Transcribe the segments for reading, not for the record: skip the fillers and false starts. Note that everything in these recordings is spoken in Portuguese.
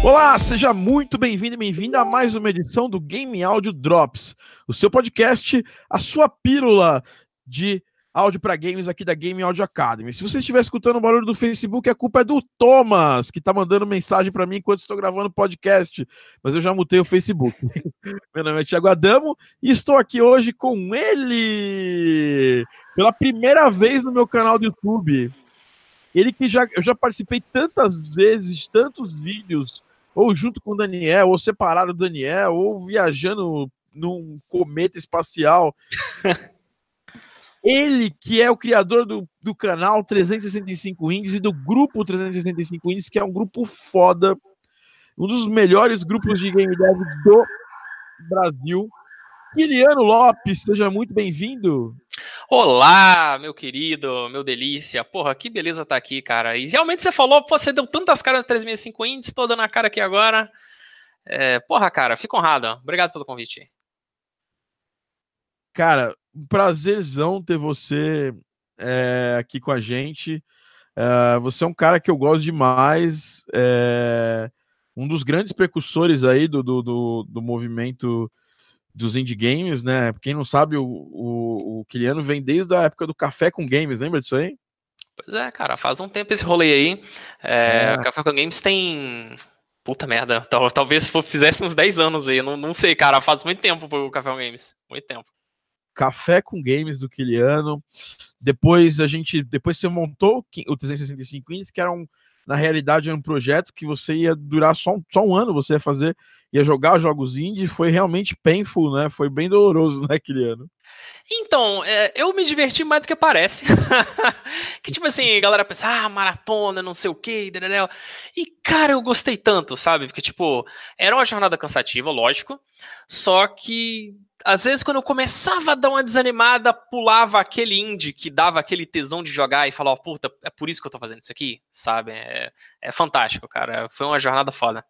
Olá, seja muito bem-vindo e bem-vinda a mais uma edição do Game Audio Drops, o seu podcast, a sua pílula de áudio para games aqui da Game Audio Academy. Se você estiver escutando o barulho do Facebook, a culpa é do Thomas, que está mandando mensagem para mim enquanto estou gravando o podcast, mas eu já mutei o Facebook. Meu nome é Thiago Adamo e estou aqui hoje com ele, pela primeira vez no meu canal do YouTube. Ele que eu já participei tantas vezes, tantos vídeos, ou junto com o Daniel, ou separado do Daniel, ou viajando num cometa espacial. Ele que é o criador do canal 365 Indies e do grupo 365 Indies, que é um grupo foda, um dos melhores grupos de game dev do Brasil. Kiliano Lopes, seja muito bem-vindo. Olá, meu querido, meu delícia. Porra, que beleza tá aqui, cara. E realmente você falou, pô, você deu tantas caras no 365 Indies, tô dando a cara aqui agora. Porra, cara, fico honrado. Obrigado pelo convite. Cara, um prazerzão ter você aqui com a gente. Você é um cara que eu gosto demais, um dos grandes precursores aí do movimento dos indie games, né? Quem não sabe, o Kiliano vem desde a época do Café com Games, lembra disso aí? Pois é, cara, faz um tempo esse rolê aí. O Café com Games tem... Puta merda, talvez fizesse uns 10 anos aí, não sei, cara, faz muito tempo pro Café com Games, muito tempo. Café com Games do Kiliano. Depois você montou o 365 Indies, que era na realidade era um projeto que você ia durar só um ano, você ia jogar jogos indie, foi realmente painful, né? Foi bem doloroso, né, Kiliano? Então, eu me diverti mais do que parece. Que tipo assim, a galera pensa, maratona, não sei o que, e cara, eu gostei tanto, sabe? Porque tipo, era uma jornada cansativa, lógico, só que às vezes quando eu começava a dar uma desanimada, pulava aquele indie que dava aquele tesão de jogar e falava, puta, é por isso que eu tô fazendo isso aqui, sabe? É fantástico, cara, foi uma jornada foda.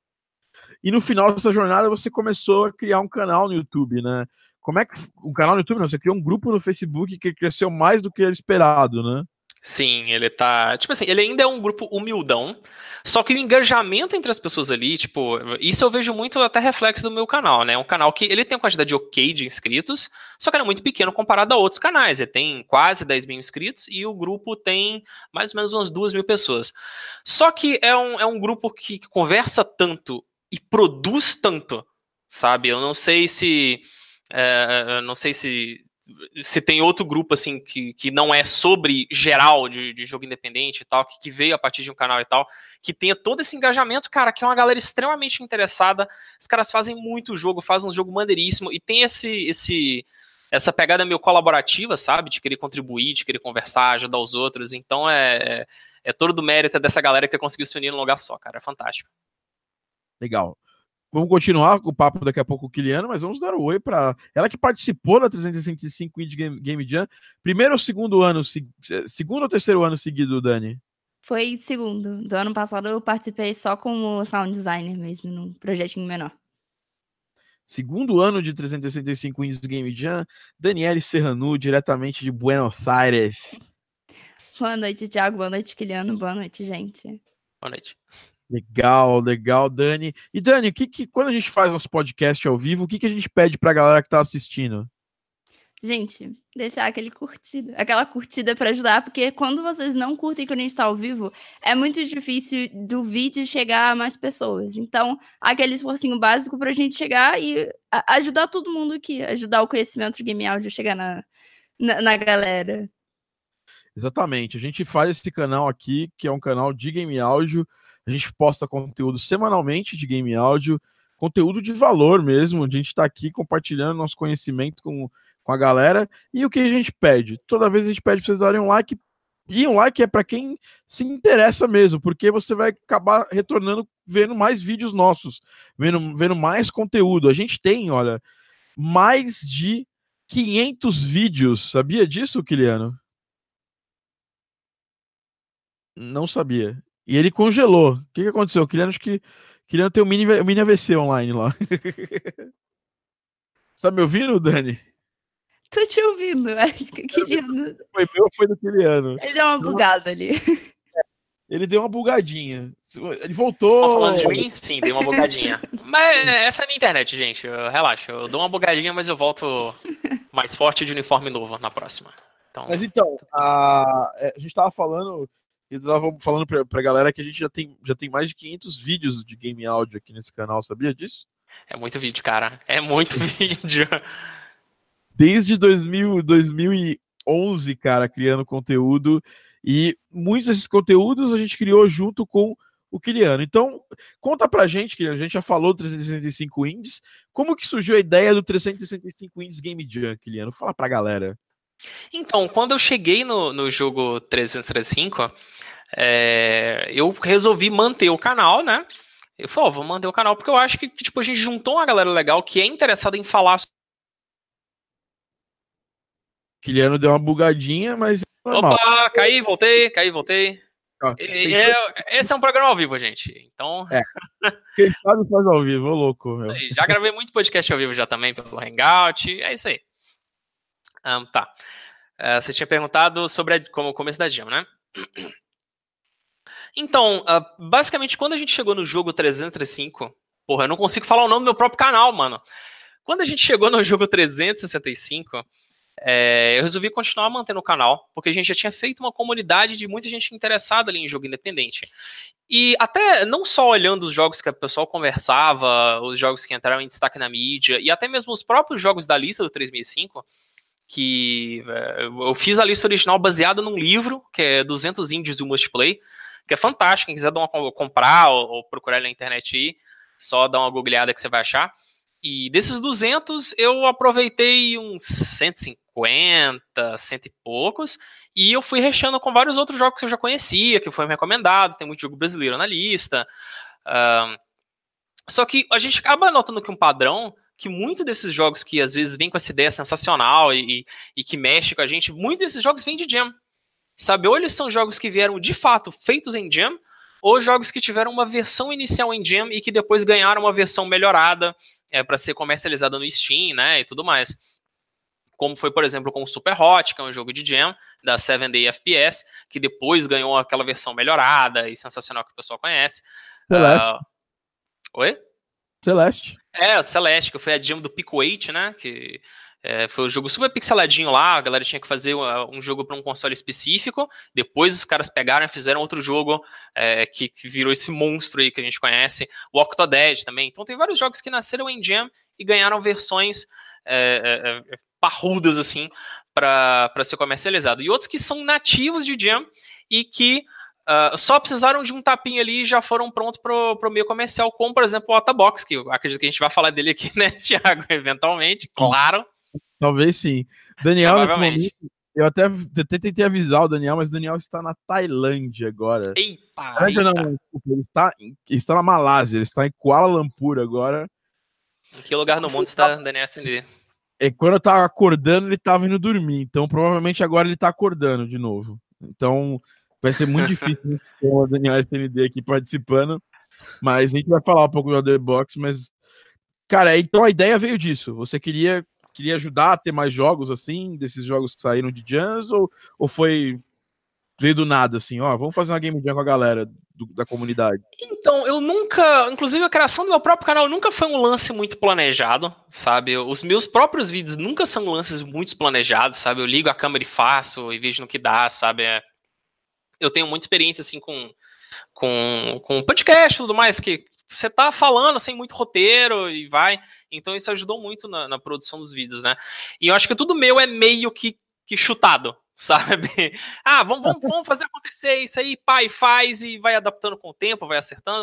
E no final dessa jornada você começou a criar um canal no YouTube, né? Como é que um canal no YouTube? Não, você criou um grupo no Facebook que cresceu mais do que era esperado, né? Sim, ele tá. Tipo assim, ele ainda é um grupo humildão, só que o engajamento entre as pessoas ali, tipo, isso eu vejo muito até reflexo do meu canal, né? Um canal que ele tem uma quantidade ok de inscritos, só que ele é muito pequeno comparado a outros canais. Ele tem quase 10 mil inscritos e o grupo tem mais ou menos umas 2 mil pessoas. Só que é um grupo que conversa tanto e produz tanto, sabe? Eu não sei se. Não sei se tem outro grupo assim que não é sobre geral de jogo independente e tal, que veio a partir de um canal e tal, que tenha todo esse engajamento, cara, que é uma galera extremamente interessada. Os caras fazem muito jogo, fazem um jogo maneiríssimo e tem essa pegada meio colaborativa, sabe? De querer contribuir, de querer conversar, ajudar os outros. Então é todo do mérito dessa galera que conseguiu se unir num lugar só, cara. É fantástico. Legal. Vamos continuar com o papo daqui a pouco com o Kiliano, mas vamos dar um oi para ela que participou da 365 Indie Game Jam. Primeiro ou segundo ano, segundo ou terceiro ano seguido, Dani? Foi segundo. Do ano passado eu participei só como sound designer mesmo, num projetinho menor. Segundo ano de 365 Indies Game Jam, Daniele Serranu, diretamente de Buenos Aires. Boa noite, Thiago. Boa noite, Kiliano. Boa noite, gente. Boa noite. Legal, Dani. E Dani, quando a gente faz nosso podcast ao vivo, o que a gente pede pra galera que tá assistindo? Gente, deixar aquela curtida pra ajudar, porque quando vocês não curtem quando a gente tá ao vivo, é muito difícil do vídeo chegar a mais pessoas. Então, aquele esforcinho básico pra gente chegar e ajudar todo mundo aqui, ajudar o conhecimento de game audio a chegar na galera. Exatamente, a gente faz esse canal aqui, que é um canal de game áudio, a gente posta conteúdo semanalmente de game áudio, conteúdo de valor mesmo, a gente tá aqui compartilhando nosso conhecimento com a galera, e o que a gente pede? Toda vez a gente pede pra vocês darem um like, e um like é para quem se interessa mesmo, porque você vai acabar retornando, vendo mais vídeos nossos, vendo mais conteúdo. A gente tem, olha, mais de 500 vídeos, sabia disso, Kiliano? Não sabia. E ele congelou. O que aconteceu? Acho que Kiliano tem um mini AVC online lá. Você tá me ouvindo, Dani? Tô te ouvindo. Acho que o Kiliano... Foi meu ou foi do Kiliano? Ele deu uma bugada ali. ele deu uma bugadinha. Ele Tá voltou. falando de mim? Sim, dei uma bugadinha. Mas essa é a minha internet, gente. Relaxa, eu dou uma bugadinha, mas eu volto mais forte de uniforme novo na próxima. Mas então, a gente tava falando, eu tava falando pra galera que a gente já tem mais de 500 vídeos de game áudio aqui nesse canal, sabia disso? É muito vídeo, cara. É muito vídeo. Desde 2011, cara, criando conteúdo, e muitos desses conteúdos a gente criou junto com o Kiliano. Então, conta pra gente, que a gente já falou do 365 Indies, como que surgiu a ideia do 365 Indies Game Jam, Kiliano? Fala pra galera. Então, quando eu cheguei no jogo 365, eu resolvi manter o canal, né? Eu falei, vou manter o canal, porque eu acho que tipo, a gente juntou uma galera legal que é interessada em falar. Kiliano deu uma bugadinha, mas é normal. Opa, caí, voltei. Ó, Esse é um programa ao vivo, gente. Então. Quem sabe faz ao vivo, ô louco, meu. Já gravei muito podcast ao vivo já também pelo Hangout. É isso aí. Tá. Você tinha perguntado sobre como o começo da Jam, né? Então, basicamente, quando a gente chegou no jogo 365, porra, eu não consigo falar o nome do meu próprio canal, mano. Quando a gente chegou no jogo 365, eu resolvi continuar mantendo o canal, porque a gente já tinha feito uma comunidade de muita gente interessada ali em jogo independente. E até não só olhando os jogos que o pessoal conversava, os jogos que entraram em destaque na mídia, e até mesmo os próprios jogos da lista do 3005, que eu fiz a lista original baseada num livro, que é 200 Indies e o Multiplay, que é fantástico. Quem quiser comprar ou procurar ele na internet aí, só dá uma googleada que você vai achar. E desses 200, eu aproveitei uns 150, cento e poucos, e eu fui recheando com vários outros jogos que eu já conhecia, que foi me recomendado. Tem muito jogo brasileiro na lista. Só que a gente acaba notando que um padrão, que muitos desses jogos que às vezes vêm com essa ideia sensacional e que mexe com a gente, muitos desses jogos vêm de Jam. Sabe, ou eles são jogos que vieram de fato feitos em Jam, ou jogos que tiveram uma versão inicial em Jam e que depois ganharam uma versão melhorada para ser comercializada no Steam, né, e tudo mais. Como foi, por exemplo, com o Super Hot, que é um jogo de Jam, da 7 Day FPS, que depois ganhou aquela versão melhorada e sensacional que o pessoal conhece. Celeste. Oi? Celeste. Celeste, que foi a Jam do Pico 8, né, que... foi um jogo super pixeladinho lá, a galera tinha que fazer um jogo para um console específico, depois os caras pegaram e fizeram outro jogo que virou esse monstro aí que a gente conhece, o Octodad também. Então tem vários jogos que nasceram em Jam e ganharam versões parrudas assim para ser comercializado, e outros que são nativos de Jam e que só precisaram de um tapinha ali e já foram prontos pro meio comercial, como por exemplo o Otabox, que eu acredito que a gente vai falar dele aqui, né, Thiago, eventualmente, claro. Talvez sim. Daniel, momento, eu até tentei avisar o Daniel, mas o Daniel está na Tailândia agora. Eita. Não, ele está na Malásia, ele está em Kuala Lumpur agora. Em que lugar no mundo está Daniel SND? Quando eu tava acordando, ele estava indo dormir. Então, provavelmente agora ele está acordando de novo. Então, vai ser muito difícil ter o Daniel SND aqui participando. Mas a gente vai falar um pouco do The Box, mas... Cara, então a ideia veio disso. Você queria ajudar a ter mais jogos, assim, desses jogos que saíram de Jams, ou veio do nada, assim, vamos fazer uma Game Jam com a galera da comunidade? Então, eu nunca, inclusive a criação do meu próprio canal nunca foi um lance muito planejado, sabe? Os meus próprios vídeos nunca são lances muito planejados, sabe? Eu ligo a câmera e faço, e vejo no que dá, sabe? Eu tenho muita experiência, assim, com podcast e tudo mais, que você tá falando sem muito roteiro e vai. Então isso ajudou muito na produção dos vídeos, né? E eu acho que tudo meu é meio que chutado, sabe? Vamos fazer acontecer isso aí, pai, faz e vai adaptando com o tempo, vai acertando.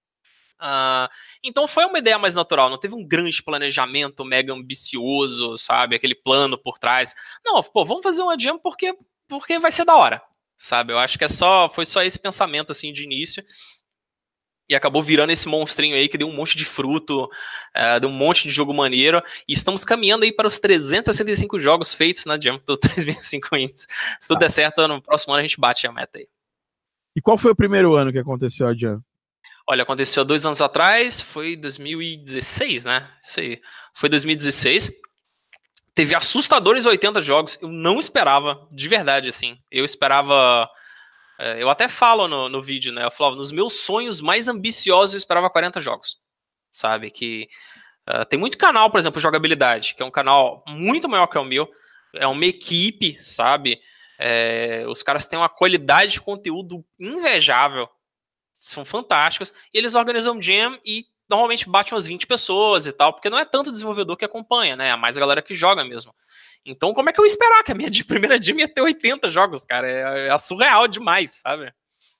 Então foi uma ideia mais natural, não teve um grande planejamento mega ambicioso, sabe? Aquele plano por trás. Não, vamos fazer uma jam porque vai ser da hora, sabe? Eu acho que foi só esse pensamento assim de início. E acabou virando esse monstrinho aí que deu um monte de fruto, deu um monte de jogo maneiro. E estamos caminhando aí para os 365 jogos feitos na Jam do 3005 Indies. Se tudo der certo, no próximo ano a gente bate a meta aí. E qual foi o primeiro ano que aconteceu a Jam? Olha, aconteceu 2 anos atrás, foi 2016, né? Isso aí. Foi 2016. Teve assustadores 80 jogos. Eu não esperava, de verdade, assim. Eu esperava Eu até falo no vídeo, né? Eu falava, nos meus sonhos mais ambiciosos eu esperava 40 jogos, sabe? Que tem muito canal, por exemplo, Jogabilidade, que é um canal muito maior que o meu, é uma equipe, sabe? Os caras têm uma qualidade de conteúdo invejável, são fantásticos, e eles organizam jam e normalmente bate umas 20 pessoas e tal, porque não é tanto desenvolvedor que acompanha, né? É mais a galera que joga mesmo. Então, como é que eu ia esperar que a minha primeira jam ia ter 80 jogos, cara? É surreal demais, sabe?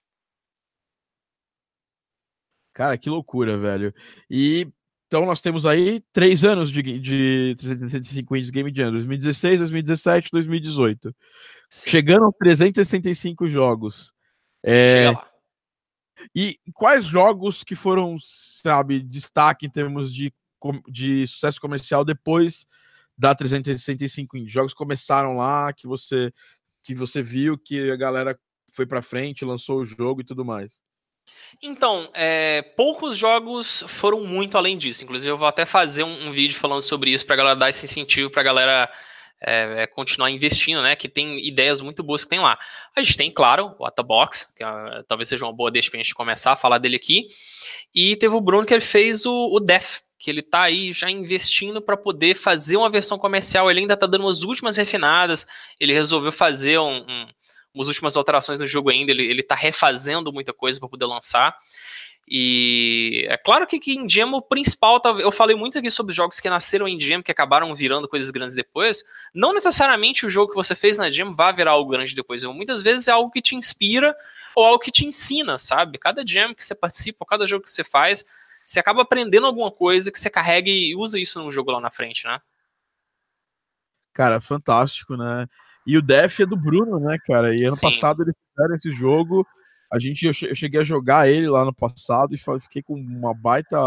Cara, que loucura, velho. E então nós temos aí 3 anos de 365 Indies Game Jam, 2016, 2017, 2018. Sim. Chegando a 365 jogos. Chega lá. E quais jogos que foram, sabe, destaque em termos de sucesso comercial depois da 365 Indies? Jogos começaram lá, que você viu que a galera foi pra frente, lançou o jogo e tudo mais. Então, poucos jogos foram muito além disso. Inclusive, eu vou até fazer um vídeo falando sobre isso pra galera dar esse incentivo pra galera continuar investindo, né? Que tem ideias muito boas que tem lá. A gente tem, claro, o Atabox, que talvez seja uma boa deixa pra gente começar a falar dele aqui. E teve o Bruno que ele fez o Def, que ele tá aí já investindo para poder fazer uma versão comercial. Ele ainda tá dando umas últimas refinadas. Ele resolveu fazer umas últimas alterações no jogo ainda. Ele tá refazendo muita coisa para poder lançar. E é claro que em Jam o principal, eu falei muito aqui sobre jogos que nasceram em Jam, que acabaram virando coisas grandes depois. Não necessariamente o jogo que você fez na Jam vai virar algo grande depois. Muitas vezes é algo que te inspira ou algo que te ensina, sabe? Cada Jam que você participa, cada jogo que você faz, você acaba aprendendo alguma coisa que você carrega e usa isso no jogo lá na frente, né? Cara, fantástico, né? E o Def é do Bruno, né, cara? E ano passado eles fizeram esse jogo. Eu cheguei a jogar ele lá no passado e fiquei com uma baita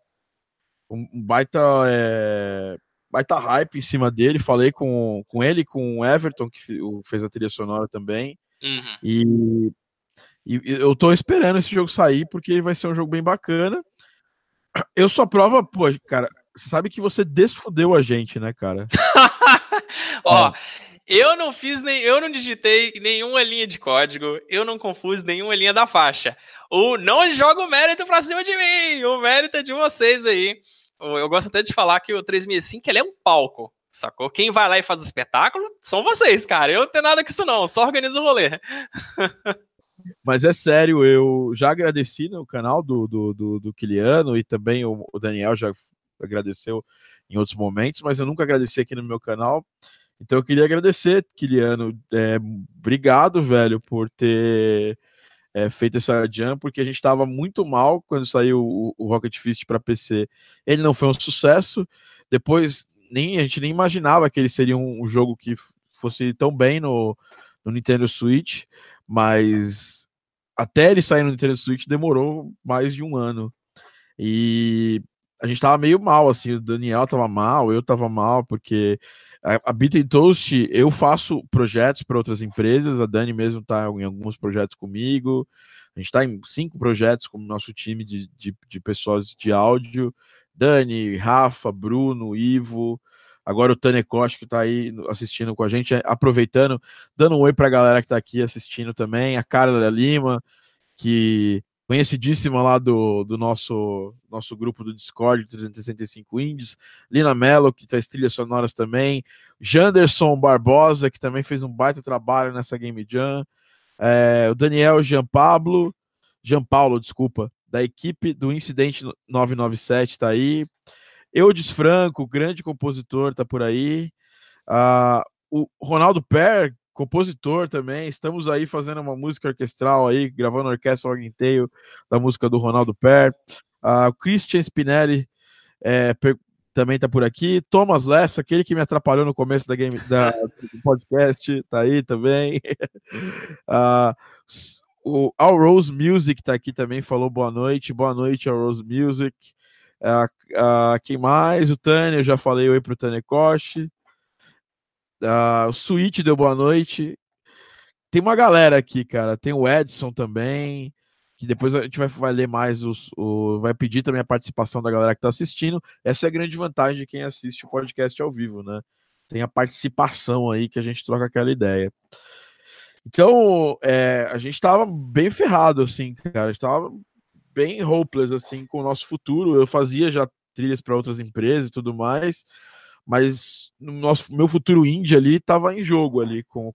baita hype em cima dele. Falei com ele, com o Everton, que fez a trilha sonora também. Uhum. E eu tô esperando esse jogo sair, porque vai ser um jogo bem bacana. Eu sou a prova, pô, cara, você sabe que você desfudeu a gente, né, cara? Ó, eu não digitei nenhuma linha de código, eu não confus nenhuma linha da faixa. Não joga o mérito pra cima de mim, o mérito é de vocês aí. Eu gosto até de falar que o 365 ele é um palco, sacou? Quem vai lá e faz o espetáculo são vocês, cara. Eu não tenho nada com isso não, só organizo o rolê. Mas é sério, eu já agradeci no canal do Kiliano e também o Daniel já agradeceu em outros momentos, mas eu nunca agradeci aqui no meu canal. Então eu queria agradecer, Kiliano. Obrigado, velho, por ter feito essa jam, porque a gente estava muito mal quando saiu o Rocket Fist para PC. Ele não foi um sucesso. Depois a gente nem imaginava que ele seria um jogo que fosse tão bem no Nintendo Switch, mas até ele sair no Nintendo Switch demorou mais de um ano. E a gente tava meio mal, assim, o Daniel tava mal, eu tava mal, porque a Bit Toast, eu faço projetos para outras empresas, a Dani mesmo tá em alguns projetos comigo, a gente tá em 5 projetos com o nosso time de pessoas de áudio, Dani, Rafa, Bruno, Ivo, agora o Tanekoshi que tá aí assistindo com a gente, aproveitando, dando um oi pra galera que tá aqui assistindo também, a Carla Lima, que conhecidíssima lá do nosso grupo do Discord, 365 Indies, Lina Mello, que faz trilhas sonoras também, Janderson Barbosa, que também fez um baita trabalho nessa Game Jam, o Daniel Jean Paulo, desculpa, da equipe do Incidente 997 tá aí, Eudes Franco, grande compositor, tá por aí, o Ronaldo Per, compositor também, estamos aí fazendo uma música orquestral aí, gravando a orquestra Orguinteio da música do Ronaldo Per, o Christian Spinelli também tá por aqui, Thomas Lessa, aquele que me atrapalhou no começo do podcast, tá aí também, o All Rose Music tá aqui também, falou boa noite All Rose Music, quem mais? O Tânia, eu já falei oi pro Tanekoshi, o Switch deu boa noite. Tem uma galera aqui, cara. Tem o Edson também, que depois a gente vai ler mais vai pedir também a participação da galera que tá assistindo. Essa é a grande vantagem de quem assiste o podcast ao vivo, né? Tem a participação aí que a gente troca aquela ideia. Então, a gente tava bem ferrado, assim, cara. A gente tava bem hopeless, assim, com o nosso futuro. Eu fazia já trilhas para outras empresas e tudo mais, mas meu futuro indie ali tava em jogo ali com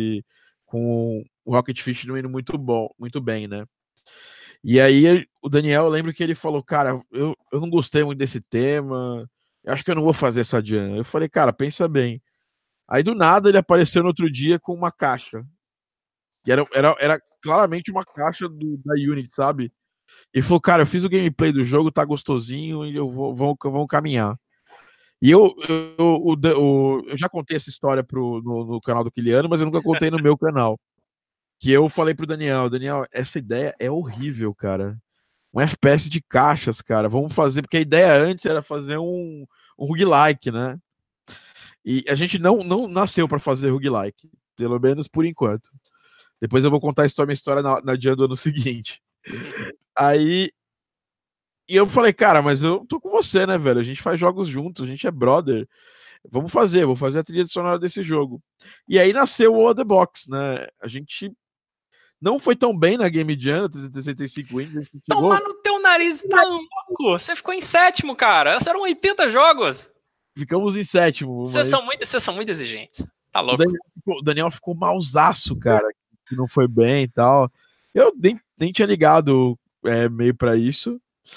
o Rocket Fish indo muito bem, né? E aí o Daniel, eu lembro que ele falou, cara, eu não gostei muito desse tema, eu acho que eu não vou fazer essa jam. Eu falei, cara, pensa bem. Aí do nada ele apareceu no outro dia com uma caixa. E era claramente uma caixa da Unity, sabe? E falou, cara, eu fiz o gameplay do jogo, tá gostosinho, e vamos caminhar. E eu já contei essa história no canal do Kiliano, mas eu nunca contei no meu canal. Que eu falei pro Daniel, essa ideia é horrível, cara. Um FPS de caixas, cara. Vamos fazer, porque a ideia antes era fazer um roguelike, né? E a gente não nasceu para fazer roguelike, pelo menos por enquanto. Depois eu vou contar minha história na dia do ano seguinte. Aí. E eu falei, cara, mas eu tô com você, né, velho? A gente faz jogos juntos, a gente é brother. Vou fazer a trilha sonora desse jogo. E aí nasceu o The Box, né? A gente não foi tão bem na Game Jam, 365 Windows. Toma no teu nariz, tá louco? Você ficou em sétimo, cara. Eram 80 jogos. Ficamos em sétimo. Vocês são muito exigentes. Tá louco. O Daniel ficou mausaço, cara. Que não foi bem e tal. Eu nem tinha ligado meio pra isso.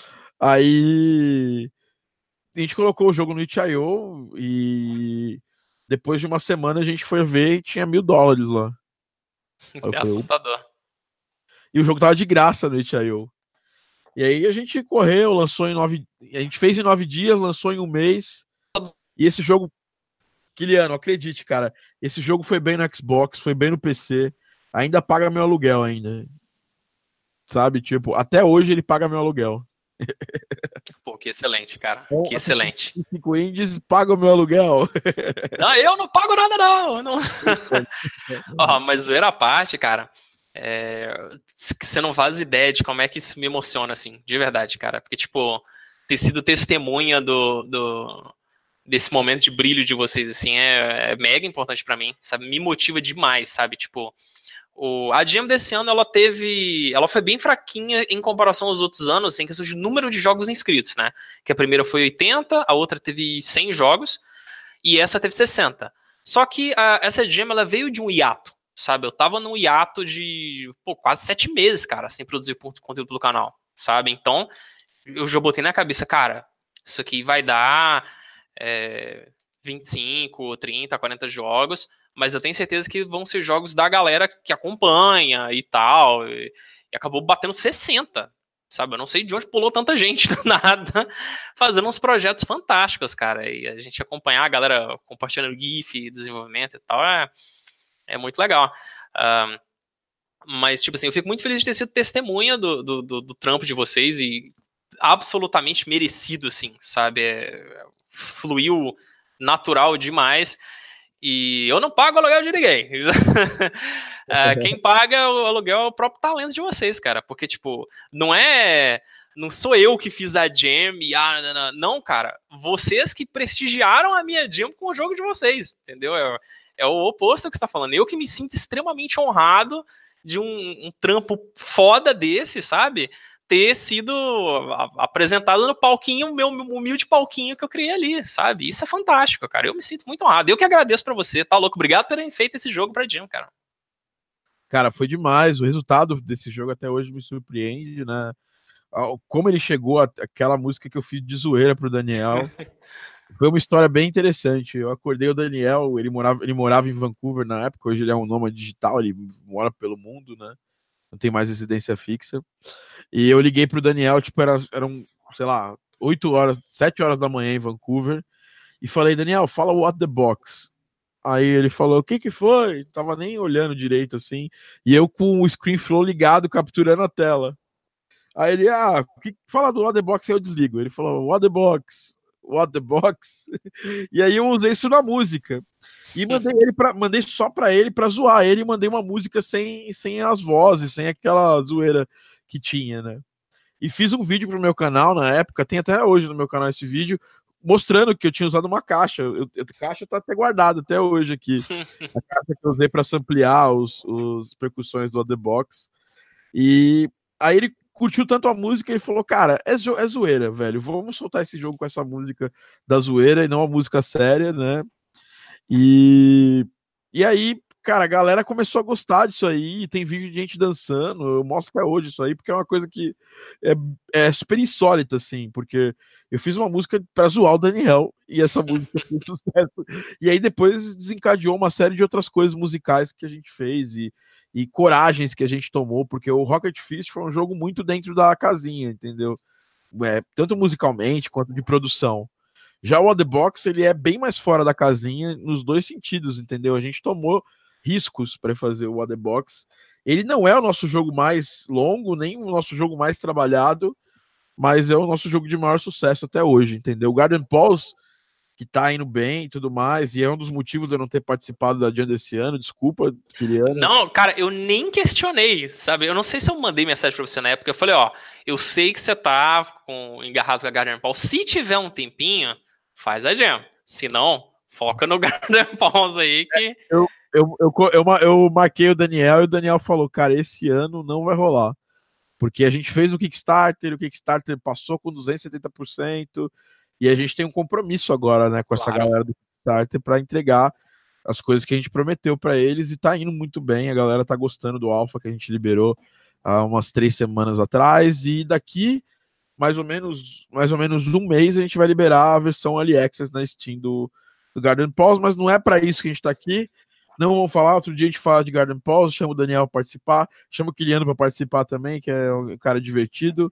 Aí a gente colocou o jogo no itch.io e depois de uma semana a gente foi ver e tinha $1.000 lá. É assustador. E o jogo tava de graça no itch.io. E aí a gente correu, lançou em 9... A gente fez em 9 dias, lançou em 1 mês. E esse jogo, Kiliano, acredite, cara, esse jogo foi bem no Xbox, foi bem no PC. Ainda paga meu aluguel ainda. Sabe? Tipo, até hoje ele paga meu aluguel. Pô, que excelente, cara. Que excelente. 5 indies pagam meu aluguel. Não, eu não pago nada, não. Mas zoeira à parte, cara. Você não faz ideia de como é que isso me emociona, assim, de verdade, cara. Porque, tipo, ter sido testemunha desse momento de brilho de vocês, assim, é mega importante pra mim, sabe? Me motiva demais, sabe? Tipo, a Jam desse ano, ela foi bem fraquinha em comparação aos outros anos, em questão de número de jogos inscritos, né? Que a primeira foi 80, a outra teve 100 jogos, e essa teve 60. Só que essa Jam, ela veio de um hiato, sabe? Eu tava num hiato de quase 7 meses, cara, sem produzir conteúdo pelo canal, sabe? Então, eu já botei na cabeça, cara, isso aqui vai dar 25, 30, 40 jogos, mas eu tenho certeza que vão ser jogos da galera que acompanha e tal, e acabou batendo 60, sabe? Eu não sei de onde pulou tanta gente do nada, fazendo uns projetos fantásticos, cara, e a gente acompanhar a galera compartilhando GIF, desenvolvimento e tal, é muito legal. Mas, tipo assim, eu fico muito feliz de ter sido testemunha do trampo de vocês e absolutamente merecido, assim, sabe? Fluiu natural demais. E eu não pago aluguel de ninguém. Quem paga o aluguel é o próprio talento de vocês, cara. Porque, tipo, não sou eu que fiz a Jam e não, cara. Vocês que prestigiaram a minha Jam com o jogo de vocês, entendeu? É o oposto do que você tá falando. Eu que me sinto extremamente honrado de um trampo foda desse, sabe? Ter sido apresentado no palquinho, meu humilde palquinho que eu criei ali, sabe? Isso é fantástico, cara. Eu me sinto muito honrado. Eu que agradeço pra você, tá louco? Obrigado por terem feito esse jogo pra Jam, cara. Cara, foi demais. O resultado desse jogo até hoje me surpreende, né? Como ele chegou àquela música que eu fiz de zoeira pro Daniel. Foi uma história bem interessante. Eu acordei o Daniel, ele morava em Vancouver na época, hoje ele é um nômade digital, ele mora pelo mundo, né? Não tem mais residência fixa. E eu liguei pro Daniel, tipo, eram, sei lá, 7 horas da manhã em Vancouver, e falei, Daniel, fala What the Box. Aí ele falou, o que foi? Tava nem olhando direito, assim, e eu com o ScreenFlow ligado, capturando a tela. Aí ele, fala do What the Box, aí eu desligo. Ele falou, What the Box, What the Box. E aí eu usei isso na música. E mandei só pra ele, pra zoar ele, e mandei uma música sem as vozes, sem aquela zoeira que tinha, né? E fiz um vídeo pro meu canal na época, tem até hoje no meu canal esse vídeo, mostrando que eu tinha usado uma caixa. A caixa tá até guardada até hoje aqui. A caixa que eu usei para samplear os percussões do The Box. E aí ele curtiu tanto a música, ele falou, cara, é zoeira, velho. Vamos soltar esse jogo com essa música da zoeira e não uma música séria, né? E aí, cara, a galera começou a gostar disso aí, tem vídeo de gente dançando, eu mostro até hoje isso aí, porque é uma coisa que é super insólita, assim, porque eu fiz uma música pra zoar o Daniel, e essa música fez sucesso, e aí depois desencadeou uma série de outras coisas musicais que a gente fez, e coragens que a gente tomou, porque o Rocket Fist foi um jogo muito dentro da casinha, entendeu? Tanto musicalmente quanto de produção. Já o The Box, ele é bem mais fora da casinha nos dois sentidos, entendeu? A gente tomou riscos para fazer o The Box. Ele não é o nosso jogo mais longo, nem o nosso jogo mais trabalhado, mas é o nosso jogo de maior sucesso até hoje, entendeu? O Garden Pulse, que tá indo bem e tudo mais, e é um dos motivos de eu não ter participado da Jam desse ano, desculpa, queria... Não, cara, eu nem questionei, sabe? Eu não sei se eu mandei mensagem pra você na época, eu falei, ó, eu sei que você tá engarrado com a Garden Pulse, se tiver um tempinho, faz a Jam, se não, foca no Garden Pulse aí que... Eu marquei o Daniel e o Daniel falou, cara, esse ano não vai rolar, porque a gente fez o Kickstarter passou com 270%, e a gente tem um compromisso agora, né, com essa galera do Kickstarter para entregar as coisas que a gente prometeu para eles, e tá indo muito bem, a galera tá gostando do Alpha que a gente liberou há umas 3 semanas atrás, e daqui mais ou menos um mês a gente vai liberar a versão Early Access na Steam do Garden Pulse, mas não é para isso que a gente tá aqui. Não vamos falar, outro dia a gente fala de Garden Pulse, chama o Daniel para participar, chama o Kiliano para participar também, que é um cara divertido.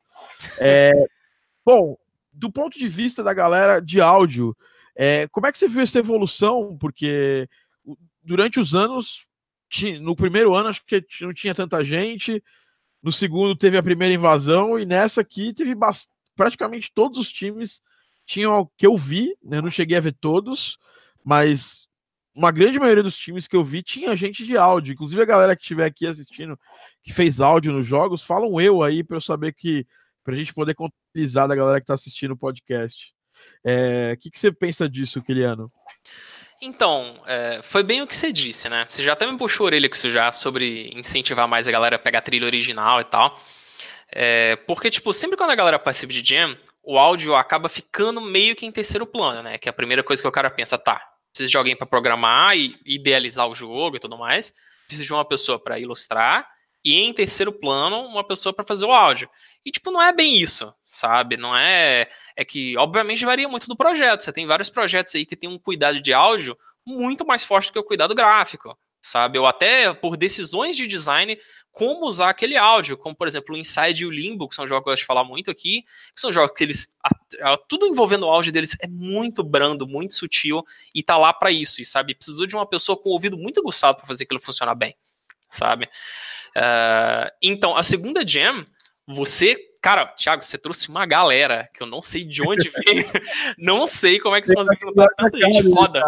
Bom, do ponto de vista da galera de áudio, como é que você viu essa evolução? Porque durante os anos, no primeiro ano acho que não tinha tanta gente, no segundo teve a primeira invasão, e nessa aqui teve praticamente todos os times tinham, que eu vi, né, eu não cheguei a ver todos, mas uma grande maioria dos times que eu vi tinha gente de áudio, inclusive a galera que estiver aqui assistindo, que fez áudio nos jogos, falam eu aí, para eu saber pra gente poder contabilizar da galera que tá assistindo o podcast. O que você pensa disso, Kiliano? Então, foi bem o que você disse, né? Você já até me puxou a orelha com isso já, sobre incentivar mais a galera a pegar a trilha original e tal. Porque, tipo, sempre quando a galera participa de Jam, o áudio acaba ficando meio que em terceiro plano, né? Que é a primeira coisa que o cara pensa, tá, preciso de alguém para programar e idealizar o jogo e tudo mais, preciso de uma pessoa para ilustrar, e em terceiro plano, uma pessoa para fazer o áudio. E, tipo, não é bem isso, sabe? Não é... É que, obviamente, varia muito do projeto. Você tem vários projetos aí que tem um cuidado de áudio muito mais forte do que o cuidado gráfico, sabe? Ou até, por decisões de design, como usar aquele áudio. Como, por exemplo, o Inside e o Limbo, que são jogos que eu gosto de falar muito aqui, que são jogos que eles... Tudo envolvendo o áudio deles é muito brando, muito sutil, e tá lá pra isso, e, sabe? Precisou de uma pessoa com o ouvido muito aguçado pra fazer aquilo funcionar bem, sabe? Então, a segunda Jam, cara, Thiago, você trouxe uma galera que eu não sei de onde veio, não sei como é que você conseguiu juntar tanta gente foda.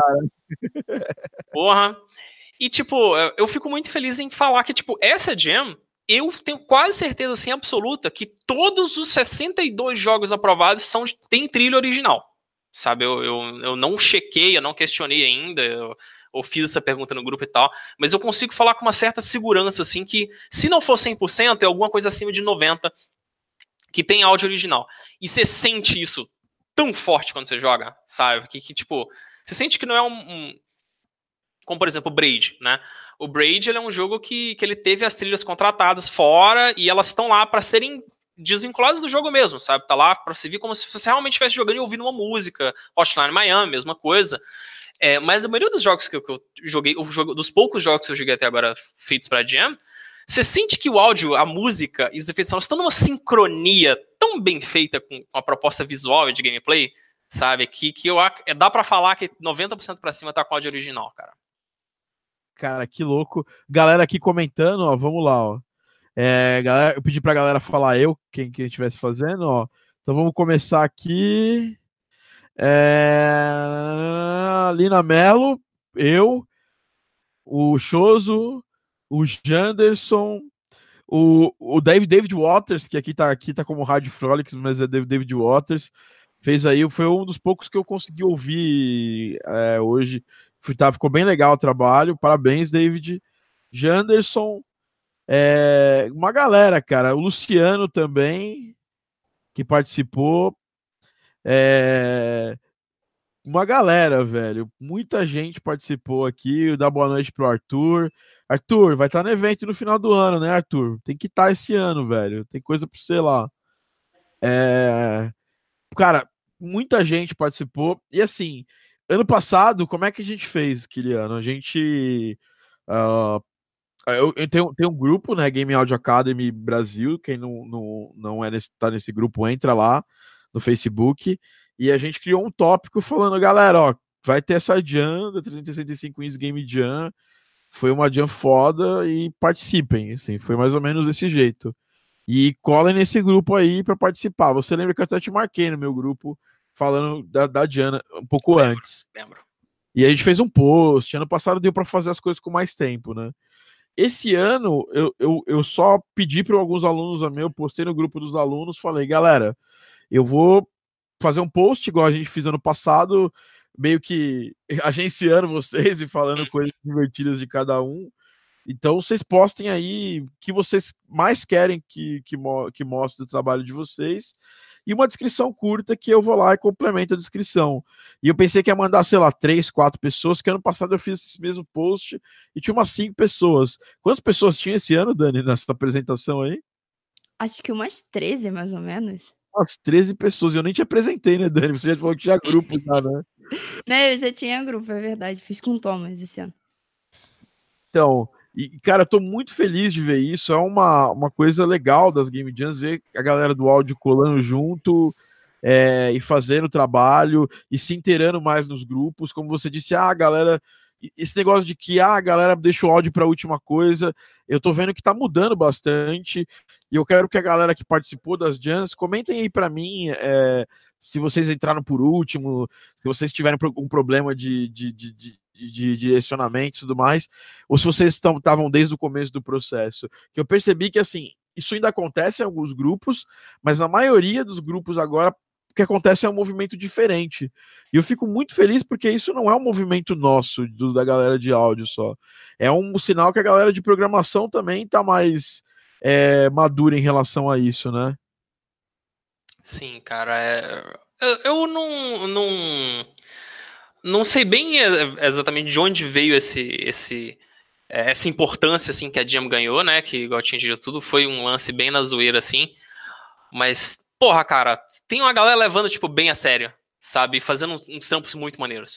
Porra. E, tipo, eu fico muito feliz em falar que, tipo, essa Jam, eu tenho quase certeza, assim, absoluta, que todos os 62 jogos aprovados têm trilha original, sabe? Eu não chequei, eu não questionei ainda, eu fiz essa pergunta no grupo e tal, mas eu consigo falar com uma certa segurança, assim, que se não for 100%, é alguma coisa acima de 90% que tem áudio original. E você sente isso tão forte quando você joga, sabe? Que tipo, você sente que não é como, por exemplo, o Braid, né? O Braid, ele é um jogo que ele teve as trilhas contratadas fora e elas estão lá para serem desvinculadas do jogo mesmo, sabe? Tá lá para você vir como se você realmente estivesse jogando e ouvindo uma música. Hotline Miami, mesma coisa. Mas a maioria dos jogos que eu joguei, dos poucos jogos que eu joguei até agora feitos para Jam, você sente que o áudio, a música e os efeitos sonoros estão numa sincronia tão bem feita com a proposta visual e de gameplay, sabe? Que dá pra falar que 90% pra cima tá com áudio original, cara. Cara, que louco. Galera aqui comentando, ó, vamos lá, ó. Galera, eu pedi pra galera falar quem estivesse fazendo, ó. Então vamos começar aqui. Lina Mello, eu, o Choso, o Janderson, o David Waters, que aqui tá como Rádio Frolix, mas é David Waters. fez aí, foi um dos poucos que eu consegui ouvir hoje. Ficou bem legal o trabalho. Parabéns, David. Janderson, uma galera, cara. O Luciano também, que participou. Uma galera, velho. Muita gente participou aqui. Dá boa noite pro Arthur. Arthur, vai estar no evento no final do ano, né, Arthur? Tem que estar esse ano, velho. Tem coisa pra você lá. Cara, muita gente participou. E assim, ano passado, como é que a gente fez aquele ano? A gente. Eu tenho um grupo, né? Game Audio Academy Brasil. Quem não tá nesse grupo, entra lá no Facebook. E a gente criou um tópico falando, galera, ó, vai ter essa Jam da 365 Wins Game Jam. Foi uma Jam foda e participem. Assim, foi mais ou menos desse jeito. E colhem nesse grupo aí para participar. Você lembra que eu até te marquei no meu grupo falando da Diana um pouco antes. Lembro. E a gente fez um post. Ano passado deu para fazer as coisas com mais tempo, né? Esse ano eu só pedi para alguns alunos meus, postei no grupo dos alunos, falei, galera, eu vou fazer um post igual a gente fez ano passado, meio que agenciando vocês e falando coisas divertidas de cada um. Então, vocês postem aí o que vocês mais querem que mostre do trabalho de vocês. E uma descrição curta que eu vou lá e complemento a descrição. E eu pensei que ia mandar, sei lá, 3, 4 pessoas, que ano passado eu fiz esse mesmo post e tinha umas 5 pessoas. Quantas pessoas tinha esse ano, Dani, nessa apresentação aí? Acho que umas 13, mais ou menos. Umas 13 pessoas. Eu nem te apresentei, né, Dani? Você já falou que tinha grupo já, né? Né, eu já tinha grupo, é verdade. Fiz com o Thomas esse ano. Então, e, cara, eu tô muito feliz de ver isso. É uma coisa legal das Game Jams, ver a galera do áudio colando junto e fazendo trabalho e se inteirando mais nos grupos. Como você disse, a galera. Esse negócio de que a galera deixa o áudio para a última coisa, eu tô vendo que tá mudando bastante. E eu quero que a galera que participou das Jams comentem aí para mim se vocês entraram por último, se vocês tiveram um problema de direcionamento e tudo mais, ou se vocês estavam desde o começo do processo. Que eu percebi que, assim, isso ainda acontece em alguns grupos, mas na maioria dos grupos agora, o que acontece é um movimento diferente. E eu fico muito feliz porque isso não é um movimento nosso, da galera de áudio só. É um sinal que a galera de programação também está mais madura em relação a isso, né? Sim, cara. Eu não sei bem exatamente de onde veio essa importância assim que a Jam ganhou, né? Que, igual tinha dito tudo, foi um lance bem na zoeira, assim. Mas, porra, cara, tem uma galera levando, tipo, bem a sério, sabe? Fazendo uns trampos muito maneiros.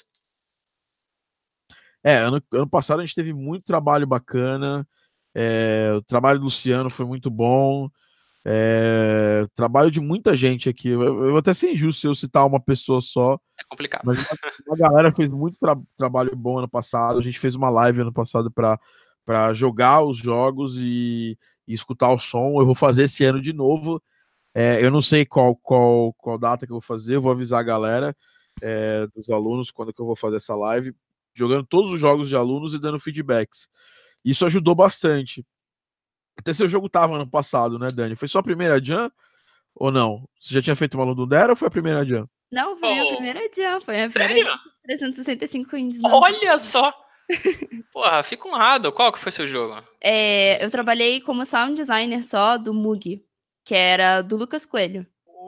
Ano passado a gente teve muito trabalho bacana. O trabalho do Luciano foi muito bom. Trabalho de muita gente aqui. Eu vou até ser injusto se eu citar uma pessoa só. É complicado. Mas uma galera fez muito trabalho bom ano passado. A gente fez uma live ano passado para jogar os jogos e escutar o som. Eu vou fazer esse ano de novo. Eu não sei qual data que eu vou fazer. Eu vou avisar a galera dos alunos quando que eu vou fazer essa live, jogando todos os jogos de alunos e dando feedbacks. Isso ajudou bastante. Até seu jogo tava ano passado, né, Dani? Foi só a primeira Jam ou não? Você já tinha feito uma Lundera ou foi a primeira Jam? Não, foi a primeira Jam. Foi a primeira Sério? Jam 365 Indies. Olha só! Porra, fico honrado. Qual que foi seu jogo? Eu trabalhei como sound designer só do Mug, que era do Lucas Coelho.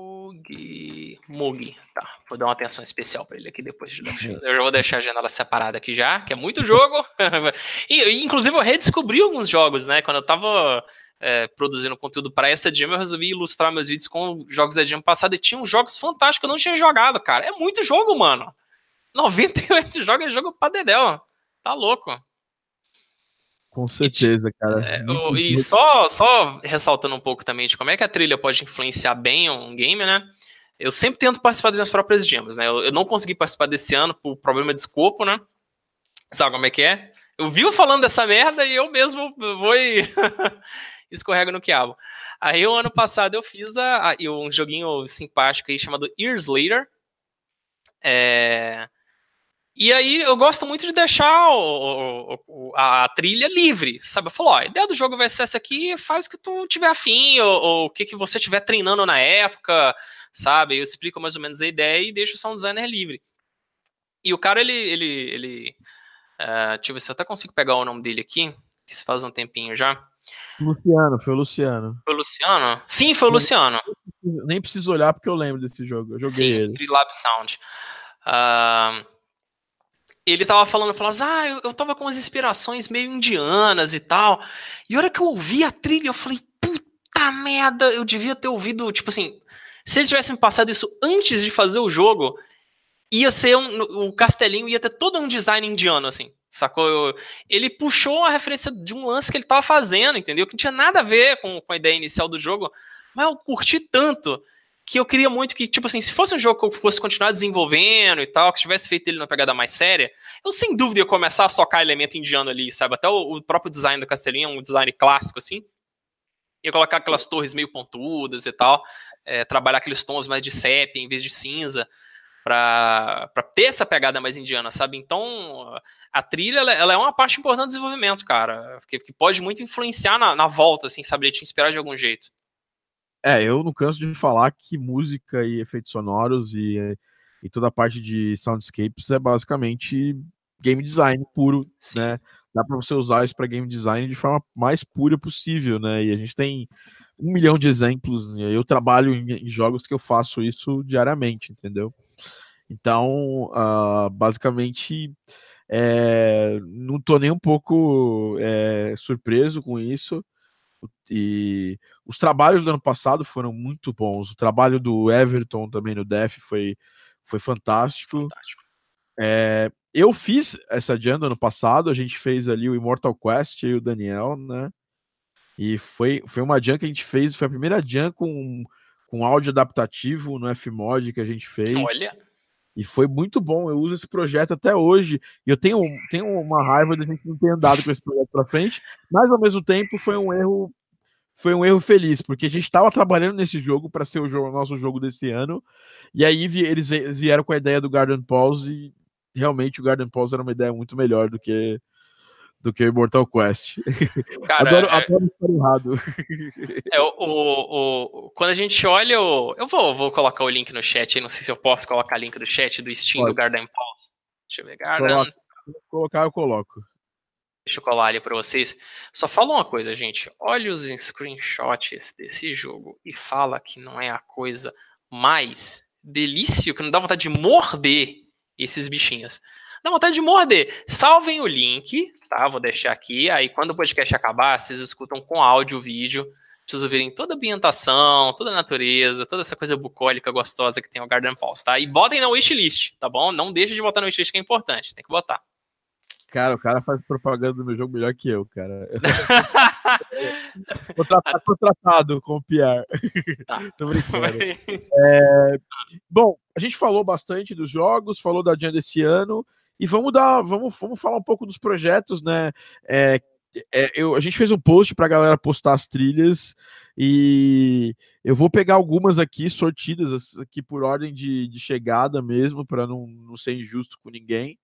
Mug. Tá, vou dar uma atenção especial pra ele aqui depois. Eu já vou deixar a janela separada aqui já, que é muito jogo. E, inclusive, eu redescobri alguns jogos, né? Quando eu tava produzindo conteúdo pra essa Jam, eu resolvi ilustrar meus vídeos com jogos da Jam passada e tinha uns jogos fantásticos que eu não tinha jogado, cara. É muito jogo, mano. 98 jogos é jogo pra dedéu. Tá louco. Com certeza, cara. E só ressaltando um pouco também de como é que a trilha pode influenciar bem um game, né? Eu sempre tento participar das minhas próprias jams, né? Eu não consegui participar desse ano por problema de escopo, né? Sabe como é que é? Eu vivo falando dessa merda e eu mesmo vou e escorrego no quiabo. Aí, o ano passado, eu fiz um joguinho simpático aí chamado Years Later. E aí eu gosto muito de deixar a trilha livre, sabe? Eu falo, ó, a ideia do jogo vai ser essa aqui, faz o que tu tiver afim, ou o que você estiver treinando na época, sabe? Eu explico mais ou menos a ideia e deixo o sound designer livre. E o cara, deixa eu ver se eu até consigo pegar o nome dele aqui, que se faz um tempinho já. Foi o Luciano. Foi o Luciano? Sim, foi o Luciano. Nem preciso olhar porque eu lembro desse jogo, eu joguei Sim, ele. Trilab Sound. Ele tava falando, eu tava com umas inspirações meio indianas e tal. E a hora que eu ouvi a trilha, eu falei, puta merda, eu devia ter ouvido, tipo assim, se ele tivesse me passado isso antes de fazer o jogo, ia ser o castelinho ia ter todo um design indiano, assim, sacou? Ele puxou a referência de um lance que ele tava fazendo, entendeu? Que não tinha nada a ver com a ideia inicial do jogo, mas eu curti tanto que eu queria muito que, tipo assim, se fosse um jogo que eu fosse continuar desenvolvendo e tal, que tivesse feito ele numa pegada mais séria, eu sem dúvida ia começar a socar elemento indiano ali, sabe? Até o próprio design do castelinho é um design clássico, assim. Ia colocar aquelas torres meio pontudas e tal, trabalhar aqueles tons mais de sépia em vez de cinza, pra ter essa pegada mais indiana, sabe? Então, a trilha, ela é uma parte importante do desenvolvimento, cara, que pode muito influenciar na volta, assim, sabe? Ele te inspirar de algum jeito. Eu não canso de falar que música e efeitos sonoros e toda a parte de soundscapes é basicamente game design puro, Sim. né? Dá para você usar isso para game design de forma mais pura possível, né? E a gente tem 1 milhão de exemplos, né? Eu trabalho em jogos que eu faço isso diariamente, entendeu? Então, basicamente, não tô nem um pouco surpreso com isso. E os trabalhos do ano passado foram muito bons. O trabalho do Everton também no Def foi fantástico. Eu fiz essa jam do ano passado, a gente fez ali o Immortal Quest e o Daniel, né? E foi uma jam que a gente fez, foi a primeira jam com áudio adaptativo no Fmod que a gente fez. Olha. E foi muito bom, eu uso esse projeto até hoje, e eu tenho uma raiva de a gente não ter andado com esse projeto pra frente, mas ao mesmo tempo foi um erro feliz, porque a gente estava trabalhando nesse jogo para ser o nosso jogo desse ano, e aí eles vieram com a ideia do Garden Pause, e realmente o Garden Pause era uma ideia muito melhor do que o Immortal Quest. Cara, adoro estar errado. Quando a gente olha eu vou colocar o link no chat, não sei se eu posso colocar o link do chat do Steam do Garden Pause. Deixa eu ver, Garden. Colocar, eu coloco. Deixa eu colar ali pra vocês. Só fala uma coisa, gente. Olha os screenshots desse jogo e fala que não é a coisa mais delícia, que não dá vontade de morder esses bichinhos. Dá vontade de morder. Salvem o link, tá? Vou deixar aqui. Aí quando o podcast acabar, vocês escutam com áudio, vídeo. Vocês ouvirem toda a ambientação, toda a natureza, toda essa coisa bucólica gostosa que tem o Garden Pause, tá? E botem na wishlist, tá bom? Não deixa de botar na wishlist que é importante. Tem que botar. Cara, o cara faz propaganda do meu jogo melhor que eu, cara. Contratado com o PR. Tá. Tô brincando. Bom, a gente falou bastante dos jogos, falou da Jam desse ano, e vamos falar um pouco dos projetos, né? A gente fez um post pra galera postar as trilhas, e eu vou pegar algumas aqui, sortidas aqui por ordem de chegada mesmo, para não ser injusto com ninguém.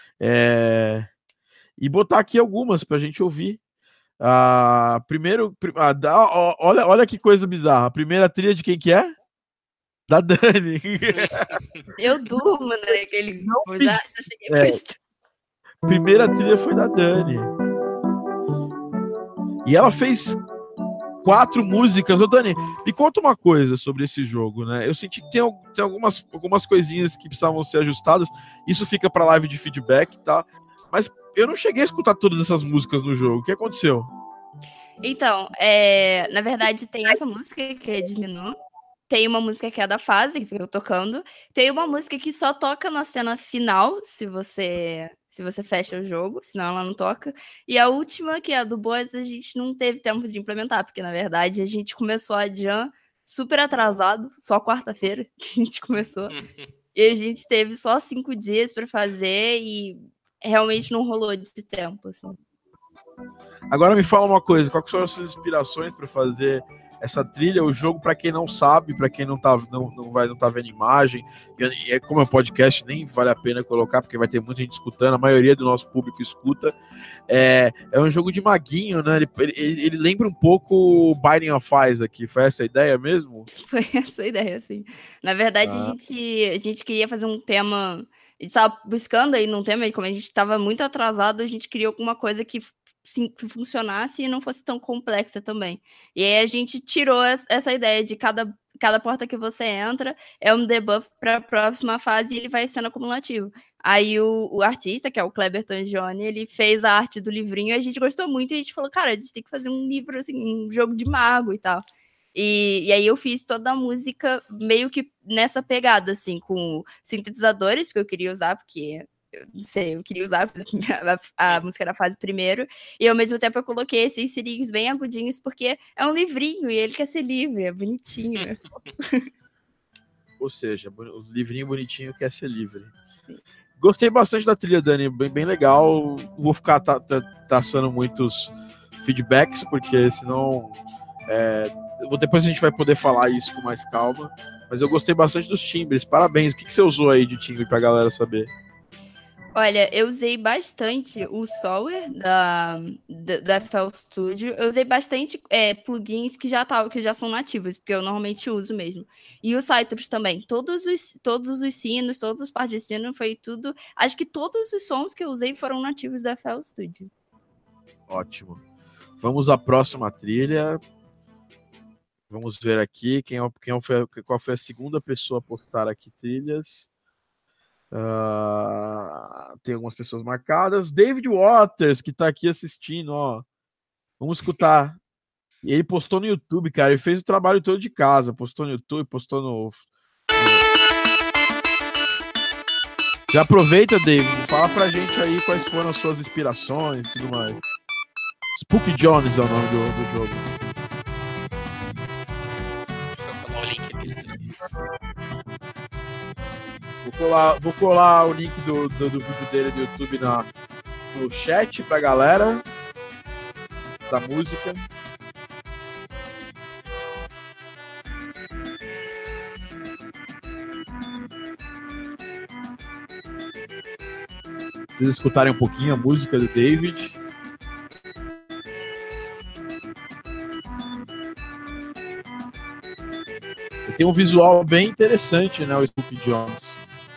E botar aqui algumas pra gente ouvir. Primeiro, olha que coisa bizarra. A primeira trilha de quem que é? Da Dani. Eu durmo naquele. Já cheguei pra isso. Primeira trilha foi da Dani. E ela fez 4 músicas. Ô, Dani, me conta uma coisa sobre esse jogo, né? Eu senti que tem algumas coisinhas que precisavam ser ajustadas. Isso fica pra live de feedback, tá? Mas eu não cheguei a escutar todas essas músicas no jogo. O que aconteceu? Então, na verdade, tem essa música que é de Minu. Tem uma música que é da fase, que fica tocando. Tem uma música que só toca na cena final, se você fecha o jogo, senão ela não toca. E a última, que é a do Boas, a gente não teve tempo de implementar, porque, na verdade, a gente começou a jam super atrasado, só quarta-feira que a gente começou. E a gente teve só 5 dias pra fazer e realmente não rolou de tempo, assim. Agora me fala uma coisa, quais são as suas inspirações para fazer essa trilha. O jogo, para quem não sabe, para quem não tá vendo imagem, e como é um podcast, nem vale a pena colocar, porque vai ter muita gente escutando, a maioria do nosso público escuta. É um jogo de maguinho, né? Ele lembra um pouco o Binding of Isaac. Foi essa a ideia mesmo? Foi essa a ideia, sim. Na verdade, a gente queria fazer um tema. A gente estava buscando aí num tema, e como a gente estava muito atrasado, a gente queria alguma coisa que funcionasse e não fosse tão complexa também. E aí a gente tirou essa ideia de cada porta que você entra é um debuff para a próxima fase e ele vai sendo acumulativo. Aí o artista, que é o Kleber Tangioni, ele fez a arte do livrinho e a gente gostou muito e a gente falou, cara, a gente tem que fazer um livro, assim, um jogo de mago e tal. E aí eu fiz toda a música meio que nessa pegada, assim, com sintetizadores, porque eu queria usar, porque não sei, eu queria usar a música da fase primeiro, e ao mesmo tempo eu coloquei esses sirinhos bem agudinhos, porque é um livrinho, e ele quer ser livre, é bonitinho, né? Ou seja, os livrinhos bonitinhos quer ser livre. Sim. Gostei bastante da trilha, Dani, bem legal. Vou ficar taçando muitos feedbacks, porque senão depois a gente vai poder falar isso com mais calma, mas eu gostei bastante dos timbres, parabéns. O que você usou aí de timbre pra galera saber? Olha, eu usei bastante o Sower da FL Studio. Eu usei bastante plugins que já são nativos, porque eu normalmente uso mesmo. E o Citrus também. Todos os sinos, todas as partes de sino, foi tudo. Acho que todos os sons que eu usei foram nativos da FL Studio. Ótimo. Vamos à próxima trilha. Vamos ver aqui qual foi a segunda pessoa a postar aqui trilhas. Tem algumas pessoas marcadas. David Waters, que tá aqui assistindo, ó. Vamos escutar. E ele postou no YouTube, cara. Ele fez o trabalho todo de casa. Postou no YouTube, postou no... Já aproveita, David. Fala pra gente aí quais foram as suas inspirações e tudo mais. Spooky Jones é o nome do jogo. Vou colar o link do vídeo dele do YouTube no chat pra galera da música. Vocês escutarem um pouquinho a música do David. Tem um visual bem interessante, né, o Spooky Jones.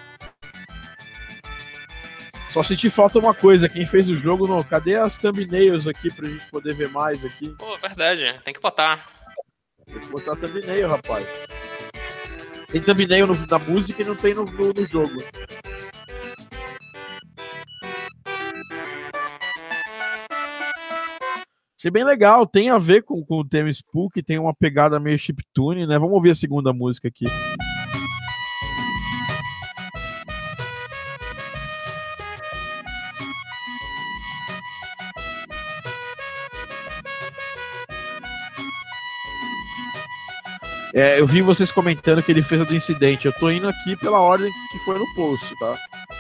Só senti falta uma coisa, quem fez o jogo, cadê as thumbnails aqui pra gente poder ver mais aqui? Pô, verdade, tem que botar. Tem que botar thumbnail, rapaz. Tem thumbnail na música e não tem no jogo. Achei bem legal, tem a ver com o tema Spook, tem uma pegada meio chiptune, né? Vamos ouvir a segunda música aqui. Eu vi vocês comentando que ele fez a do incidente. Eu tô indo aqui pela ordem que foi no post, tá?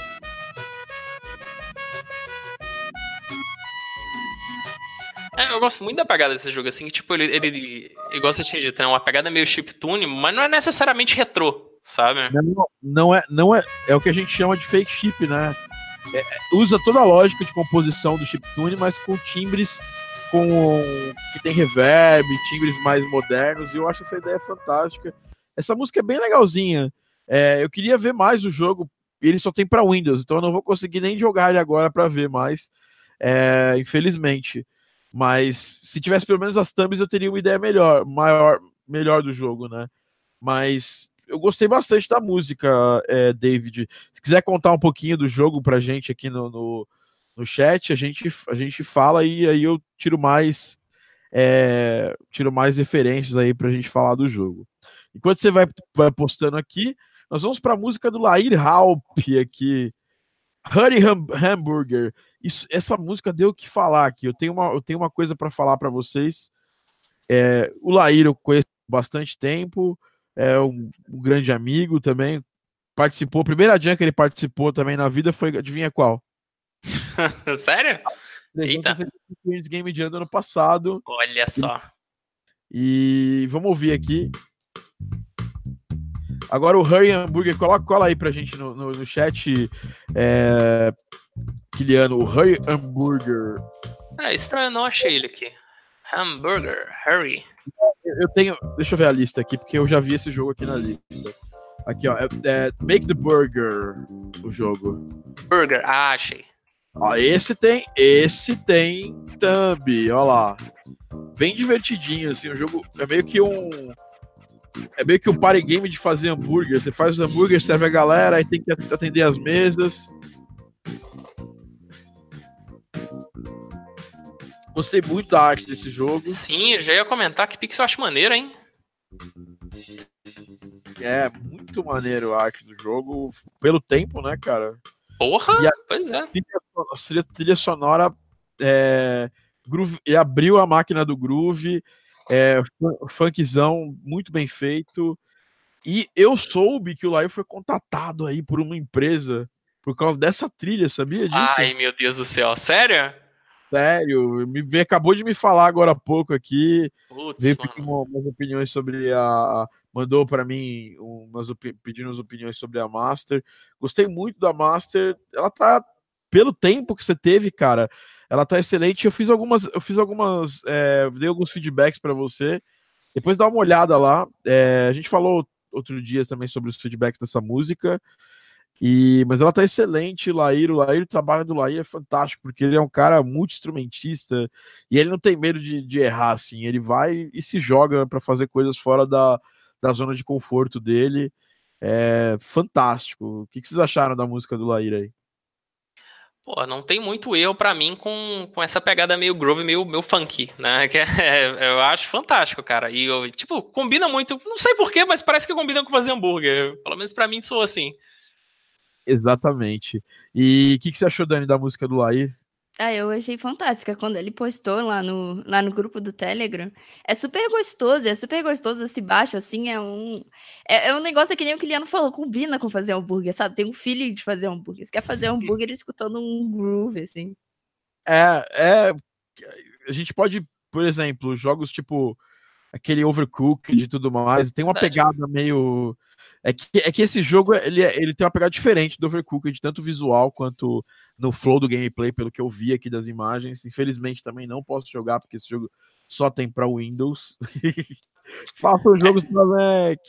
Eu gosto muito da pegada desse jogo, assim, que, tipo, ele gosta de dito, né? Uma pegada meio chiptune, mas não é necessariamente retrô, sabe? Não é. É o que a gente chama de fake chip, né? Usa toda a lógica de composição do chiptune, mas com timbres que tem reverb, timbres mais modernos, e eu acho essa ideia fantástica. Essa música é bem legalzinha. Eu queria ver mais o jogo, ele só tem para Windows, então eu não vou conseguir nem jogar ele agora para ver mais, infelizmente. Mas se tivesse pelo menos as thumbs, eu teria uma ideia melhor do jogo, né? Mas eu gostei bastante da música, David. Se quiser contar um pouquinho do jogo pra gente aqui no chat, a gente fala e aí eu tiro mais referências aí pra gente falar do jogo. Enquanto você vai postando aqui, nós vamos pra música do Lair Halp aqui. Honey Hamburger. Essa música deu o que falar aqui. Eu tenho uma coisa para falar para vocês. O Lair eu conheço há bastante tempo, é um grande amigo também. Participou, a primeira jam que ele participou também na vida foi, adivinha qual? Sério? Eita. Game Jam do ano passado. Olha só. E vamos ouvir aqui. Agora o Hurry Hambúrguer, cola aí pra gente no chat, Kiliano, o Hurry Hambúrguer. Estranho, não achei ele aqui. Hamburger, Hurry. Eu tenho, deixa eu ver a lista aqui, porque eu já vi esse jogo aqui na lista. Aqui, ó, Make the Burger, o jogo. Burger, achei. Ó, esse tem thumb, ó lá. Bem divertidinho, assim, o jogo é meio que um party game de fazer hambúrguer. Você faz os hambúrgueres, serve a galera, aí tem que atender as mesas. Gostei muito da arte desse jogo. Sim, já ia comentar que Pixel eu acho maneiro, hein? É, muito maneiro a arte do jogo, pelo tempo, né, cara? Porra, pois é. A trilha sonora groove, ele abriu a máquina do groove, funkzão muito bem feito. E eu soube que o Lair foi contatado aí por uma empresa por causa dessa trilha, sabia disso? Ai, meu Deus do céu, sério? Sério, acabou de me falar agora há pouco aqui. Putz, veio pedir umas opiniões sobre mandou para mim pedindo umas opiniões sobre a Master. Gostei muito da Master. Ela tá, pelo tempo que você teve, cara, ela tá excelente. Eu fiz algumas, dei alguns feedbacks para você. Depois dá uma olhada lá. A gente falou outro dia também sobre os feedbacks dessa música. Mas ela tá excelente, o trabalho do Lair é fantástico, porque ele é um cara multi-instrumentista e ele não tem medo de errar, assim, ele vai e se joga para fazer coisas fora da zona de conforto dele. É fantástico. O que vocês acharam da música do Lair aí? Pô, não tem muito erro pra mim com essa pegada meio groove, meio funky, né? Eu acho fantástico, cara. E, tipo, combina muito, não sei porquê, mas parece que combina com fazer hambúrguer. Pelo menos pra mim sou assim. Exatamente. E o que você achou, Dani, da música do Lair? Eu achei fantástica quando ele postou lá no grupo do Telegram. É super gostoso esse baixo, assim, é um negócio que nem o Kiliano falou, combina com fazer hambúrguer, sabe? Tem um feeling de fazer hambúrguer. Você quer fazer hambúrguer escutando um groove, assim. A gente pode, por exemplo, jogos tipo aquele Overcooked e tudo mais, tem uma pegada meio... É que esse jogo, ele tem uma pegada diferente do Overcooked, tanto visual quanto no flow do gameplay, pelo que eu vi aqui das imagens. Infelizmente também não posso jogar, porque esse jogo só tem para Windows. Faça os jogos para Mac.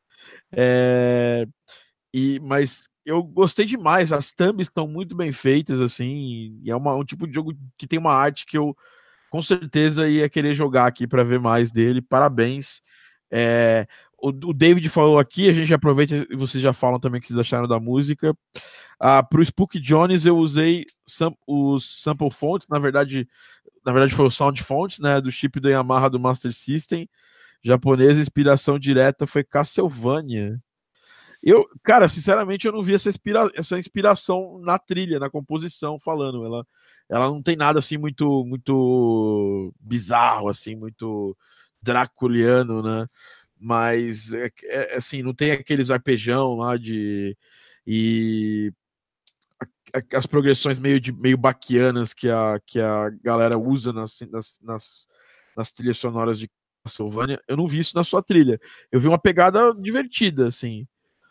Mas eu gostei demais, as thumbs estão muito bem feitas, assim, e é um tipo de jogo que tem uma arte que eu com certeza ia querer jogar aqui para ver mais dele. Parabéns. O David falou aqui, a gente aproveita e vocês já falam também o que vocês acharam da música. Para o Spook Jones eu usei os sample fonts, na verdade foi o sound fonts, né, do chip da Yamaha do Master System. Japonesa, inspiração direta foi Castlevania. Cara, sinceramente, eu não vi essa inspiração na trilha, na composição, falando. Ela não tem nada assim muito bizarro, assim, muito draculiano, né? Mas assim, não tem aqueles arpejão lá e as progressões meio baquianas que a galera usa nas trilhas sonoras de Castlevania. Eu não vi isso na sua trilha. Eu vi uma pegada divertida, assim.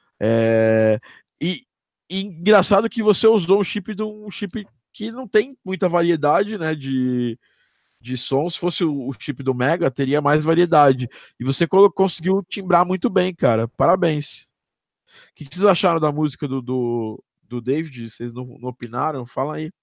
E engraçado que você usou um chip que não tem muita variedade, né, de som. Se fosse o chip do Mega, teria mais variedade. E você conseguiu timbrar muito bem, cara. Parabéns. O que vocês acharam da música do David? Vocês não opinaram? Fala aí.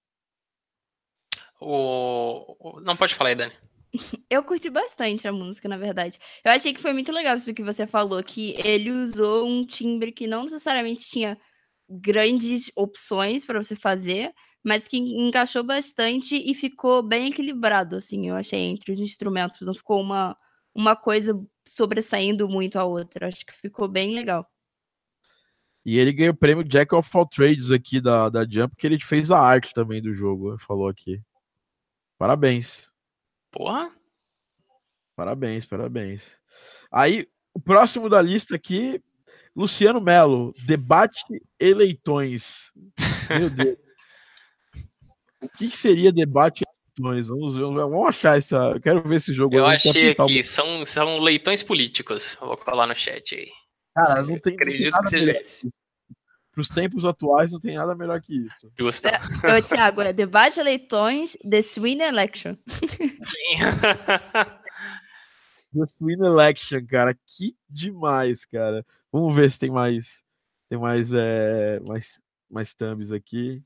Não, pode falar aí, Dani. Eu curti bastante a música, na verdade. Eu achei que foi muito legal isso que você falou, que ele usou um timbre que não necessariamente tinha grandes opções para você fazer, mas que encaixou bastante e ficou bem equilibrado, assim, eu achei, entre os instrumentos. Não ficou uma coisa sobressaindo muito a outra. Acho que ficou bem legal. E ele ganhou o prêmio Jack of All Trades aqui da Jump, que ele fez a arte também do jogo, falou aqui. Parabéns. Porra. Parabéns. Aí, o próximo da lista aqui, Luciano Melo, debate eleitões. Meu Deus. O que seria debate Leitões. Vamos achar essa. Eu quero ver esse jogo. Eu achei aqui, são leitões políticos. Eu vou colar no chat aí. Cara, não tem Acredito nada que seja melhor. esse. Para os tempos atuais, não tem nada melhor que isso. Justo. Thiago, é debate eleitões, The Swing Election. Sim. The Swing Election, cara, que demais, cara. Vamos ver se tem mais thumbs aqui.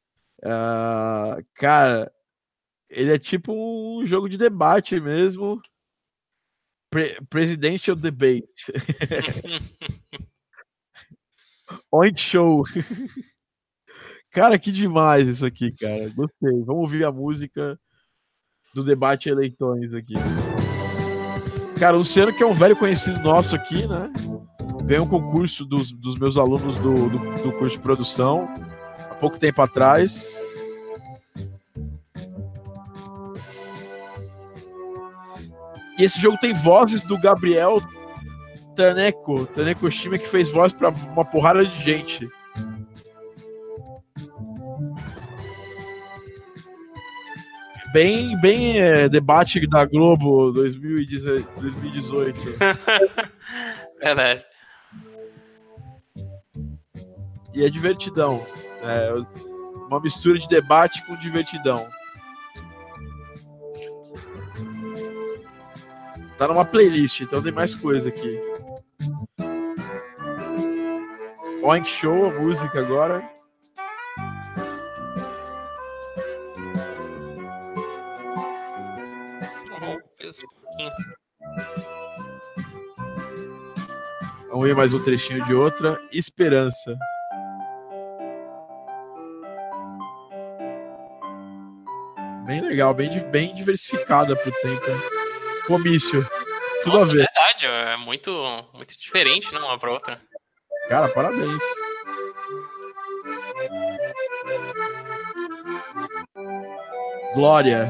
Cara, ele é tipo um jogo de debate mesmo. Presidential Debate. Oink Show. Cara, que demais isso aqui, cara. Gostei. Vamos ouvir a música do debate eleitões aqui. Cara, o Luciano, que é um velho conhecido nosso aqui, né? Ganhou um concurso dos meus alunos do curso de produção há pouco tempo atrás. E esse jogo tem vozes do Gabriel Tanekoshima, que fez voz para uma porrada de gente. Bem debate da Globo 2018. Verdade. E é divertidão. É uma mistura de debate com divertidão. Tá numa playlist, então tem mais coisa aqui. Oink Show, a música agora. Vamos ver mais um trechinho de outra. Esperança. Bem legal, bem diversificada pro tempo. Comício. Tudo a ver. É verdade, é muito, muito diferente, né, uma pra outra. Cara, parabéns. Glória.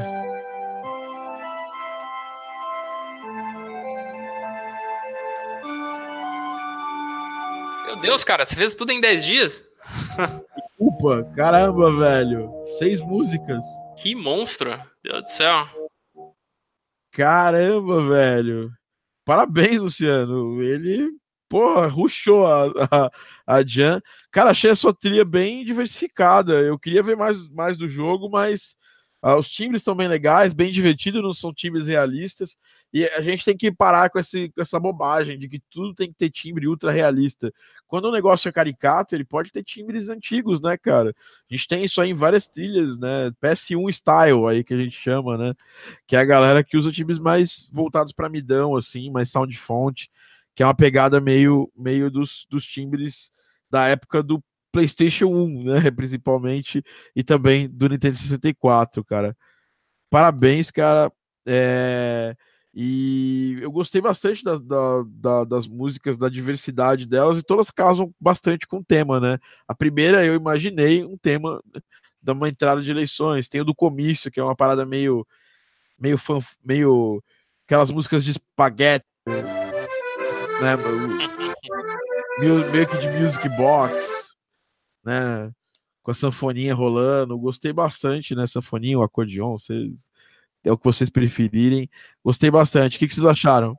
Meu Deus, cara, você fez tudo em 10 dias? Desculpa, caramba, velho. 6 músicas. Que monstro, Deus do céu. Caramba, velho. Parabéns, Luciano. Ele, porra, rushou a Jan. Cara, achei a sua trilha bem diversificada. Eu queria ver mais do jogo, mas os timbres estão bem legais, bem divertidos, não são timbres realistas. E a gente tem que parar com essa bobagem de que tudo tem que ter timbre ultra realista. Quando o negócio é caricato, ele pode ter timbres antigos, né, cara? A gente tem isso aí em várias trilhas, né? PS1 Style, aí que a gente chama, né? Que é a galera que usa timbres mais voltados para midão, assim, mais sound font, que é uma pegada meio dos timbres da época do PlayStation 1, né? Principalmente, e também do Nintendo 64, cara. Parabéns, cara. E eu gostei bastante das músicas, da diversidade delas, e todas casam bastante com o tema, né? A primeira eu imaginei um tema de uma entrada de eleições, tem o do comício, que é uma parada meio aquelas músicas de espaguete, né? Meio que de music box, né? Com a sanfoninha rolando. Gostei bastante, né? Sanfoninha, o acordeon, vocês... É o que vocês preferirem. Gostei bastante. O que vocês acharam?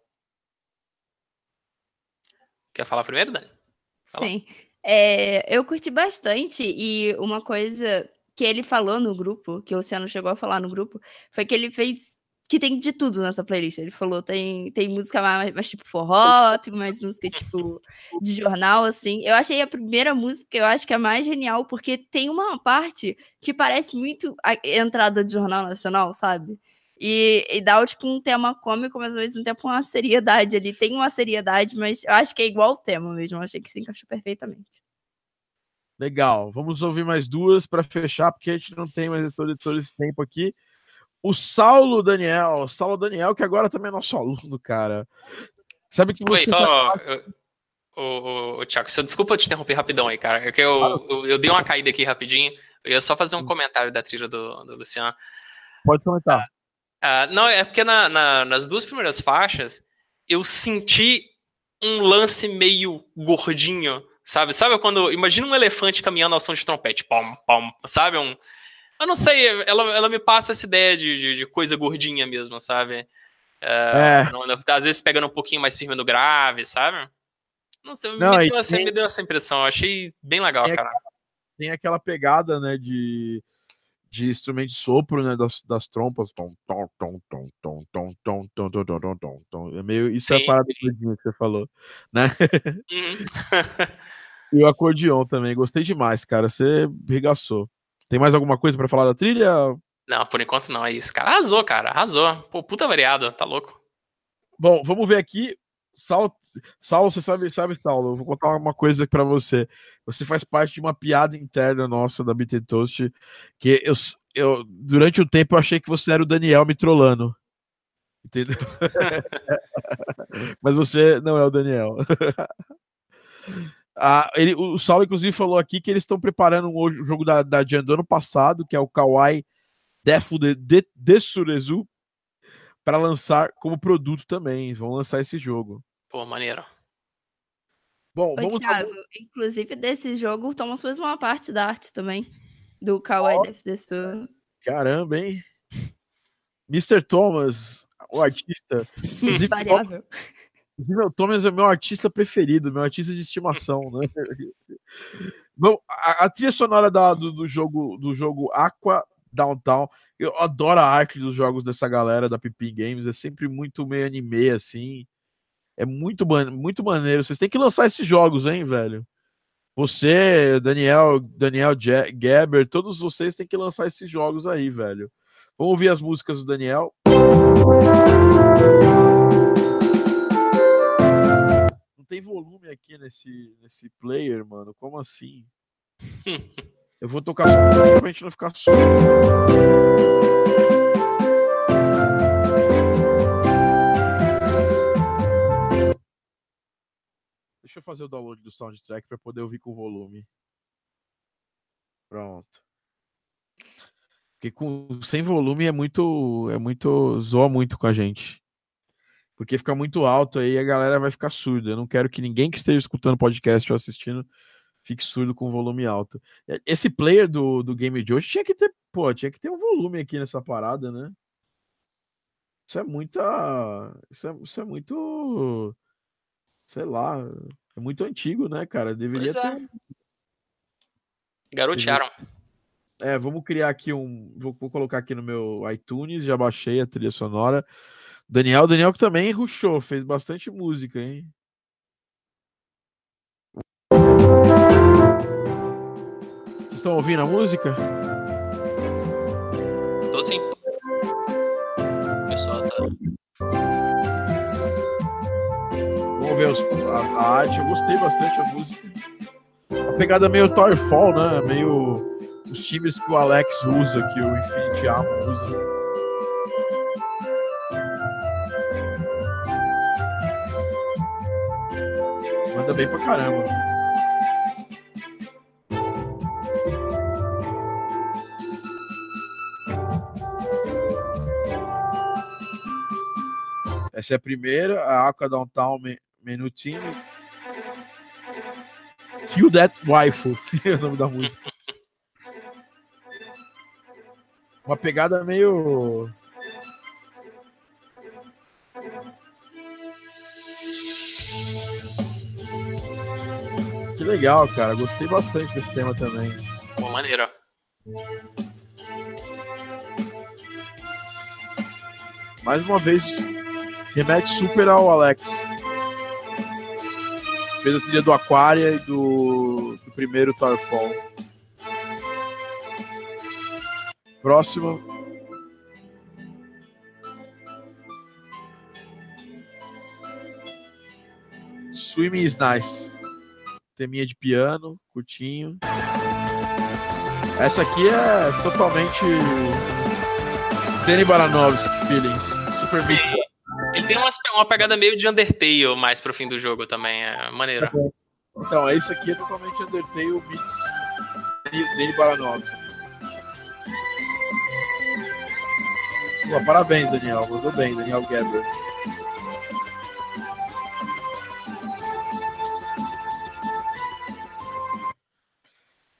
Quer falar primeiro, Dani? Sim. Eu curti bastante, e uma coisa que ele falou no grupo, que o Luciano chegou a falar no grupo, foi que ele fez que tem de tudo nessa playlist. Ele falou, tem música mais tipo forró, tem mais música tipo de jornal, assim. Eu achei a primeira música, eu acho que é a mais genial, porque tem uma parte que parece muito a entrada de Jornal Nacional, sabe? E dá, tipo, um tema cômico, mas ao mesmo tempo uma seriedade ali. Tem uma seriedade, mas eu acho que é igual o tema mesmo. Eu achei que se encaixou perfeitamente. Legal. Vamos ouvir mais duas para fechar, porque a gente não tem mais todo esse tempo aqui. O Saulo Daniel, que agora também é nosso aluno, cara. Sabe que você... Thiago, desculpa eu te interromper rapidão aí, cara. Eu dei uma caída aqui rapidinho. Eu ia só fazer um comentário da trilha do Luciano. Pode comentar. Não, é porque nas duas primeiras faixas eu senti um lance meio gordinho, sabe? Sabe quando... Imagina um elefante caminhando ao som de trompete. Pom, pom, sabe? Eu não sei, ela me passa essa ideia de coisa gordinha mesmo, sabe? Às vezes pegando um pouquinho mais firme no grave, sabe? Não sei, Não, me deu essa impressão. Eu achei bem legal, cara. Tem aquela pegada, né, de instrumento de sopro, né, das trompas. Tom, tom, tom, tom, tom, tom, tom, tom, tom, tom, tom, tom, tom. É meio, isso é a parada que você falou, né? E o acordeon também, gostei demais, cara. Você regaçou. Tem mais alguma coisa pra falar da trilha? Não, por enquanto não, é isso. Cara, arrasou. Pô, puta variado, tá louco. Bom, vamos ver aqui. Saulo, você sabe, Saulo, eu vou contar uma coisa pra você. Você faz parte de uma piada interna nossa da Beat Toast, que eu durante um tempo eu achei que você era o Daniel me trollando. Entendeu? Mas você não é o Daniel. O Saulo, inclusive, falou aqui que eles estão preparando um jogo da Jam do ano passado, que é o Kawaii Defu de Desurezu, para lançar como produto também. Vão lançar esse jogo. Pô, maneiro. Bom, vamos Thiago, inclusive desse jogo, o Thomas fez uma parte da arte também, do Kawaii Defu Desu. Caramba, hein? Mr. Thomas, o artista. Variável. O Thomas é meu artista preferido, meu artista de estimação, né? Bom, a trilha sonora do jogo Aqua Downtown, eu adoro a arte dos jogos dessa galera da Pipi Games, é sempre muito meio anime, assim. É muito maneiro. Vocês têm que lançar esses jogos, hein, velho? Você, Daniel Gaber, todos vocês têm que lançar esses jogos aí, velho. Vamos ouvir as músicas do Daniel. Não tem volume aqui nesse player, mano. Como assim? Eu vou tocar só pra gente não ficar surdo. Deixa eu fazer o download do soundtrack para poder ouvir com volume. Pronto. Porque sem volume é muito zoa muito com a gente. Porque fica muito alto aí, a galera vai ficar surda. Eu não quero que ninguém que esteja escutando podcast ou assistindo fique surdo com volume alto. Esse player do game de hoje tinha que ter um volume aqui nessa parada, né? Isso é isso é muito, sei lá, é muito antigo, né, cara? Deveria ter. Garotearam. Vamos criar aqui vou colocar aqui no meu iTunes, já baixei a trilha sonora. Daniel que também rushou, fez bastante música, hein? Vocês estão ouvindo a música? Tô sim. O pessoal tá. Vamos ver a arte, eu gostei bastante da música. A pegada meio Towerfall, né? Meio os times que o Alex usa, que o Infinity Arm usa. Manda bem pra caramba. Essa é a primeira, a Aqua Downtown Menutini. Kill That Waifu, é o nome da música. Uma pegada meio... Que legal, cara. Gostei bastante desse tema também. Uma maneira. Mais uma vez, se remete super ao Alex. Fez a trilha do Aquaria e do primeiro Towerfall. Próximo. Swimming is Nice. Teminha de piano, curtinho. Essa aqui é totalmente Danny Baranovski feelings. Super big. Ele tem uma pegada meio de Undertale mais pro fim do jogo também, é maneiro. Então, isso aqui é totalmente Undertale beats Danny Baranovski. Pô, parabéns, Daniel. Mandou bem, Daniel Gaber.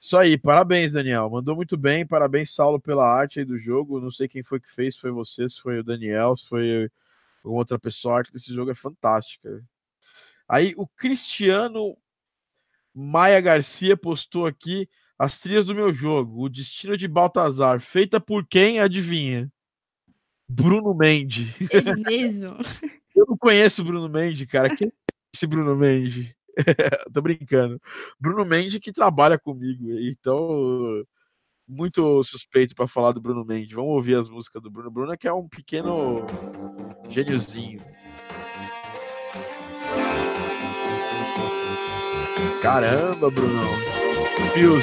Isso aí, parabéns, Daniel. Mandou muito bem, parabéns, Saulo, pela arte aí do jogo. Não sei quem foi que fez, se foi você, se foi o Daniel, se foi outra pessoa. A arte desse jogo é fantástica. Aí o Cristiano Maia Garcia postou aqui as trilhas do meu jogo. O Destino de Baltazar. Feita por quem? Adivinha? Bruno Mendes. Ele mesmo. Eu não conheço o Bruno Mendes, cara. Quem é esse Bruno Mendes? Tô brincando. Bruno Mendes que trabalha comigo. Então, muito suspeito para falar do Bruno Mendes. Vamos ouvir as músicas do Bruno. Bruno é que é um pequeno gêniozinho. Caramba, Brunão. Fios.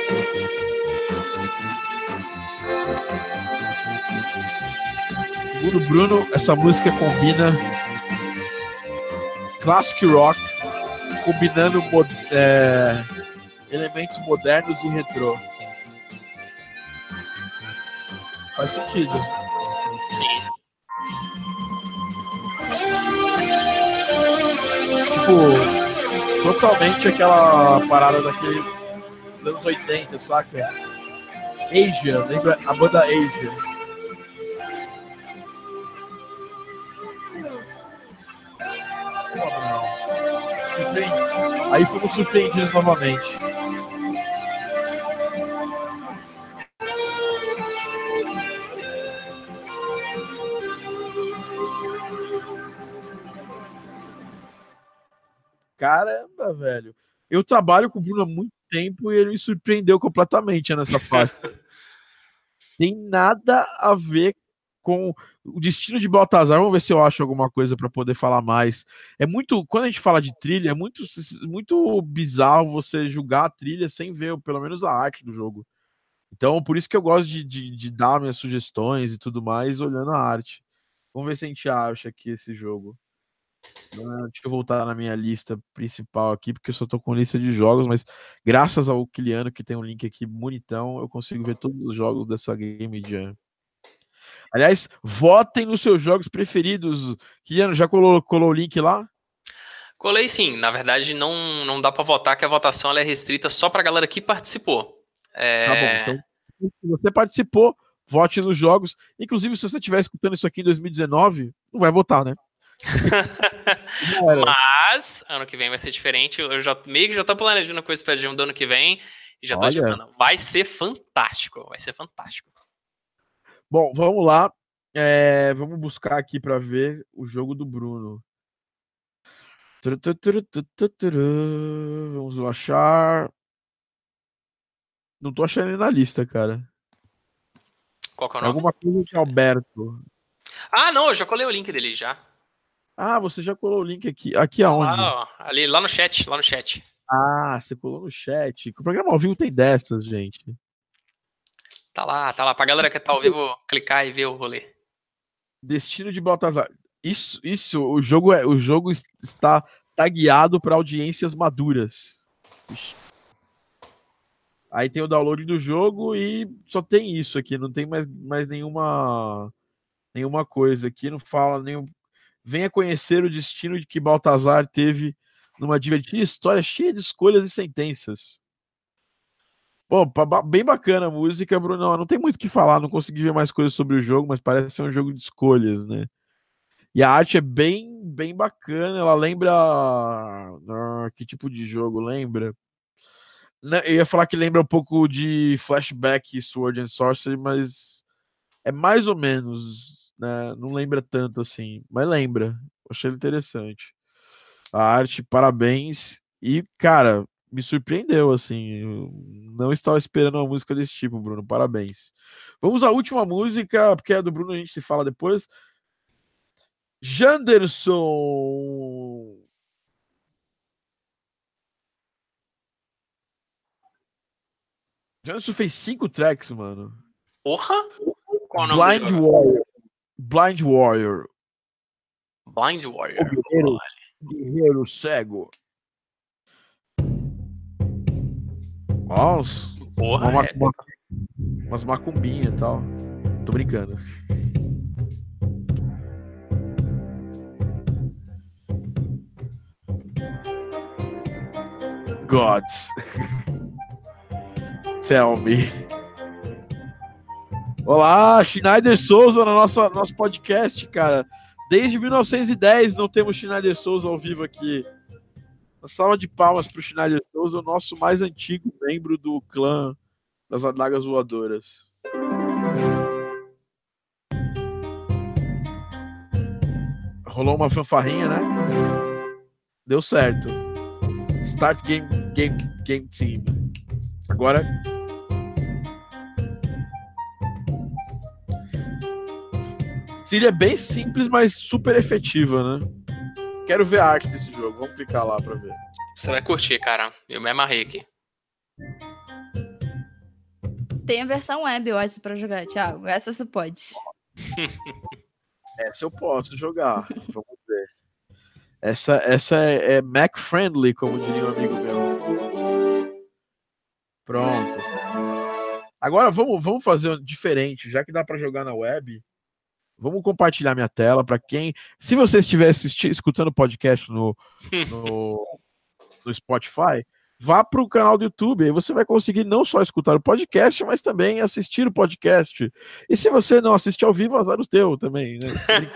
Segundo o Bruno, essa música combina classic rock, combinando elementos modernos e retrô. Faz sentido. Sim. Tipo, totalmente aquela parada daquele dos anos 80, saca? Asia, lembra a banda Asia? Aí fomos surpreendidos novamente. Caramba, velho. Eu trabalho com o Bruno há muito tempo e ele me surpreendeu completamente nessa faixa. Tem nada a ver com o Destino de Baltazar. Vamos ver se eu acho alguma coisa para poder falar mais. É muito, quando a gente fala de trilha, é muito bizarro você julgar a trilha sem ver pelo menos a arte do jogo. Então, por isso que eu gosto de dar minhas sugestões e tudo mais olhando a arte. Vamos ver se a gente acha aqui esse jogo. Deixa eu voltar na minha lista principal aqui, porque eu só tô com lista de jogos, mas graças ao Kiliano, que tem um link aqui bonitão, eu consigo ver todos os jogos dessa Game Jam. Aliás, votem nos seus jogos preferidos. Kiliano, já colou o link lá? Colei sim. Na verdade, não dá pra votar, que a votação ela é restrita só pra galera que participou. Tá bom, então, se você participou, vote nos jogos. Inclusive, se você estiver escutando isso aqui em 2019, não vai votar, né? Mas ano que vem vai ser diferente. Eu já tô planejando com esse Speedrun do ano que vem e já tô adiantando. Vai ser fantástico, vai ser fantástico. Bom, vamos lá. Vamos buscar aqui para ver o jogo do Bruno. Vamos achar. Não tô achando ele na lista, cara. Qual que é o nome? Alguma coisa de Alberto. Ah, não, eu já colei o link dele já. Ah, você já colou o link aqui. Aqui aonde? Lá no chat, Ah, você colou no chat. O programa ao vivo tem dessas, gente. Tá lá. Pra galera que tá ao vivo clicar e ver o rolê. Destino de Baltazar. Isso, o jogo está tagueado para audiências maduras. Ixi. Aí tem o download do jogo e só tem isso aqui, não tem mais nenhuma coisa aqui, não fala nenhum. Venha conhecer o destino de que Baltazar teve numa divertida história cheia de escolhas e sentenças. Bom, bem bacana a música, Bruno. Não tem muito o que falar, não consegui ver mais coisas sobre o jogo, mas parece ser um jogo de escolhas, né? E a arte é bem bacana, ela lembra... que tipo de jogo lembra? Eu ia falar que lembra um pouco de Flashback Sword and Sorcery, mas é mais ou menos, né? Não lembra tanto assim, mas lembra. Achei interessante. A arte, parabéns. E, cara, me surpreendeu, assim. Eu não estava esperando uma música desse tipo, Bruno. Parabéns. Vamos à última música, porque a do Bruno a gente se fala depois. Janderson. Janderson fez 5 tracks, mano. Porra? Qual é o nome Blind Warrior. Blind Warrior. Blind Warrior. Guerreiro cego. Nossa. Porra, umas macumbinhas e tal. Tô brincando. Gods. Tell me. Olá, Schneider Souza no nosso podcast, cara. Desde 1910 não temos Schneider Souza ao vivo aqui. Uma salva de palmas pro Schneider Souza, o nosso mais antigo membro do clã das Adagas Voadoras. Rolou uma fanfarrinha, né? Deu certo. Start game team. Agora... trilha é bem simples, mas super efetiva, né? Quero ver a arte desse jogo. Vamos clicar lá pra ver. Você vai curtir, cara. Eu me amarrei aqui. Tem a versão web, eu acho, pra jogar, Thiago. Essa você pode. Essa eu posso jogar. Vamos ver. Essa é Mac-friendly, como diria um amigo meu. Pronto. Agora vamos fazer diferente. Já que dá pra jogar na web... Vamos compartilhar minha tela para quem... Se você estiver escutando o podcast no Spotify, vá para o canal do YouTube. Aí você vai conseguir não só escutar o podcast, mas também assistir o podcast. E se você não assistir ao vivo, azar o teu também, né?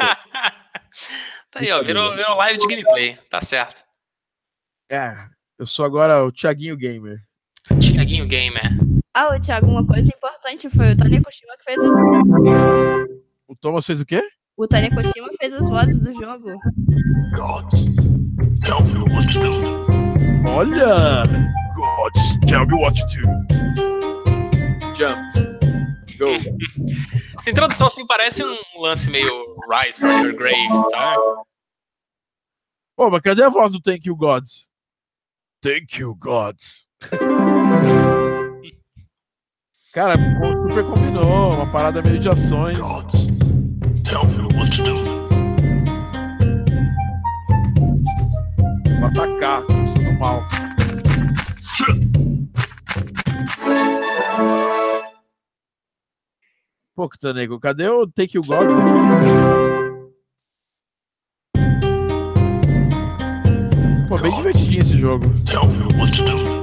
Tá aí, ó. Virou live de gameplay. Tá certo. Eu sou agora o Thiaguinho Gamer. Thiaguinho Gamer. Ah, Thiago, uma coisa importante foi o Tanekoshima que fez as vozes. O Thomas fez o quê? O Tanekoshima fez as vozes do jogo. Gods, tell me what to do. Olha! Gods, tell me what to do. Jump. Go. Essa introdução assim parece um lance meio Rise from Your Grave, sabe? Pô, mas cadê a voz do Thank You Gods? Thank You Gods. Cara, super combinou. Uma parada meio de ações. Gods, tell me what to do. Vou atacar, eu sou do mal. Pô, Tanego, cadê o Take You Gods aqui? Pô, bem divertidinho esse jogo. Tell me what to do.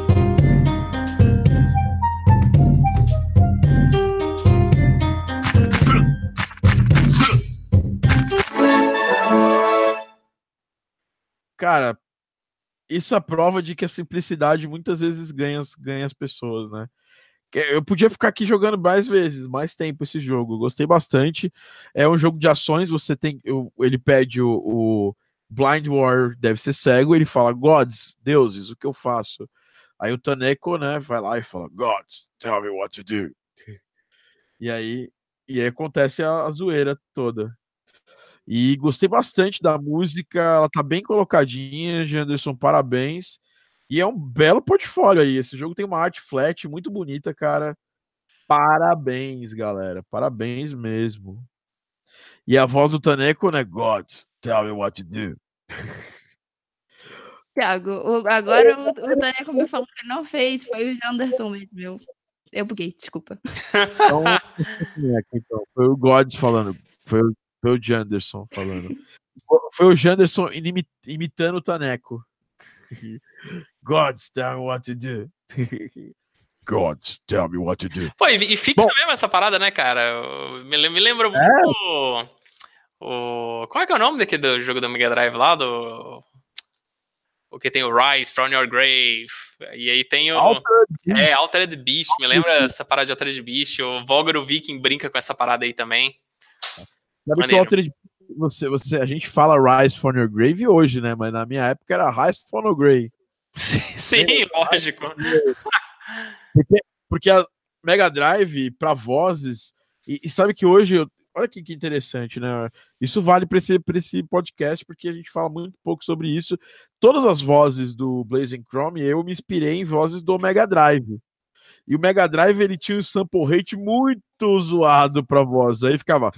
Cara, isso é prova de que a simplicidade muitas vezes ganha as pessoas, né? Eu podia ficar aqui jogando mais vezes, mais tempo esse jogo. Eu gostei bastante. É um jogo de ações. Você tem, ele pede o Blind Warrior, deve ser cego. Ele fala, Gods, deuses, o que eu faço? Aí o Taneko, né, vai lá e fala, Gods, tell me what to do. E aí acontece a zoeira toda. E gostei bastante da música, ela tá bem colocadinha, Janderson, parabéns. E é um belo portfólio aí, esse jogo tem uma arte flat muito bonita, cara. Parabéns, galera, parabéns mesmo. E a voz do Taneko, né, God, tell me what to do. Thiago, agora o Taneko me falou que ele não fez, foi o Janderson mesmo. Eu buguei, desculpa. Então, foi o Gods falando, foi o Janderson falando. Foi o Janderson imitando o Taneko. Gods, tell me what to do. Gods, tell me what to do. Pô, e fixa mesmo essa parada, né, cara? Me lembra muito qual é que é o nome do jogo do Mega Drive lá? O que tem o Rise from Your Grave. E aí tem o... Altered Beast. Me lembra essa parada de Altered Beast. O Volgar o Viking brinca com essa parada aí também. Sabe que o Altered a gente fala Rise from Your Grave hoje, né? Mas na minha época era Rise from Your Grave. Sim, lógico. Porque a Mega Drive para vozes e sabe que hoje olha que interessante, né? Isso vale para esse podcast porque a gente fala muito pouco sobre isso. Todas as vozes do Blazing Chrome eu me inspirei em vozes do Mega Drive. E o Mega Drive ele tinha um sample rate muito zoado para voz. Aí ficava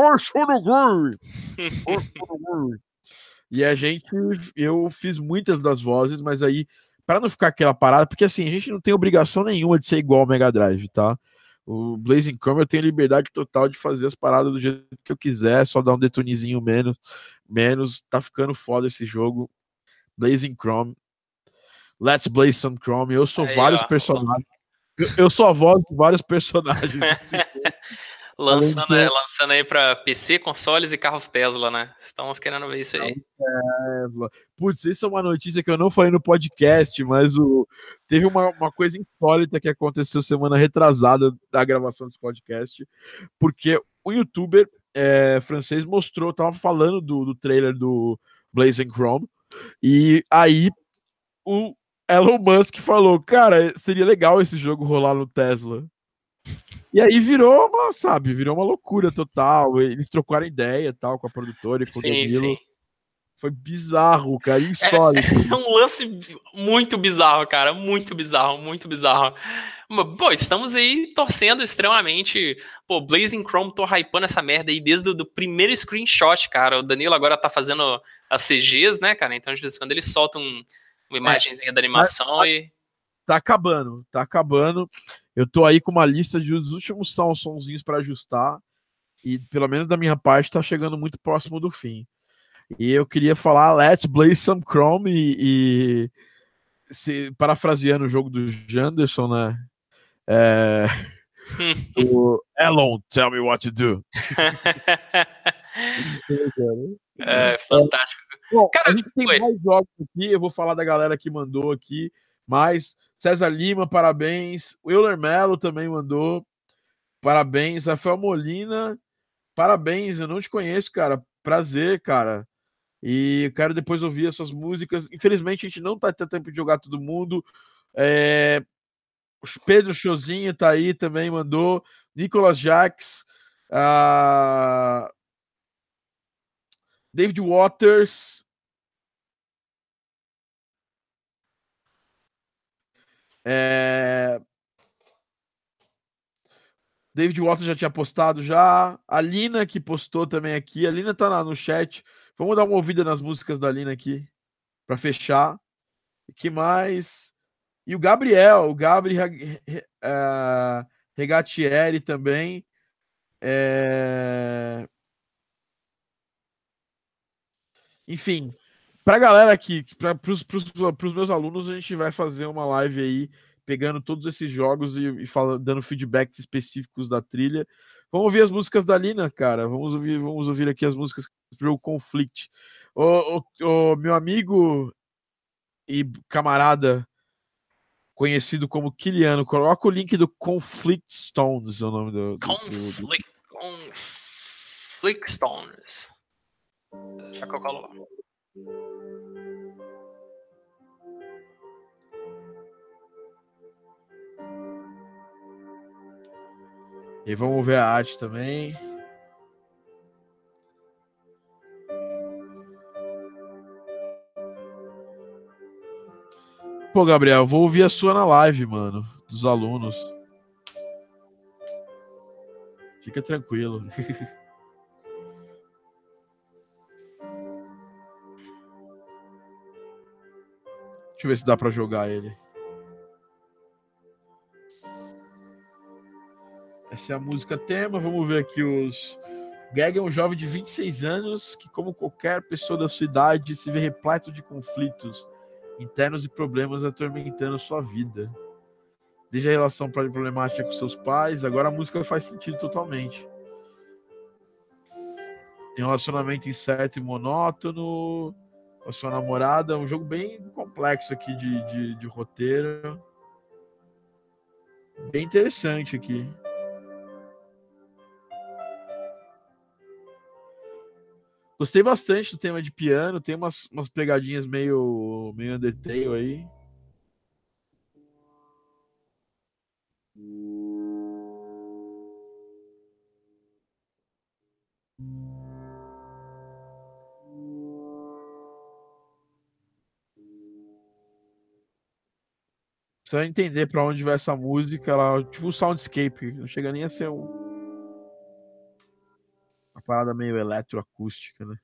e eu fiz muitas das vozes, mas aí para não ficar aquela parada, porque assim, a gente não tem obrigação nenhuma de ser igual ao Mega Drive, tá? O Blazing Chrome eu tenho liberdade total de fazer as paradas do jeito que eu quiser, só dar um detonezinho menos, tá ficando foda esse jogo. Blazing Chrome, Let's Blaze some Chrome, eu sou vários personagens. Eu sou a voz de vários personagens desse jogo. Lançando aí pra PC, consoles e carros Tesla, né? Estamos querendo ver isso aí. Putz, isso é uma notícia que eu não falei no podcast, mas teve uma coisa insólita que aconteceu semana retrasada da gravação desse podcast, porque o youtuber francês tava falando do trailer do Blazing Chrome, e aí o Elon Musk falou, cara, seria legal esse jogo rolar no Tesla. E aí virou uma loucura total. Eles trocaram ideia tal com a produtora e com o Danilo. Sim. Foi bizarro, cara, insólito. É um lance muito bizarro, cara, muito bizarro, muito bizarro. Pô, estamos aí torcendo extremamente. Pô, Blazing Chrome, tô hypando essa merda aí desde o primeiro screenshot, cara. O Danilo agora tá fazendo as CGs, né, cara? Então, de vez em quando ele solta uma imagenzinha da animação e... Tá acabando. Eu tô aí com uma lista de os últimos sonzinhos para ajustar. E pelo menos da minha parte tá chegando muito próximo do fim. E eu queria falar Let's Blaze Some Chrome parafraseando o jogo do Janderson, né? O Elon, tell me what to do. Fantástico. Bom, cara, a gente tem mais jogos aqui, eu vou falar da galera que mandou aqui, mas César Lima, parabéns. O Euler Melo também mandou. Parabéns. Rafael Molina, parabéns. Eu não te conheço, cara. Prazer, cara. E eu quero depois ouvir as suas músicas. Infelizmente, a gente não tá tendo tempo de jogar todo mundo. Pedro Chozinho tá aí também, mandou. Nicolas Jacques. David Waters. David Waters já tinha postado já. A Lina que postou também aqui. A Lina tá no chat. Vamos dar uma ouvida nas músicas da Lina aqui para fechar. E que mais? E o Gabriel Regatieri também. Enfim, pra galera aqui, pros meus alunos, a gente vai fazer uma live aí, pegando todos esses jogos e dando feedbacks específicos da trilha. Vamos ouvir as músicas da Lina, cara. Vamos ouvir aqui as músicas pro Conflict. O meu amigo e camarada conhecido como Kiliano, coloca o link do Conflict Stones, é o nome do Conflict Stones. Já que eu coloco. E vamos ver a arte também. Pô, Gabriel, vou ouvir a sua na live, mano, dos alunos. Fica tranquilo. Deixa eu ver se dá pra jogar ele. Essa é a música tema. Vamos ver aqui os... Gag é um jovem de 26 anos que, como qualquer pessoa da sua idade, se vê repleto de conflitos internos e problemas atormentando sua vida. Desde a relação problemática com seus pais, agora a música faz sentido totalmente. Tem um relacionamento incerto e monótono com a sua namorada. É um jogo bem complexo aqui de roteiro. Bem interessante aqui. Gostei bastante do tema de piano. Tem umas pegadinhas meio Undertale aí. Precisa entender para onde vai essa música. Ela, tipo um soundscape. Não chega nem a ser uma parada meio eletroacústica, né?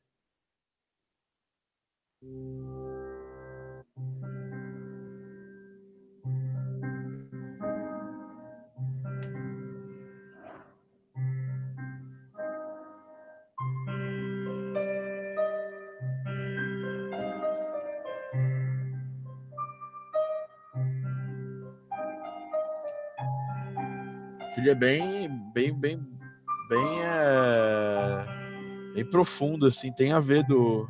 trilha é bem profunda, assim, tem a ver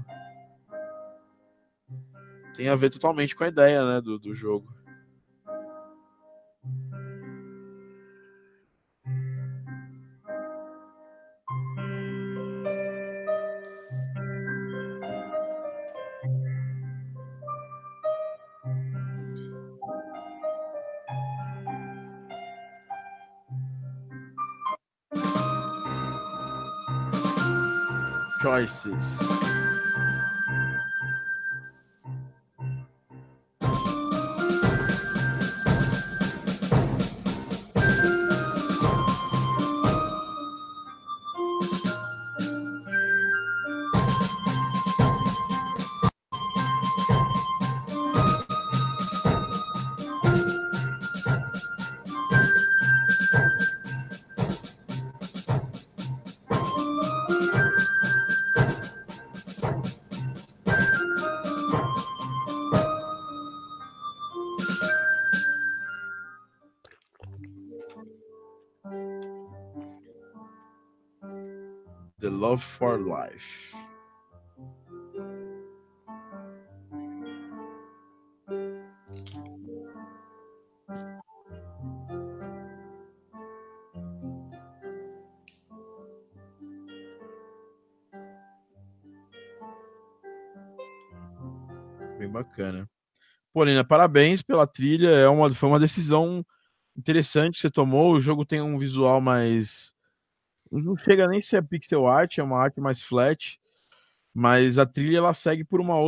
totalmente com a ideia, né, do jogo. Choices. The Love for Life. Bem bacana. Pô, Lina, parabéns pela trilha. Foi uma decisão interessante que você tomou. O jogo tem um visual mais. Não chega nem a ser pixel art, é uma arte mais flat. Mas a trilha ela segue por uma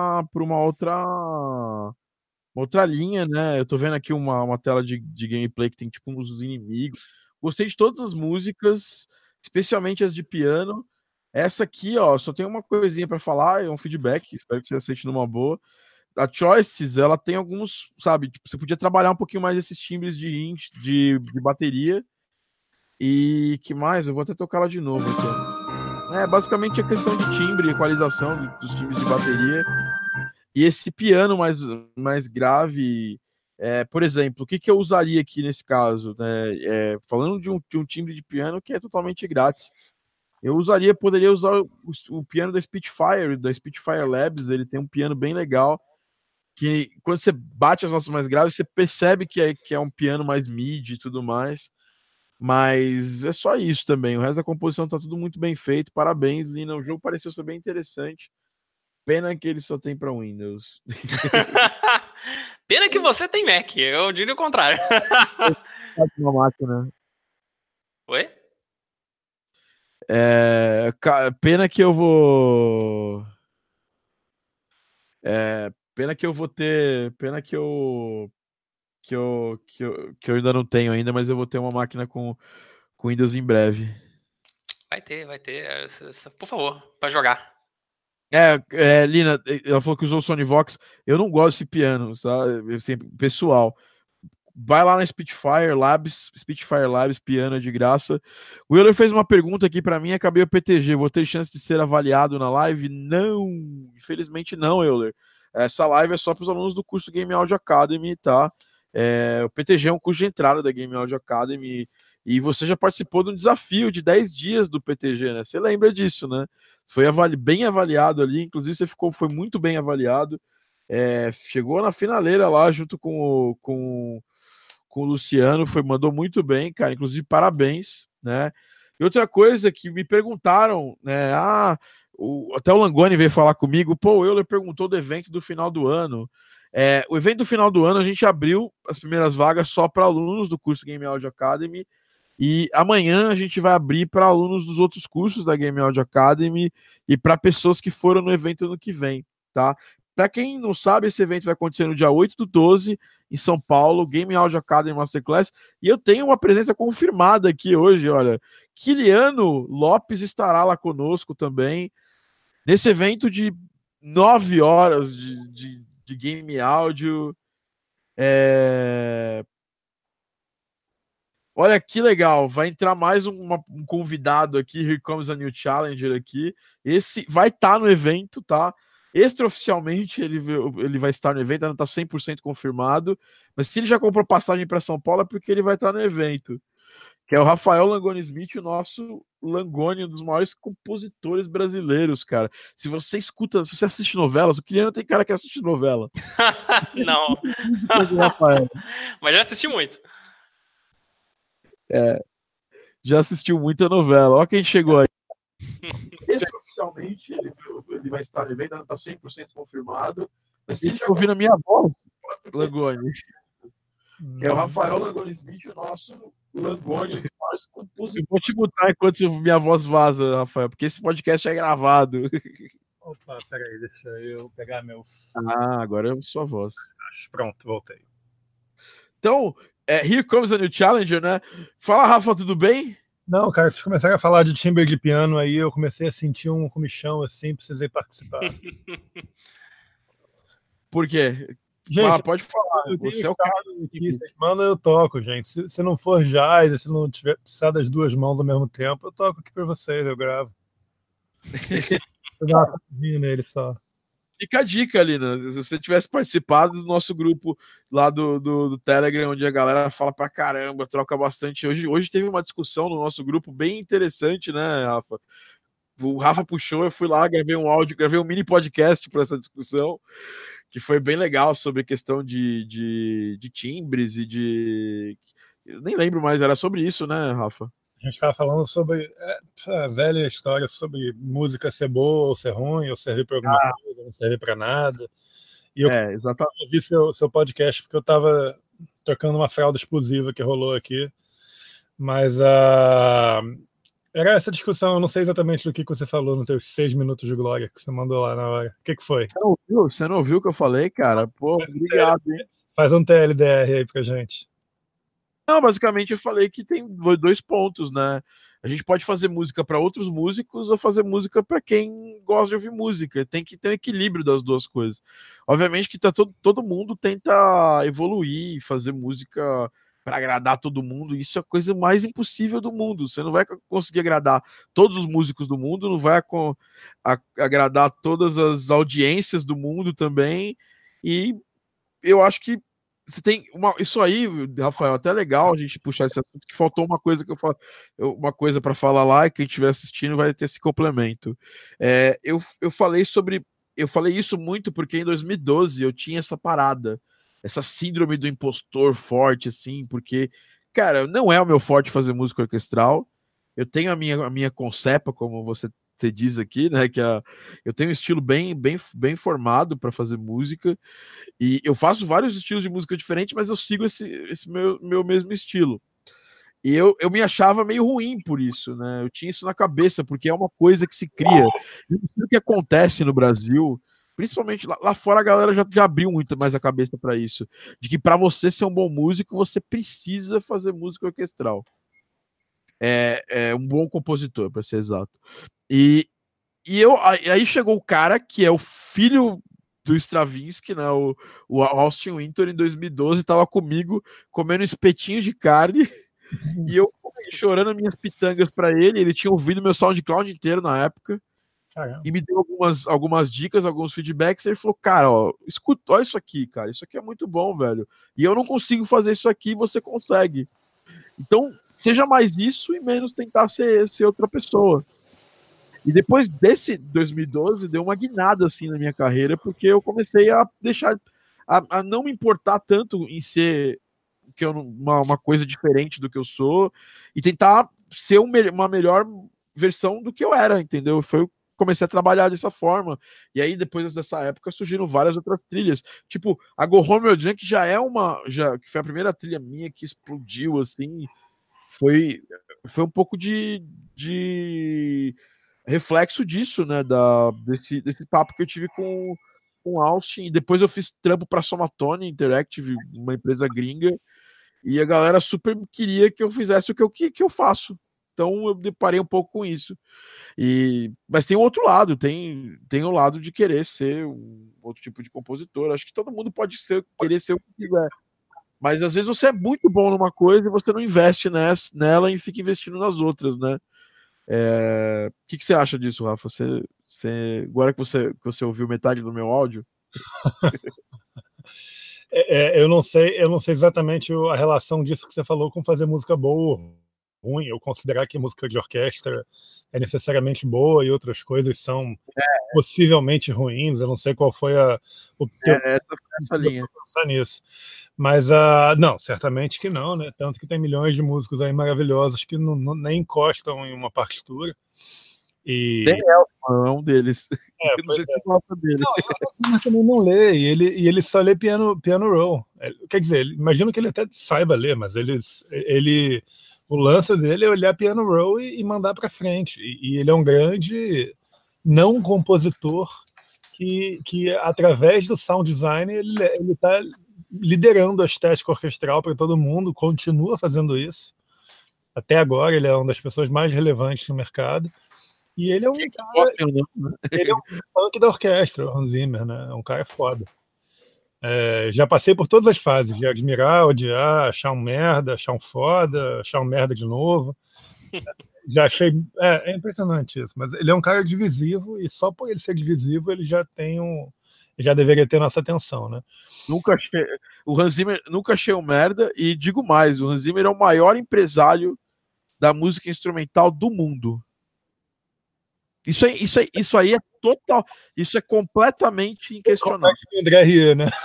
outra linha, né? Eu tô vendo aqui uma tela de gameplay que tem tipo uns inimigos. Gostei de todas as músicas, especialmente as de piano. Essa aqui, ó, só tem uma coisinha para falar, é um feedback, espero que você aceite numa boa. A Choices, ela tem alguns, sabe, tipo, você podia trabalhar um pouquinho mais esses timbres de bateria. E que mais? Eu vou até tocar ela de novo aqui. Basicamente a questão de timbre, equalização dos timbres de bateria. E esse piano mais grave, por exemplo, o que eu usaria aqui nesse caso? Né? Falando de um timbre de piano que é totalmente grátis. Poderia usar o piano da Spitfire Labs, ele tem um piano bem legal, que quando você bate as notas mais graves, você percebe que é um piano mais mid e tudo mais. Mas é só isso também. O resto da composição tá tudo muito bem feito. Parabéns, Lina. O jogo pareceu ser bem interessante. Pena que ele só tem para Windows. Pena que você tem Mac. Eu diria o contrário. Uma máquina. Oi? Pena que eu vou. Pena que eu vou ter. Pena que eu ainda não tenho ainda, mas eu vou ter uma máquina com Windows em breve. Vai ter. Por favor, para jogar. Lina, ela falou que usou o Sony Vox. Eu não gosto desse piano, sabe? Pessoal. Vai lá na Spitfire Labs, piano é de graça. O Euler fez uma pergunta aqui para mim, acabei o PTG. Vou ter chance de ser avaliado na live? Não, infelizmente não, Euler. Essa live é só para os alunos do curso Game Audio Academy, tá? O PTG é um curso de entrada da Game Audio Academy e você já participou de um desafio de 10 dias do PTG, né? Você lembra disso, né? Foi bem avaliado ali, inclusive você foi muito bem avaliado. Chegou na finaleira lá junto com o Luciano, mandou muito bem, cara, inclusive parabéns, né? E outra coisa que me perguntaram, né? Até o Langoni veio falar comigo, o Euler perguntou do evento do final do ano. O evento do final do ano a gente abriu as primeiras vagas só para alunos do curso Game Audio Academy e amanhã a gente vai abrir para alunos dos outros cursos da Game Audio Academy e para pessoas que foram no evento ano que vem, tá? Para quem não sabe, esse evento vai acontecer no dia 8/12, em São Paulo, Game Audio Academy Masterclass, e eu tenho uma presença confirmada aqui hoje, olha, Kiliano Lopes estará lá conosco também, nesse evento de 9 horas de Game Audio. Olha que legal, vai entrar mais um convidado aqui, Here Comes a New Challenger aqui, esse vai estar no evento, tá? Extraoficialmente ele vai estar no evento, ainda não está 100% confirmado, mas se ele já comprou passagem para São Paulo é porque ele vai estar no evento. Que é o Rafael Langoni Smith, o nosso Langoni, um dos maiores compositores brasileiros, cara. Se você escuta, se você assiste novelas, o Kiliano tem cara que assiste novela. Não. Rafael. Mas já assisti muito. Já assistiu muita novela. Olha quem chegou aí. Oficialmente, ele vai estar, ele ainda está 100% confirmado. Mas você já ouvindo a minha voz, Langoni. É o Rafael Langoni Smith, o nosso Langoni. Eu vou te mutar enquanto minha voz vaza, Rafael, porque esse podcast é gravado. Opa, peraí, deixa eu pegar meu... Agora é a sua voz. Pronto, voltei. Então, here comes a new challenger, né? Fala, Rafa, tudo bem? Não, cara, vocês começaram a falar de timbre de piano aí, eu comecei a sentir um comichão assim, precisei participar. Por quê? Gente, pode falar. Você é o cara aqui, vocês mandam, eu toco, gente. Se não for jazz, se não tiver precisar das duas mãos ao mesmo tempo, eu toco aqui pra vocês, eu gravo. Vou dar uma sacudinha nele só. Fica a dica, Lina. Se você tivesse participado do nosso grupo lá do Telegram, onde a galera fala pra caramba, troca bastante. Hoje teve uma discussão no nosso grupo bem interessante, né, Rafa? O Rafa puxou, eu fui lá, gravei um áudio, gravei um mini podcast para essa discussão, que foi bem legal sobre a questão de timbres e de... Eu nem lembro mais, era sobre isso, né, Rafa? A gente estava falando sobre a velha história sobre música ser boa ou ser ruim, ou servir para alguma coisa, não servir para nada. E eu vi seu podcast porque eu estava tocando uma fralda explosiva que rolou aqui. Mas era essa discussão, eu não sei exatamente do que você falou nos teus 6 minutos de glória que você mandou lá na hora. O que foi? Você não ouviu o que eu falei, cara? Pô, obrigado, hein? Faz um TLDR aí pra gente. Não, basicamente eu falei que tem 2 pontos, né? A gente pode fazer música para outros músicos ou fazer música para quem gosta de ouvir música. Tem que ter um equilíbrio das duas coisas. Obviamente que todo mundo tenta evoluir, fazer música para agradar todo mundo. Isso é a coisa mais impossível do mundo. Você não vai conseguir agradar todos os músicos do mundo, não vai agradar todas as audiências do mundo também. E eu acho que você tem isso aí, Rafael, até legal a gente puxar esse assunto, que faltou uma coisa uma coisa para falar lá, e quem estiver assistindo vai ter esse complemento. Eu falei isso muito porque em 2012 eu tinha essa parada, essa síndrome do impostor forte, assim, porque, cara, não é o meu forte fazer música orquestral. Eu tenho a minha concepa, como você diz aqui, né? Eu tenho um estilo bem formado para fazer música. E eu faço vários estilos de música diferentes, mas eu sigo esse meu mesmo estilo. E eu me achava meio ruim por isso, né? Eu tinha isso na cabeça, porque é uma coisa que se cria. E o que acontece no Brasil, principalmente lá fora, a galera já abriu muito mais a cabeça para isso. De que para você ser um bom músico, você precisa fazer música orquestral. É um bom compositor, para ser exato. E aí chegou o cara que é o filho do Stravinsky, né? O Austin Wintour, em 2012, estava comigo comendo um espetinho de carne e eu chorando minhas pitangas para ele. Ele tinha ouvido meu SoundCloud inteiro na época. Caramba. E me deu algumas dicas, alguns feedbacks. E ele falou: cara, escuta, olha isso aqui, cara, isso aqui é muito bom, velho. E eu não consigo fazer isso aqui, você consegue. Então, seja mais isso e menos tentar ser outra pessoa. E depois desse 2012, deu uma guinada assim na minha carreira, porque eu comecei a deixar, a não me importar tanto em ser uma coisa diferente do que eu sou e tentar ser uma melhor versão do que eu era, entendeu? Comecei a trabalhar dessa forma. E aí, depois dessa época, surgiram várias outras trilhas. Tipo, a Go Home Your Drunk que foi a primeira trilha minha que explodiu, assim. Foi um pouco de reflexo disso, né? Desse papo que eu tive com o Austin. E depois eu fiz trampo para Somatone Interactive, uma empresa gringa. E a galera super queria que eu fizesse o que eu faço. Então eu deparei um pouco com isso. Mas tem o outro lado, tem o lado de querer ser um outro tipo de compositor. Acho que todo mundo pode querer ser o que quiser. Mas às vezes você é muito bom numa coisa e você não investe nela e fica investindo nas outras, né? O que você acha disso, Rafa? Agora que você ouviu metade do meu áudio? Eu não sei exatamente a relação disso que você falou com fazer música boa ruim, ou considerar que música de orquestra é necessariamente boa e outras coisas são possivelmente ruins. Eu não sei qual foi o teu essa linha. Pensar nisso. Mas, não, certamente que não, né? Tanto que tem milhões de músicos aí maravilhosos que nem encostam em uma partitura. E... Dan Elfman é um deles. Eu não sei se você gosta dele. Não, também não lê, e ele só lê piano roll. Quer dizer, imagino que ele até saiba ler, mas o lance dele é olhar piano roll e mandar para frente. E ele é um grande não compositor que através do sound design, ele está liderando a estética orquestral para todo mundo, continua fazendo isso. Até agora, ele é uma das pessoas mais relevantes no mercado. E ele é um ele é um punk da orquestra, o Hans Zimmer, né? É um cara foda. Já passei por todas as fases, de admirar, odiar, achar um merda, achar um foda, achar um merda de novo. Já achei... É impressionante isso, mas ele é um cara divisivo e só por ele ser divisivo ele já deveria ter nossa atenção, né? O Hans Zimmer nunca achei um merda, e digo mais, o Hans Zimmer é o maior empresário da música instrumental do mundo. Isso aí é total. Isso é completamente inquestionável. O André Rie, né?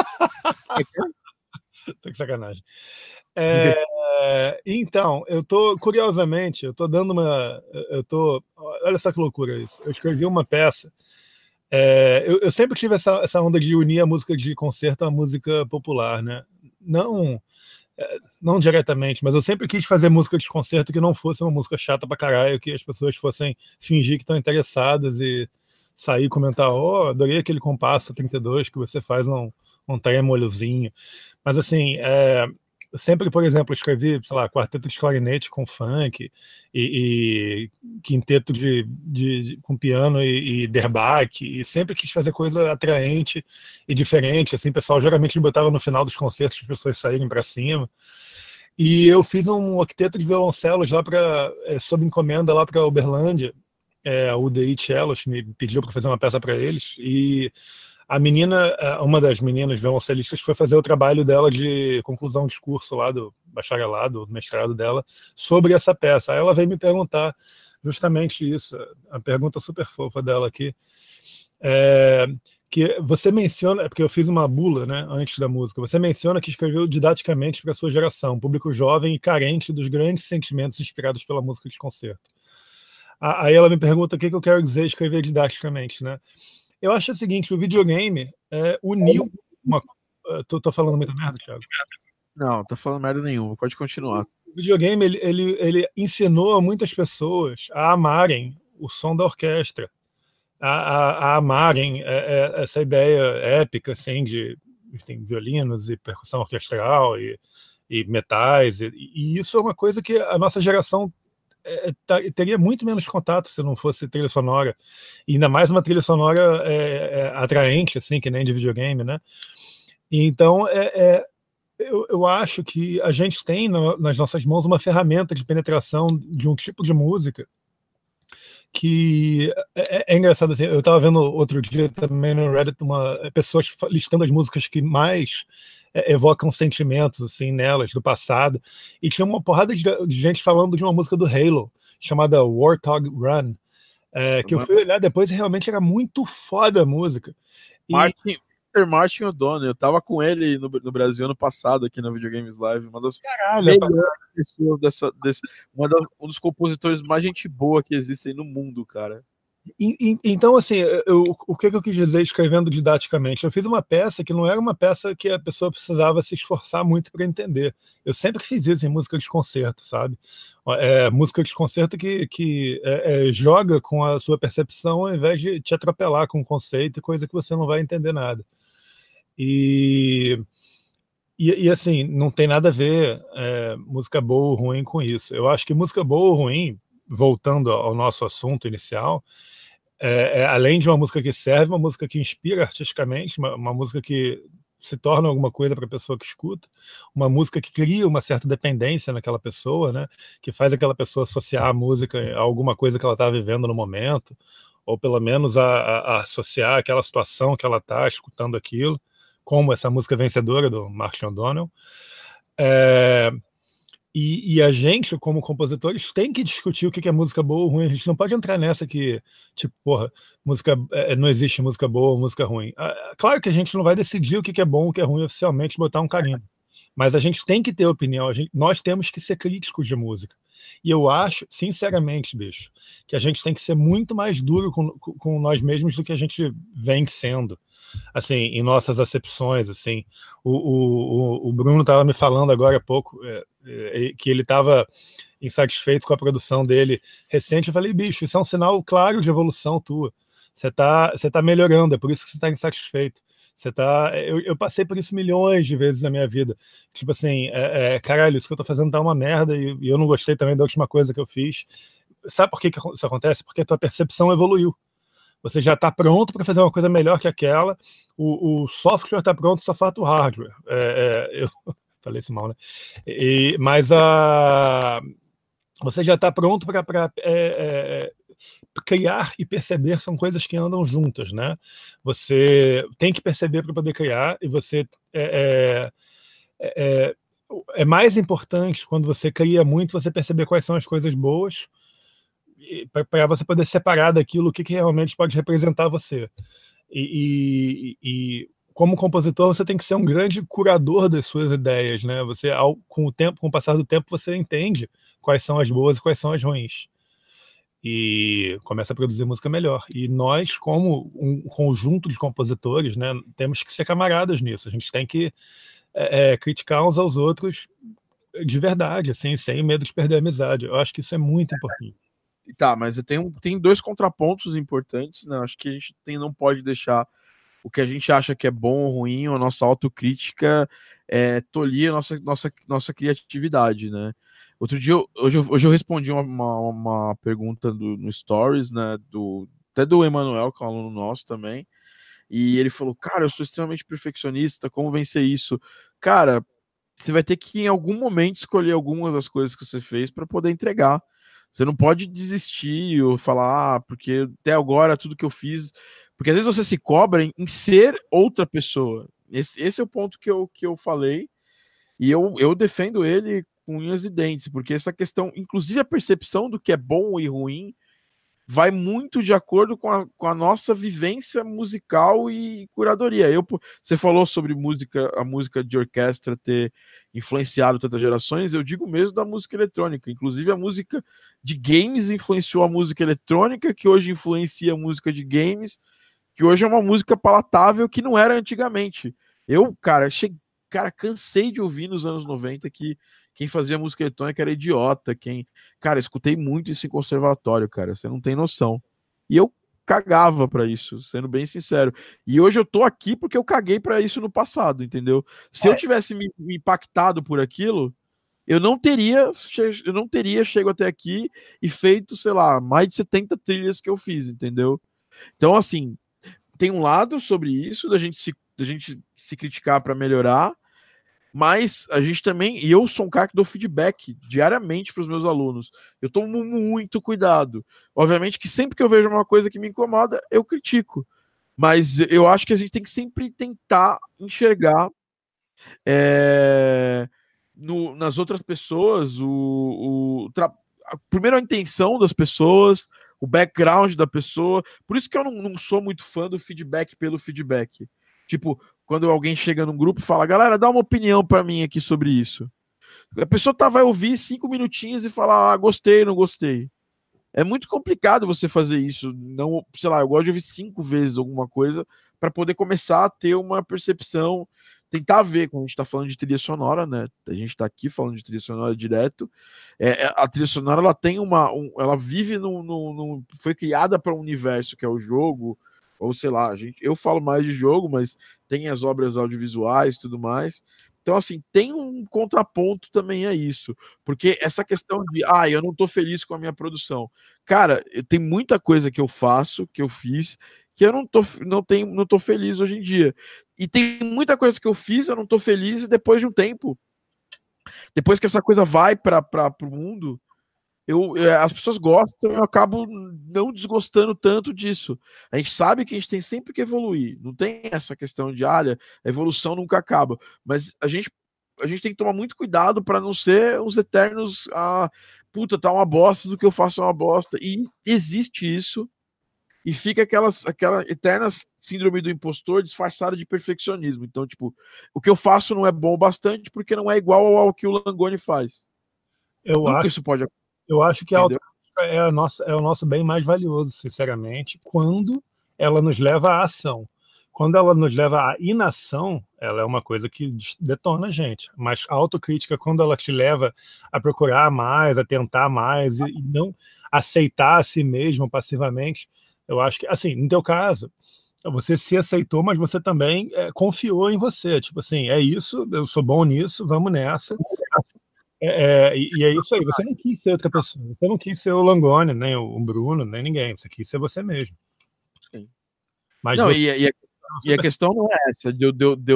Tô com sacanagem. Então, curiosamente, olha só que loucura isso. Eu escrevi uma peça. Eu sempre tive essa onda de unir a música de concerto à música popular, né? Não diretamente, mas eu sempre quis fazer música de concerto que não fosse uma música chata pra caralho, que as pessoas fossem fingir que estão interessadas e sair e comentar, adorei aquele compasso 32 que você faz um tremolozinho. Mas assim, eu sempre, por exemplo, escrevi, sei lá, quarteto de clarinete com funk e quinteto com piano e derbaque, e sempre quis fazer coisa atraente e diferente, assim, o pessoal geralmente me botava no final dos concertos para as pessoas saírem para cima. E eu fiz um octeto de violoncelos lá sob encomenda lá para Uberlândia, a UDI Cellos me pediu para fazer uma peça para eles, e uma das meninas violoncelistas foi fazer o trabalho dela de conclusão de curso lá do bacharelado, do mestrado dela, sobre essa peça. Aí ela veio me perguntar justamente isso, a pergunta super fofa dela aqui, que você menciona, porque eu fiz uma bula, né, antes da música, você menciona que escreveu didaticamente para a sua geração, público jovem e carente dos grandes sentimentos inspirados pela música de concerto. Aí ela me pergunta o que eu quero dizer escrever didaticamente, né? Eu acho o seguinte, o videogame uniu uma... Tô falando muita merda, Thiago? Não, tá falando merda nenhuma, pode continuar. O videogame, ele ensinou a muitas pessoas a amarem o som da orquestra, a amarem essa ideia épica, assim, de violinos e percussão orquestral e metais, e isso é uma coisa que a nossa geração teria muito menos contato se não fosse trilha sonora, e ainda mais uma trilha sonora atraente, assim, que nem de videogame, né? Então, eu acho que a gente tem nas nossas mãos uma ferramenta de penetração de um tipo de música que é engraçado, assim, eu estava vendo outro dia também no Reddit pessoas listando as músicas que mais evocam sentimentos assim nelas do passado, e tinha uma porrada de gente falando de uma música do Halo chamada Warthog Run, que eu fui olhar depois e realmente era muito foda a música. Martin O'Donnell, eu tava com ele no Brasil ano passado aqui na Videogames Live, uma das pessoas um dos compositores mais gente boa que existem no mundo, cara. Então, assim, o que eu quis dizer escrevendo didaticamente? Eu fiz uma peça que não era uma peça que a pessoa precisava se esforçar muito para entender. Eu sempre fiz isso em música de concerto, sabe? Música de concerto que joga com a sua percepção ao invés de te atropelar com conceito e coisa que você não vai entender nada. E assim, não tem nada a ver música boa ou ruim com isso. Eu acho que música boa ou ruim, voltando ao nosso assunto inicial, além de uma música que serve, uma música que inspira artisticamente, uma música que se torna alguma coisa para a pessoa que escuta, uma música que cria uma certa dependência naquela pessoa, né, que faz aquela pessoa associar a música a alguma coisa que ela está vivendo no momento, ou pelo menos a associar aquela situação que ela está escutando aquilo, como essa música vencedora do Martin O'Donnell. E a gente, como compositores, tem que discutir o que é música boa ou ruim. A gente não pode entrar nessa que, tipo, porra, não existe música boa ou música ruim. Claro que a gente não vai decidir o que é bom, o que é ruim oficialmente, botar um carimbo. Mas a gente tem que ter opinião. Nós temos que ser críticos de música. E eu acho, sinceramente, bicho, que a gente tem que ser muito mais duro com nós mesmos do que a gente vem sendo, assim, em nossas acepções, assim. O Bruno estava me falando agora há pouco que ele estava insatisfeito com a produção dele recente. Eu falei, bicho, isso é um sinal claro de evolução tua. Você tá melhorando, é por isso que você está insatisfeito. Eu passei por isso milhões de vezes na minha vida. Tipo assim, caralho, isso que eu tô fazendo tá uma merda e eu não gostei também da última coisa que eu fiz. Sabe por que isso acontece? Porque a tua percepção evoluiu. Você já está pronto para fazer uma coisa melhor que aquela. O software está pronto, só falta o hardware. Eu falei isso mal, né? Mas você já está pronto para criar e perceber são coisas que andam juntas, né? Você tem que perceber para poder criar, e você é mais importante quando você cria muito, você perceber quais são as coisas boas para você poder separar daquilo o que realmente pode representar você. E como compositor, você tem que ser um grande curador das suas ideias, né? Você, com o passar do tempo, você entende quais são as boas e quais são as ruins. E começa a produzir música melhor. E nós, como um conjunto de compositores, né, temos que ser camaradas nisso. A gente tem que criticar uns aos outros de verdade, assim, sem medo de perder a amizade. Eu acho que isso é muito importante. Tá, mas tem dois contrapontos importantes, né? Acho que a gente não pode deixar o que a gente acha que é bom ou ruim, a nossa autocrítica tolir a nossa criatividade, né? Outro dia, hoje eu respondi uma pergunta no Stories, né? Até do Emanuel, que é um aluno nosso também, e ele falou, cara, eu sou extremamente perfeccionista, como vencer isso? Cara, você vai ter que, em algum momento, escolher algumas das coisas que você fez para poder entregar. Você não pode desistir ou falar, porque até agora tudo que eu fiz. Porque às vezes você se cobra em ser outra pessoa. Esse é o ponto que eu falei. E eu defendo ele com unhas e dentes, porque essa questão, inclusive a percepção do que é bom e ruim, vai muito de acordo com a nossa vivência musical e curadoria. Você falou sobre a música de orquestra ter influenciado tantas gerações, eu digo mesmo da música eletrônica. Inclusive a música de games influenciou a música eletrônica, que hoje influencia a música de games, que hoje é uma música palatável que não era antigamente. Eu, cara, cansei de ouvir nos anos 90 que quem fazia música eletrônica era idiota. Cara, escutei muito isso em conservatório, cara. Você não tem noção. E eu cagava pra isso, sendo bem sincero. E hoje eu tô aqui porque eu caguei pra isso no passado, entendeu? Se eu tivesse me impactado por aquilo, eu não teria chego até aqui e feito, sei lá, mais de 70 trilhas que eu fiz, entendeu? Então, assim, tem um lado sobre isso, da gente se criticar pra melhorar, mas a gente também, e eu sou um cara que dou feedback diariamente para os meus alunos. Eu tomo muito cuidado. Obviamente que sempre que eu vejo uma coisa que me incomoda, eu critico. Mas eu acho que a gente tem que sempre tentar enxergar nas outras pessoas primeiro a intenção das pessoas, o background da pessoa. Por isso que eu não sou muito fã do feedback pelo feedback. Tipo, quando alguém chega num grupo e fala, galera, dá uma opinião para mim aqui sobre isso. A pessoa vai ouvir 5 minutinhos e falar, gostei, não gostei. É muito complicado você fazer isso. Não, sei lá, eu gosto de ouvir 5 vezes alguma coisa para poder começar a ter uma percepção, tentar ver, quando a gente está falando de trilha sonora, né? A gente está aqui falando de trilha sonora direto. A trilha sonora, ela tem ela vive foi criada para um universo que é o jogo, ou sei lá, eu falo mais de jogo, mas tem as obras audiovisuais e tudo mais. Então, assim, tem um contraponto também a isso, porque essa questão de, eu não tô feliz com a minha produção. Cara, tem muita coisa que eu faço, que eu fiz, que eu não tô feliz hoje em dia. E tem muita coisa que eu fiz, eu não tô feliz, e depois de um tempo, depois que essa coisa vai para o mundo, as pessoas gostam, eu acabo não desgostando tanto disso. A gente sabe que a gente tem sempre que evoluir. Não tem essa questão de, a evolução nunca acaba. Mas a gente a gente tem que tomar muito cuidado para não ser uns eternos, puta, tá uma bosta do que eu faço é uma bosta. E existe isso, e fica aquela eterna síndrome do impostor disfarçada de perfeccionismo. Então, tipo, o que eu faço não é bom o bastante porque não é igual ao que o Langoni faz. Eu acho que a autocrítica é o nosso bem mais valioso, sinceramente, quando ela nos leva à ação. Quando ela nos leva à inação, ela é uma coisa que detona a gente. Mas a autocrítica, quando ela te leva a procurar mais, a tentar mais e não aceitar a si mesmo passivamente, eu acho que, assim, no teu caso, você se aceitou, mas você também confiou em você. Tipo assim, é isso, eu sou bom nisso, vamos nessa. E é isso aí, você não quis ser outra pessoa. Você não quis ser o Langoni, nem o Bruno, nem ninguém. Você quis ser você mesmo. Sim. Mas não, e a questão não é essa, de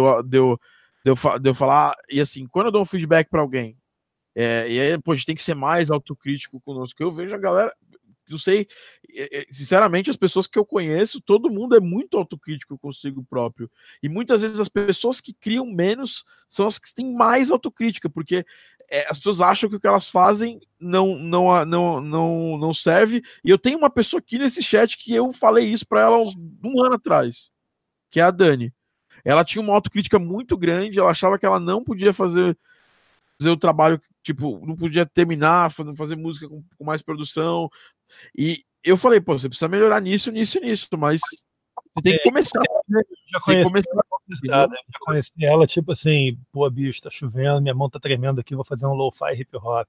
eu falar, e assim, quando eu dou um feedback para alguém, e aí, pô, a gente tem que ser mais autocrítico conosco, eu vejo a galera, não sei, sinceramente, as pessoas que eu conheço, todo mundo é muito autocrítico consigo próprio, e muitas vezes as pessoas que criam menos são as que têm mais autocrítica, porque as pessoas acham que o que elas fazem não serve, e eu tenho uma pessoa aqui nesse chat que eu falei isso para ela uns um ano atrás, que é a Dani. Ela tinha uma autocrítica muito grande, ela achava que ela não podia fazer o trabalho, tipo, não podia terminar, fazer música com mais produção. E eu falei, pô, você precisa melhorar nisso, mas você tem que começar. Já conheci ela, tipo assim, pô, bicho, tá chovendo, minha mão tá tremendo aqui, vou fazer um lo-fi hip hop.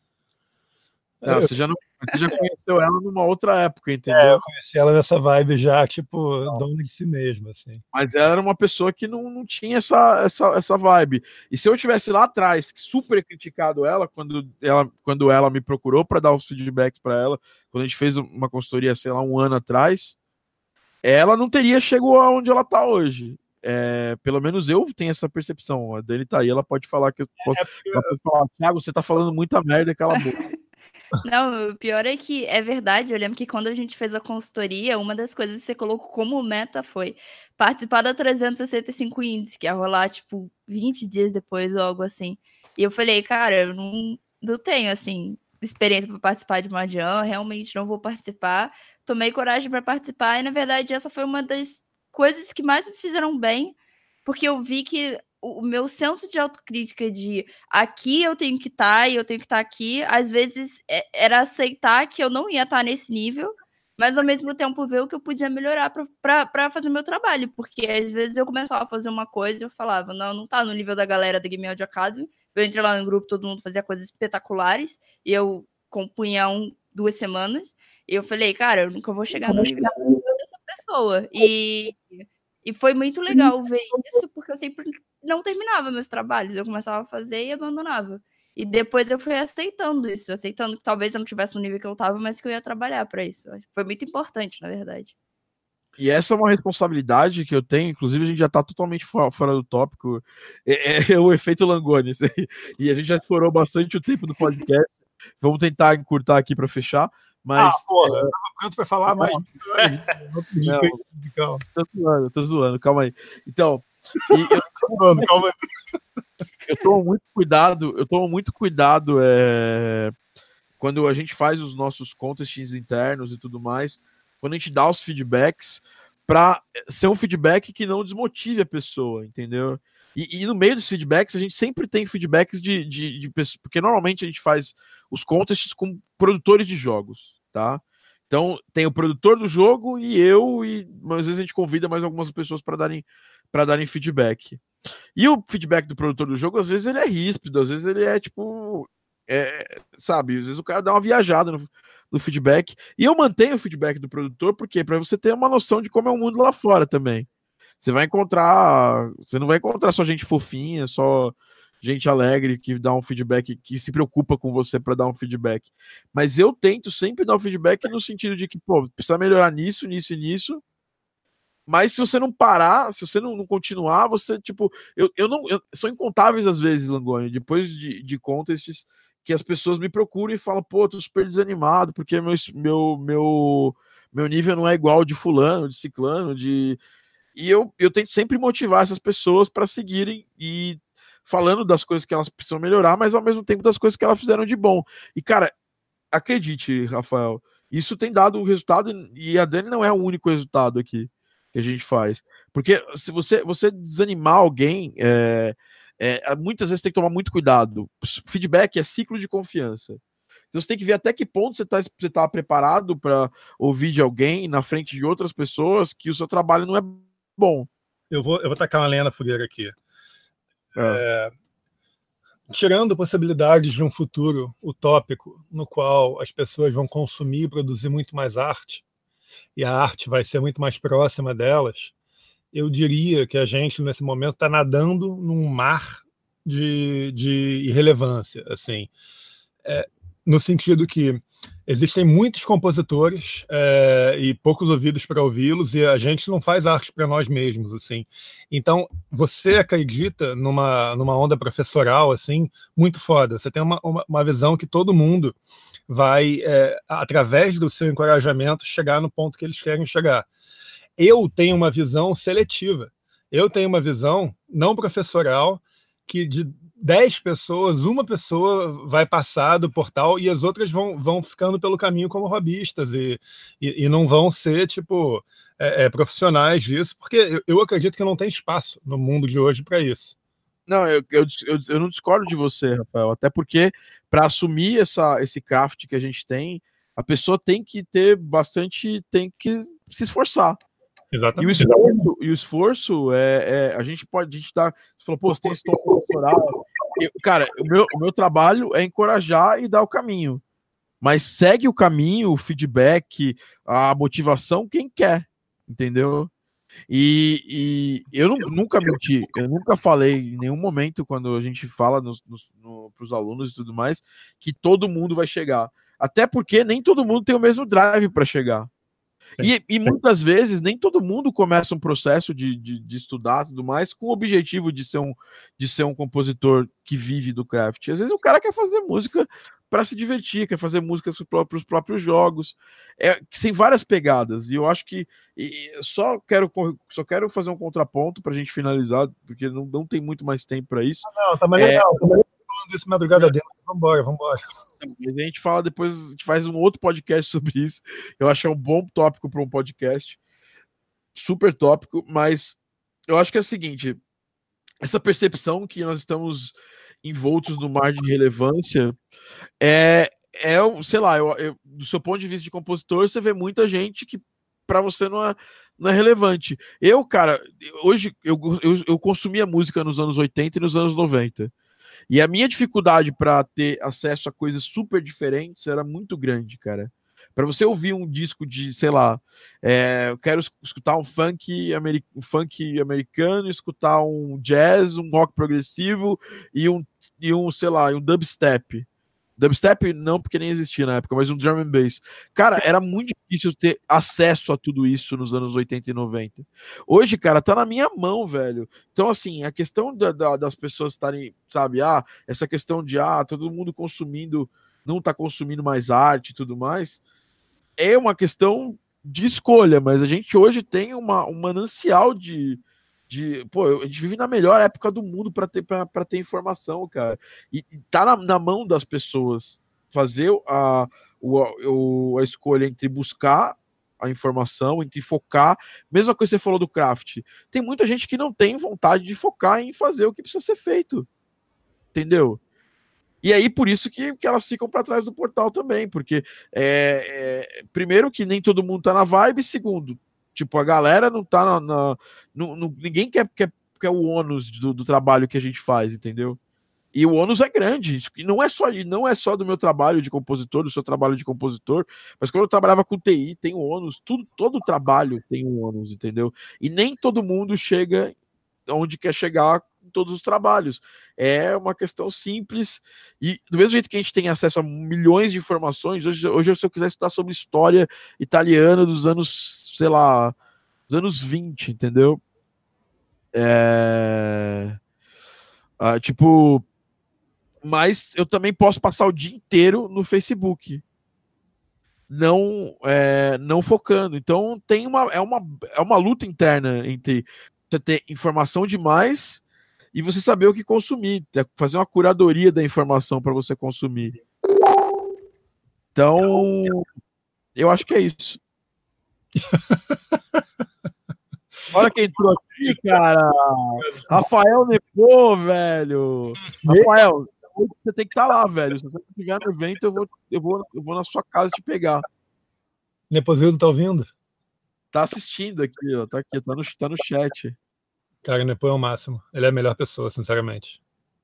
Não, você já conheceu ela numa outra época, entendeu? Eu conheci ela nessa vibe já, tipo, dona de si mesma, assim. Mas ela era uma pessoa que não tinha essa vibe. E se eu tivesse lá atrás super criticado ela, quando ela me procurou para dar os feedbacks para ela, quando a gente fez uma consultoria, sei lá, um ano atrás, ela não teria chegado aonde ela tá hoje. Pelo menos eu tenho essa percepção. A Dani tá aí, ela pode falar que ela pode falar, Thiago, você tá falando muita merda, cala a boca. Não, o pior é que é verdade. Eu lembro que quando a gente fez a consultoria, uma das coisas que você colocou como meta foi participar da 365 Indies, que ia rolar, tipo, 20 dias depois ou algo assim. E eu falei, cara, eu não tenho, assim, experiência para participar de uma jam, realmente não vou participar. Tomei coragem para participar e, na verdade, essa foi uma das coisas que mais me fizeram bem, porque eu vi que o meu senso de autocrítica de aqui eu tenho que estar e eu tenho que estar aqui, às vezes era aceitar que eu não ia estar nesse nível, mas ao mesmo tempo ver o que eu podia melhorar para fazer meu trabalho, porque às vezes eu começava a fazer uma coisa e eu falava, não tá no nível da galera da Game Audio Academy, eu entrei lá no grupo, todo mundo fazia coisas espetaculares, e eu compunha 2 semanas, e eu falei, cara, eu nunca vou chegar no nível dessa pessoa, e foi muito legal ver isso, porque eu sempre não terminava meus trabalhos, eu começava a fazer e abandonava. E depois eu fui aceitando isso, aceitando que talvez eu não tivesse no nível que eu estava, mas que eu ia trabalhar para isso. Foi muito importante, na verdade. E essa é uma responsabilidade que eu tenho, inclusive a gente já está totalmente fora do tópico, é o efeito Langoni. E a gente já explorou bastante o tempo do podcast. Vamos tentar encurtar aqui para fechar. Mas. Porra, eu tava pronto para falar mais. Tô zoando, calma aí. Então, eu tomo muito cuidado quando a gente faz os nossos contests internos e tudo mais, quando a gente dá os feedbacks, para ser um feedback que não desmotive a pessoa, entendeu? E no meio dos feedbacks, a gente sempre tem feedbacks de pessoas, porque normalmente a gente faz os contests com produtores de jogos, tá? Então, tem o produtor do jogo e eu, e às vezes a gente convida mais algumas pessoas para darem feedback. E o feedback do produtor do jogo, às vezes ele é ríspido, às vezes ele é tipo, sabe, às vezes o cara dá uma viajada no feedback. E eu mantenho o feedback do produtor, porque para você ter uma noção de como é o mundo lá fora também. Você não vai encontrar só gente fofinha, só gente alegre que dá um feedback, que se preocupa com você para dar um feedback. Mas eu tento sempre dar um feedback no sentido de que, pô, precisa melhorar nisso, nisso e nisso. Mas se você não parar, se você não continuar, você, tipo, são incontáveis as vezes, Langoni, depois de contests, que as pessoas me procuram e falam, pô, tô super desanimado, porque meu nível não é igual ao de fulano, de ciclano, e eu tento sempre motivar essas pessoas para seguirem e falando das coisas que elas precisam melhorar, mas ao mesmo tempo das coisas que elas fizeram de bom. E, cara, acredite, Rafael, isso tem dado um resultado, e a Dani não é o único resultado aqui que a gente faz. Porque se você desanimar alguém, muitas vezes tem que tomar muito cuidado. Feedback é ciclo de confiança. Então você tem que ver até que ponto você tá preparado para ouvir de alguém na frente de outras pessoas que o seu trabalho não é bom. Eu vou tacar uma lenha na fogueira aqui. Tirando possibilidades de um futuro utópico no qual as pessoas vão consumir e produzir muito mais arte, e a arte vai ser muito mais próxima delas, eu diria que a gente, nesse momento, está nadando num mar de irrelevância, assim. No sentido que existem muitos compositores e poucos ouvidos para ouvi-los, e a gente não faz arte para nós mesmos, assim. Então, você acredita numa onda professoral, assim, muito foda. Você tem uma visão que todo mundo vai, através do seu encorajamento, chegar no ponto que eles querem chegar. Eu tenho uma visão seletiva. Eu tenho uma visão não professoral, que de 10 pessoas, uma pessoa vai passar do portal e as outras vão ficando pelo caminho como hobbyistas e não vão ser, tipo, profissionais disso, porque eu acredito que não tem espaço no mundo de hoje para isso. Não, eu não discordo de você, Rafael, até porque para assumir esse craft que a gente tem, a pessoa tem que tem que se esforçar. Exatamente. E o esforço a gente dá. Você falou, pô, você tem história professoral. Cara, o meu trabalho é encorajar e dar o caminho. Mas segue o caminho, o feedback, a motivação, quem quer, entendeu? E eu nunca menti, eu nunca falei em nenhum momento, quando a gente fala para os alunos e tudo mais, que todo mundo vai chegar. Até porque nem todo mundo tem o mesmo drive para chegar. E muitas vezes nem todo mundo começa um processo de estudar tudo mais com o objetivo de ser um compositor que vive do craft. Às vezes o cara quer fazer música para se divertir, quer fazer música para os próprios jogos. Tem várias pegadas, e eu acho que só quero fazer um contraponto para a gente finalizar, porque não tem muito mais tempo para isso. Não, tá mais legal. Falando isso madrugada dentro, vambora. A gente fala depois, a gente faz um outro podcast sobre isso. Eu acho que é um bom tópico para um podcast. Super tópico, mas eu acho que é o seguinte: essa percepção que nós estamos envoltos no mar de relevância sei lá, do seu ponto de vista de compositor, você vê muita gente que para você não é relevante. Cara, hoje eu consumia música nos anos 80 e nos anos 90. E a minha dificuldade para ter acesso a coisas super diferentes era muito grande, cara. Para você ouvir um disco de, sei lá, eu quero escutar um funk americano, escutar um jazz, um rock progressivo e sei lá, um dubstep. Dubstep não, porque nem existia na época, mas um drum and bass. Cara, era muito difícil ter acesso a tudo isso nos anos 80 e 90. Hoje, cara, tá na minha mão, velho. Então, assim, a questão das pessoas estarem, sabe, essa questão de, todo mundo não tá consumindo mais arte e tudo mais, é uma questão de escolha, mas a gente hoje tem um manancial pô, a gente vive na melhor época do mundo para ter informação, cara. E tá na mão das pessoas fazer a escolha entre buscar a informação, entre focar. Mesma coisa que você falou do craft. Tem muita gente que não tem vontade de focar em fazer o que precisa ser feito. Entendeu? E aí, por isso que elas ficam para trás do portal também, porque primeiro que nem todo mundo tá na vibe, segundo, tipo, a galera não tá ninguém quer o ônus do trabalho que a gente faz, entendeu? E o ônus é grande, e não é só do meu trabalho de compositor, do seu trabalho de compositor, mas quando eu trabalhava com TI, tem o ônus, todo trabalho tem um ônus, entendeu? E nem todo mundo chega onde quer chegar em todos os trabalhos. É uma questão simples, e do mesmo jeito que a gente tem acesso a milhões de informações, hoje se eu quiser estudar sobre história italiana dos anos, sei lá, dos anos 20, entendeu? Tipo, mas eu também posso passar o dia inteiro no Facebook, não focando. Então é uma luta interna entre você ter informação demais e você saber o que consumir, fazer uma curadoria da informação para você consumir. Então, eu acho que é isso. Olha quem entrou aqui, cara. Rafael Nepô, velho. Rafael, você tem que estar lá, velho. Se você estiver no evento, eu vou na sua casa te pegar. Nepozildo tá ouvindo? Tá assistindo aqui, ó. Tá aqui, tá no chat. Cara, Nepô é o máximo. Ele é a melhor pessoa, sinceramente.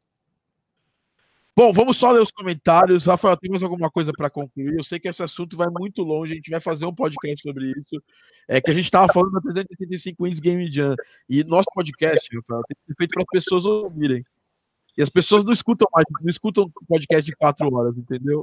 Bom, vamos só ler os comentários. Rafael, tem mais alguma coisa para concluir? Eu sei que esse assunto vai muito longe, a gente vai fazer um podcast sobre isso. É que a gente estava falando da 385 Wins Game Jam. E nosso podcast, Rafael, tem que ser feito para as pessoas ouvirem. E as pessoas não escutam mais, não escutam podcast de 4 horas, entendeu?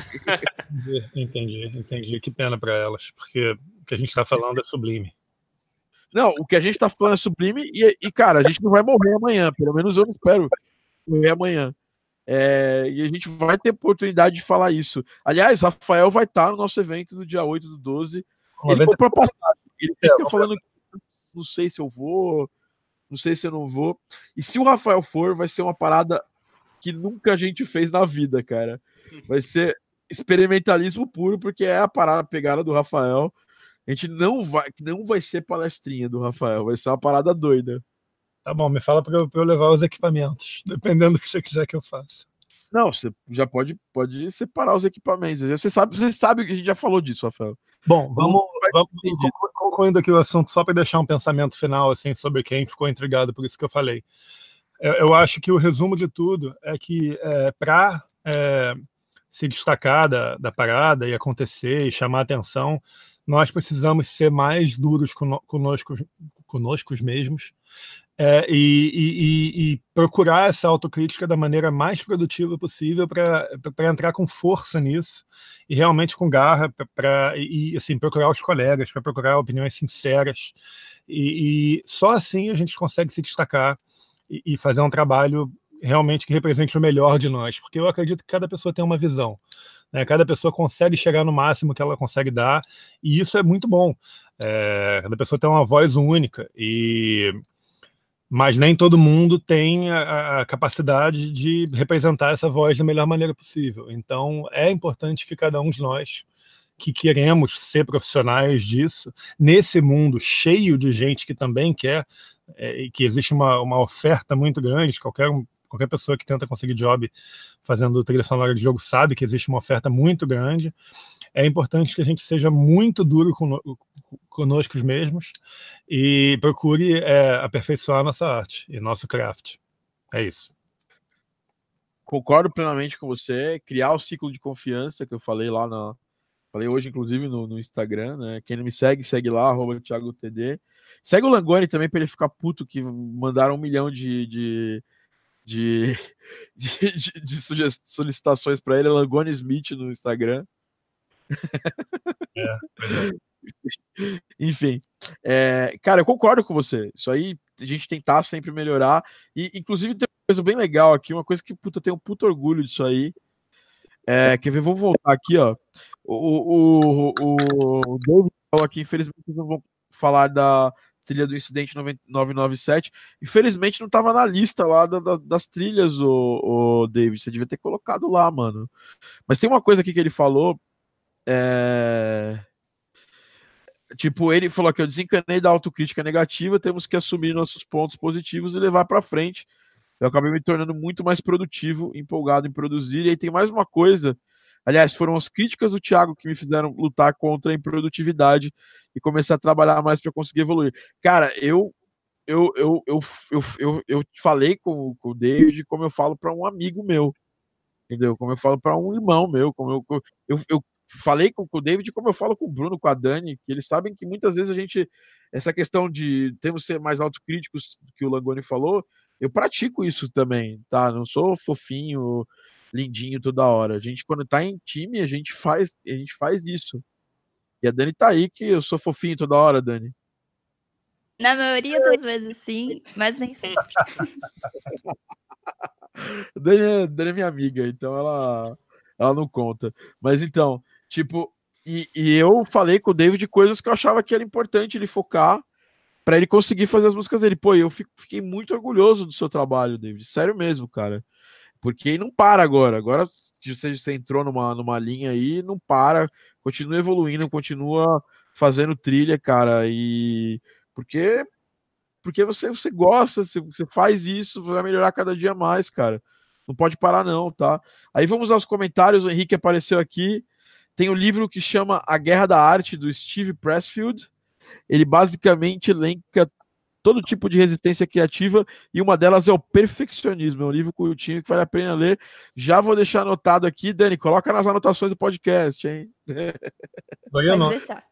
Entendi. Que pena para elas, porque o que a gente está falando é sublime. Não, o que a gente está falando é sublime e, cara, a gente não vai morrer amanhã. Pelo menos eu não espero morrer amanhã. E a gente vai ter oportunidade de falar isso. Aliás, Rafael vai estar no nosso evento no dia 8/12. Ele comprou passagem. Ele fica falando que não sei se eu vou, não sei se eu não vou. E se o Rafael for, vai ser uma parada que nunca a gente fez na vida, cara. Vai ser experimentalismo puro, porque é a parada pegada do Rafael. A gente não vai ser palestrinha do Rafael, vai ser uma parada doida. Tá bom, me fala para eu levar os equipamentos, dependendo do que você quiser que eu faça. Não, você já pode separar os equipamentos. Você sabe que a gente já falou disso, Rafael. Bom, vamos concluindo aqui o assunto, só para deixar um pensamento final assim, sobre quem ficou intrigado por isso que eu falei. Eu acho que o resumo de tudo é que para se destacar da parada e acontecer e chamar atenção, nós precisamos ser mais duros conosco mesmos. E procurar essa autocrítica da maneira mais produtiva possível para entrar com força nisso e realmente com garra e assim, procurar os colegas, para procurar opiniões sinceras e só assim a gente consegue se destacar e fazer um trabalho realmente que represente o melhor de nós, porque eu acredito que cada pessoa tem uma visão, né? Cada pessoa consegue chegar no máximo que ela consegue dar e isso é muito bom. Cada pessoa tem uma voz única mas nem todo mundo tem a capacidade de representar essa voz da melhor maneira possível. Então, é importante que cada um de nós que queremos ser profissionais disso, nesse mundo cheio de gente que também quer, e que existe uma oferta muito grande, qualquer pessoa que tenta conseguir job fazendo trilha sonora de jogo sabe que existe uma oferta muito grande. É importante que a gente seja muito duro conosco mesmos e procure aperfeiçoar nossa arte e nosso craft. É isso. Concordo plenamente com você. Criar o ciclo de confiança que eu falei lá falei hoje, inclusive, no Instagram, né? Quem não me segue lá, @ThiagoTD. Segue o Langoni também para ele ficar puto que mandaram 1 milhão de solicitações para ele. Langoni Smith no Instagram. Enfim, cara, eu concordo com você. Isso aí, a gente tentar sempre melhorar. E, inclusive, tem uma coisa bem legal aqui, uma coisa que eu tenho um puto orgulho disso aí. Quer ver? Vou voltar aqui, ó. O David falou aqui, infelizmente, não vou falar da trilha do Incidente 997. Infelizmente, não estava na lista lá das trilhas, o David. Você devia ter colocado lá, mano. Mas tem uma coisa aqui que ele falou. Tipo, ele falou que eu desencanei da autocrítica negativa, temos que assumir nossos pontos positivos e levar para frente. Eu acabei me tornando muito mais produtivo, empolgado em produzir. E aí tem mais uma coisa. Aliás, foram as críticas do Thiago que me fizeram lutar contra a improdutividade e começar a trabalhar mais para conseguir evoluir. Cara, eu falei com o David como eu falo para um amigo meu, entendeu? Como eu falo para um irmão meu, como eu falei com o David como eu falo com o Bruno, com a Dani, que eles sabem que muitas vezes a gente, essa questão de temos que ser mais autocríticos que o Langoni falou, eu pratico isso também, tá? Não sou fofinho, lindinho toda hora. A gente, quando tá em time, a gente faz isso. E a Dani tá aí que eu sou fofinho toda hora, Dani. Na maioria das vezes sim, mas nem sempre. Dani é minha amiga, então ela não conta. Mas então, tipo, e eu falei com o David coisas que eu achava que era importante ele focar, para ele conseguir fazer as músicas dele. Pô, eu fiquei muito orgulhoso do seu trabalho, David. Sério mesmo, cara. Porque não para agora. Agora você entrou numa linha aí, não para. Continua evoluindo, continua fazendo trilha, cara. E porque você gosta, você faz isso, vai melhorar cada dia mais, cara. Não pode parar não, tá? Aí vamos aos comentários. O Henrique apareceu aqui. Tem um livro que chama A Guerra da Arte, do Steve Pressfield. Ele basicamente elenca todo tipo de resistência criativa, e uma delas é o perfeccionismo. É um livro curtinho que vale a pena ler. Já vou deixar anotado aqui, Dani, coloca nas anotações do podcast, hein? Pode deixar.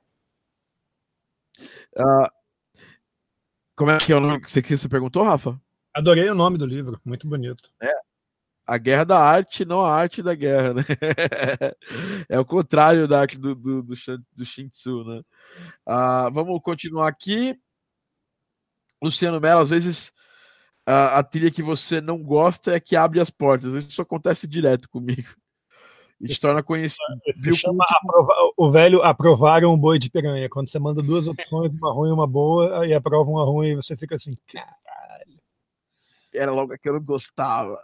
Como é que é o nome que você perguntou, Rafa? Adorei o nome do livro, muito bonito. A Guerra da Arte, não a arte da guerra, né? É o contrário da arte do Sun Tzu, né? Vamos continuar aqui. Luciano Mello, às vezes a trilha que você não gosta é que abre as portas. Isso acontece direto comigo. E te torna conhecido. Se chama o velho aprovaram um boi de piranha. Quando você manda 2 opções, uma ruim e uma boa, aí aprova uma ruim e você fica assim, caralho. Era logo a que eu não gostava.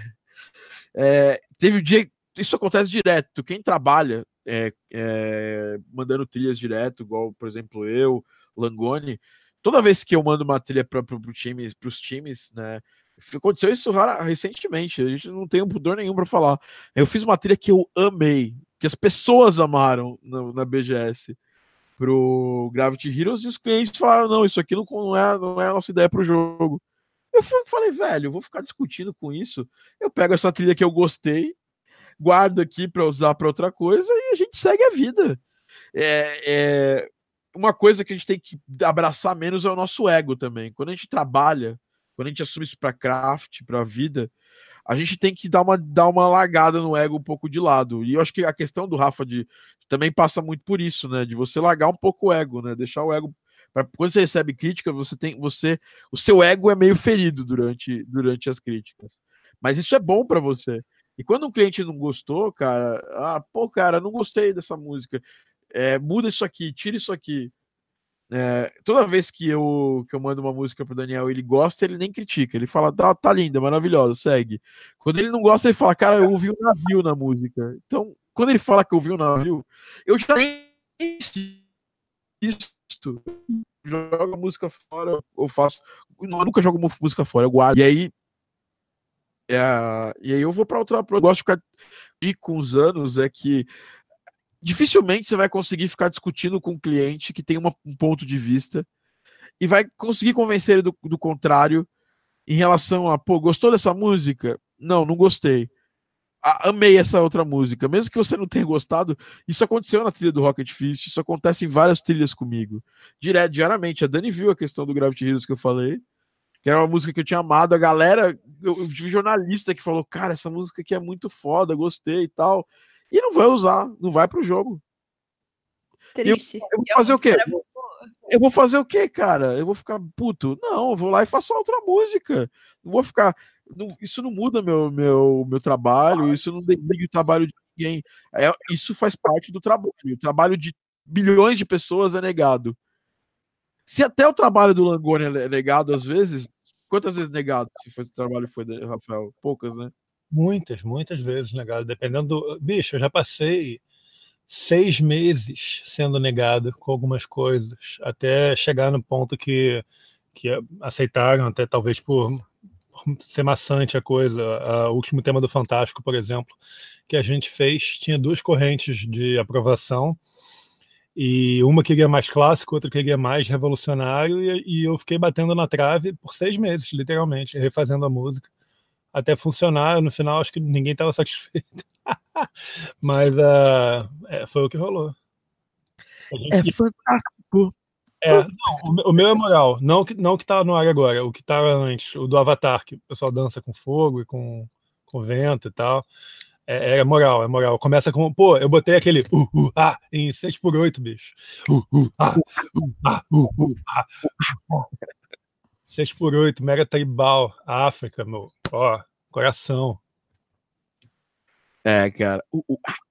Teve um dia... Isso acontece direto. Quem trabalha mandando trilhas direto, igual, por exemplo, eu, Langoni, toda vez que eu mando uma trilha para os times, né? Aconteceu isso recentemente, a gente não tem um pudor nenhum para falar. Eu fiz uma trilha que eu amei, que as pessoas amaram na BGS pro Gravity Heroes, e os clientes falaram: não, isso aqui não é a nossa ideia pro jogo. Eu falei, velho, eu vou ficar discutindo com isso. Eu pego essa trilha que eu gostei, guardo aqui para usar para outra coisa e a gente segue a vida. Uma coisa que a gente tem que abraçar menos é o nosso ego também. Quando a gente trabalha, quando a gente assume isso para craft, para a vida, a gente tem que dar uma largada no ego um pouco de lado. E eu acho que a questão do Rafa também passa muito por isso, né? De você largar um pouco o ego, né? Deixar o ego. Quando você recebe crítica, o seu ego é meio ferido durante as críticas. Mas isso é bom para você. E quando um cliente não gostou, cara, cara, não gostei dessa música. Muda isso aqui, tira isso aqui. Toda vez que eu mando uma música pro Daniel, ele gosta, ele nem critica. Ele fala, tá linda, maravilhosa, segue. Quando ele não gosta, ele fala, cara, eu ouvi um navio na música. Então, quando ele fala que eu ouvi um navio, eu já insisto, jogo a música fora, eu faço. Eu nunca jogo música fora, eu guardo. E aí eu vou para outra. Eu gosto de ficar com os anos, é que dificilmente você vai conseguir ficar discutindo com um cliente que tem um ponto de vista e vai conseguir convencer ele do contrário em relação a, gostou dessa música? Não gostei. Amei essa outra música. Mesmo que você não tenha gostado, isso aconteceu na trilha do Rocket Fist, isso acontece em várias trilhas comigo. Diariamente. A Dani viu a questão do Gravity Heroes que eu falei, que era uma música que eu tinha amado. A galera, eu tive jornalista que falou, cara, essa música aqui é muito foda, gostei e tal. E não vai usar, não vai pro jogo. Triste. Eu vou fazer o quê? Eu vou fazer o quê, cara? Eu vou ficar puto? Não, eu vou lá e faço outra música. Não vou ficar... isso não muda meu trabalho, isso não denigre o trabalho de ninguém. Isso faz parte do trabalho. O trabalho de bilhões de pessoas é negado. Se até o trabalho do Langoni é negado às vezes, quantas vezes negado se o trabalho foi, Rafael? Poucas, né? Muitas vezes negado. Dependendo do... Bicho, eu já passei 6 meses sendo negado com algumas coisas, até chegar no ponto que aceitaram, até talvez por ser maçante a coisa. O último tema do Fantástico, por exemplo, que a gente fez, tinha 2 correntes de aprovação, e uma queria mais clássico, outra queria mais revolucionário, e eu fiquei batendo na trave por 6 meses, literalmente, refazendo a música, até funcionar. No final, acho que ninguém estava satisfeito. Mas foi o que rolou. Fantástico. Não, o meu é moral, não que tá no ar agora, o que tava antes, o do Avatar, que o pessoal dança com fogo e com vento e tal. É moral, é moral. Começa com, eu botei aquele em 6x8, bicho. 6x8, mega tribal, África, meu. Coração. Cara.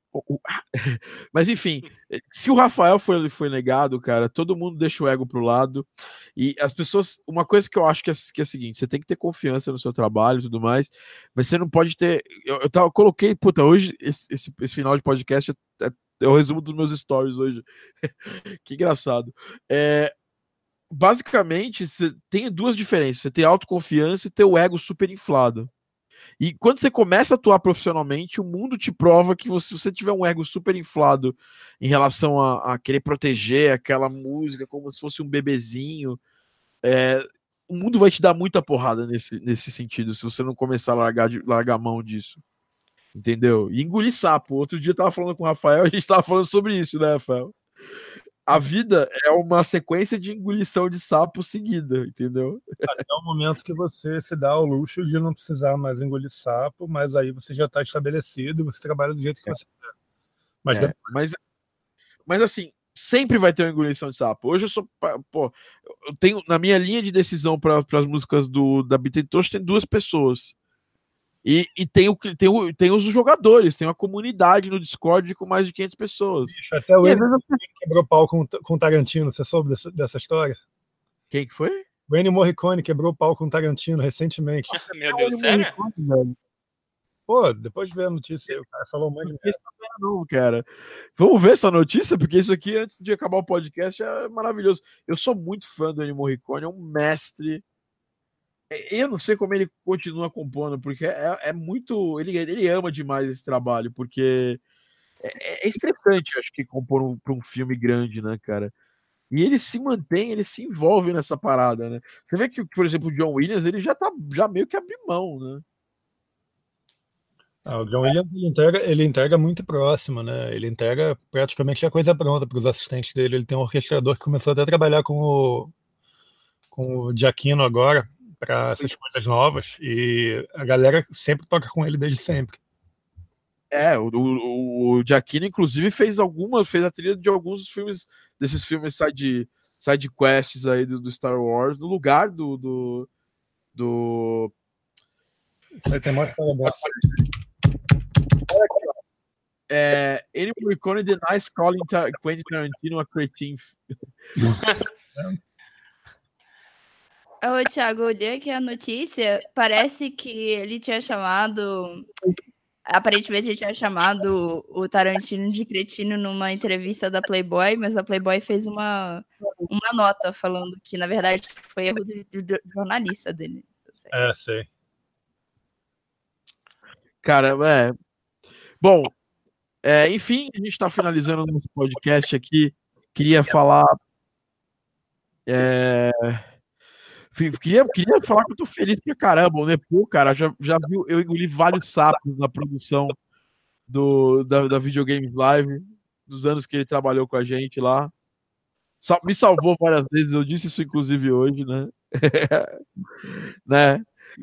Mas enfim, se o Rafael foi negado, cara, todo mundo deixa o ego pro lado. E as pessoas. Uma coisa que eu acho que é a seguinte: você tem que ter confiança no seu trabalho e tudo mais, mas você não pode ter. Eu coloquei, puta, hoje, esse final de podcast é o resumo dos meus stories hoje. Que engraçado. Basicamente, você tem duas diferenças: você tem autoconfiança e ter o ego super inflado. E quando você começa a atuar profissionalmente, o mundo te prova que se você tiver um ego super inflado em relação a querer proteger aquela música como se fosse um bebezinho, o mundo vai te dar muita porrada nesse sentido, se você não começar a largar a mão disso. Entendeu? E engolir sapo. Outro dia eu tava falando com o Rafael, a gente tava falando sobre isso, né, Rafael? A vida é uma sequência de engolição de sapo seguida, entendeu? Até o momento que você se dá ao luxo de não precisar mais engolir sapo, mas aí você já está estabelecido, você trabalha do jeito que você quer. Mas assim, sempre vai ter uma engolição de sapo. Hoje eu sou, pô, eu tenho na minha linha de decisão para as músicas da Beatles tem 2 pessoas. E tem os jogadores, tem uma comunidade no Discord com mais de 500 pessoas. Bicho, até o Ennio quebrou pau com Tarantino, você soube dessa história? Quem que foi? O Ennio Morricone quebrou pau com Tarantino recentemente. Meu Deus, sério? Pô, depois de ver a notícia aí, o cara falou um monte de merda. Não, cara. Vamos ver essa notícia, porque isso aqui, antes de acabar o podcast, é maravilhoso. Eu sou muito fã do Ennio Morricone, é um mestre. Eu não sei como ele continua compondo, porque é muito. Ele ama demais esse trabalho, porque é estressante, acho que, compor para um filme grande, né, cara? E ele se mantém, ele se envolve nessa parada, né? Você vê que, por exemplo, o John Williams, ele já meio que abriu mão, né? O John Williams ele entrega muito próximo, né? Ele entrega praticamente a coisa pronta para os assistentes dele. Ele tem um orquestrador que começou até a trabalhar com o Giacchino agora, para essas coisas novas, e a galera sempre toca com ele desde sempre. O Giacchino, inclusive, fez a trilha de alguns filmes, desses filmes side quests aí do Star Wars, no lugar do... Isso aí tem mais paradoxo. Ennio Morricone denies calling Quentin Tarantino a cretin. Ô, Thiago, eu olhei aqui a notícia, parece que ele tinha chamado... Aparentemente ele tinha chamado o Tarantino de cretino numa entrevista da Playboy, mas a Playboy fez uma nota falando que, na verdade, foi erro do jornalista dele. Sei. Cara, Bom, enfim, a gente está finalizando o nosso podcast aqui. Queria falar... Queria falar que eu tô feliz pra caramba, né? Pô, cara, já viu, eu engoli vários sapos na produção da Videogames Live, dos anos que ele trabalhou com a gente lá. Me salvou várias vezes, eu disse isso inclusive hoje, né? Né?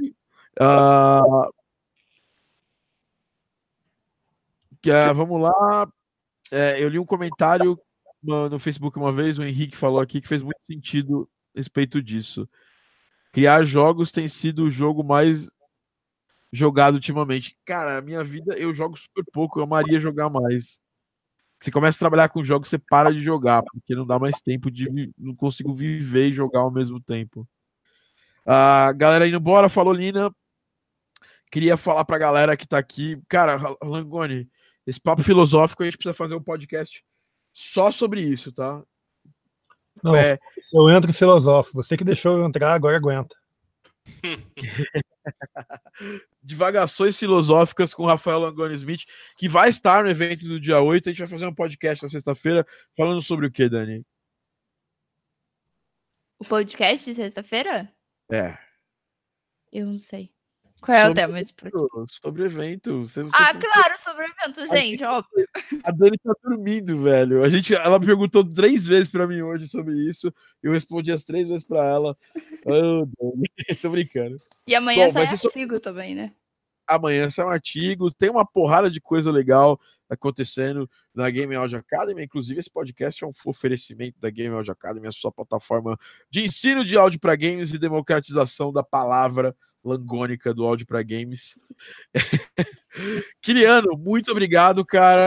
Vamos lá. Eu li um comentário no Facebook uma vez, o Henrique falou aqui que fez muito sentido a respeito disso. Criar jogos tem sido o jogo mais jogado ultimamente. Cara, a minha vida, eu jogo super pouco, eu amaria jogar mais. Você começa a trabalhar com jogos, você para de jogar, porque não dá mais tempo não consigo viver e jogar ao mesmo tempo. A galera indo embora, falou Lina. Queria falar pra galera que tá aqui. Cara, Langoni, esse papo filosófico, a gente precisa fazer um podcast só sobre isso, tá? Não, eu entro filosófico. Você que deixou eu entrar, agora aguenta. Divagações filosóficas com Rafael Langoni Smith, que vai estar no evento do dia 8. A gente vai fazer um podcast na sexta-feira falando sobre o que, Dani? O podcast de sexta-feira? Eu não sei. Qual é o tema? Sobre evento. Claro, sobre evento, gente, óbvio. A Dani tá dormindo, velho. Ela perguntou 3 vezes pra mim hoje sobre isso. Eu respondi as 3 vezes pra ela. Oh, Dani, tô brincando. E amanhã sai artigo também, né? Amanhã sai um artigo. Tem uma porrada de coisa legal acontecendo na Game Audio Academy. Inclusive, esse podcast é um oferecimento da Game Audio Academy, a sua plataforma de ensino de áudio para games e democratização da palavra langônica do áudio para games. Kiliano, muito obrigado, cara.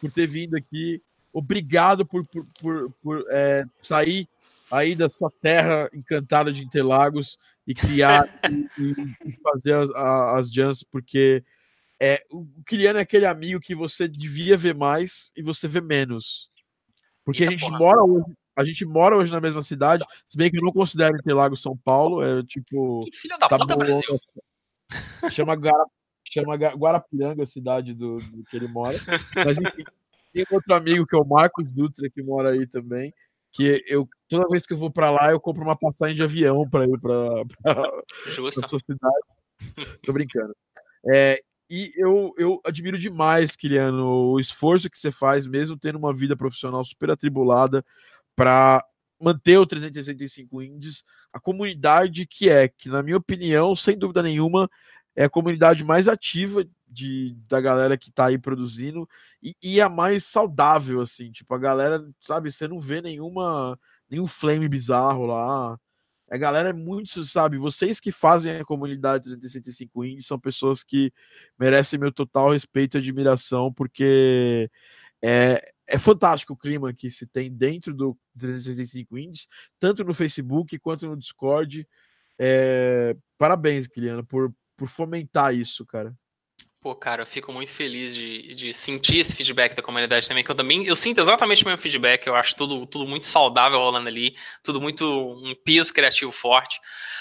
ter vindo aqui. Obrigado por sair aí da sua terra encantada de Interlagos e criar e fazer as jams, porque o Kiliano é aquele amigo que você devia ver mais e você vê menos. Porque a gente mora hoje na mesma cidade, se bem que eu não considero Interlagos São Paulo, é tipo... Que filho da puta, Brasil! Chama Guarapiranga, a cidade do que ele mora. Mas enfim, tem outro amigo que é o Marcos Dutra, que mora aí também, que toda vez que eu vou para lá, eu compro uma passagem de avião para ir para sua cidade. Tô brincando. E eu admiro demais, Kiliano, o esforço que você faz, mesmo tendo uma vida profissional super atribulada, para manter o 365 Indies, a comunidade que na minha opinião, sem dúvida nenhuma, é a comunidade mais ativa da galera que tá aí produzindo e a mais saudável, assim, tipo, a galera, sabe, você não vê nenhum flame bizarro lá, a galera é muito, sabe, vocês que fazem a comunidade 365 Indies são pessoas que merecem meu total respeito e admiração, porque é fantástico o clima que se tem dentro do 365 Indies, tanto no Facebook quanto no Discord. Parabéns, Kiliano, por fomentar isso, cara. Pô, cara, eu fico muito feliz de sentir esse feedback da comunidade também, que eu sinto exatamente o mesmo feedback, eu acho tudo muito saudável rolando ali, tudo muito um peso criativo forte.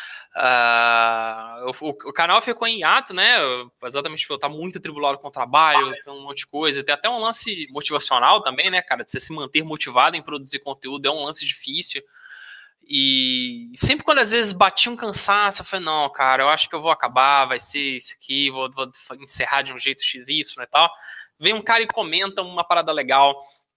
O canal ficou em hiato, né, exatamente porque eu tava muito atribulado com o trabalho, tem um monte de coisa, tem até um lance motivacional também, né, cara, de você se manter motivado em produzir conteúdo, é um lance difícil. E sempre quando às vezes batia um cansaço, eu falei, não, cara, eu acho que eu vou acabar, vai ser isso aqui, vou encerrar de um jeito XY e tal. Vem um cara e comenta uma parada legal.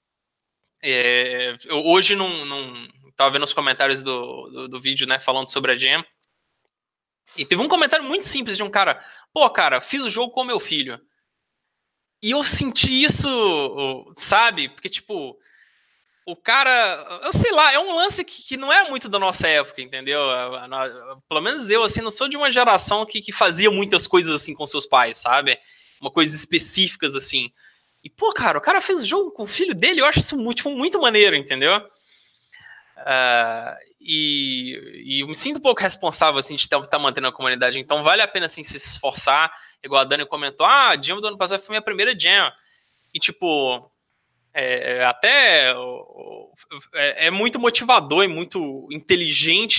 Eu hoje não tava vendo os comentários do vídeo, né, falando sobre a Jam. E teve um comentário muito simples de um cara, pô, cara, fiz o jogo com meu filho. E eu senti isso, sabe? Porque, tipo... O cara, eu sei lá, é um lance que não é muito da nossa época, entendeu? Pelo menos eu, assim, não sou de uma geração que fazia muitas coisas assim com seus pais, sabe? Uma coisas específicas, assim. E, pô, cara, o cara fez o jogo com o filho dele, eu acho isso muito maneiro, entendeu? E eu me sinto um pouco responsável, assim, de estar mantendo a comunidade. Então, vale a pena, assim, se esforçar. Igual a Dani comentou, a Jam do ano passado foi minha primeira Jam. E, tipo... é muito motivador e muito inteligente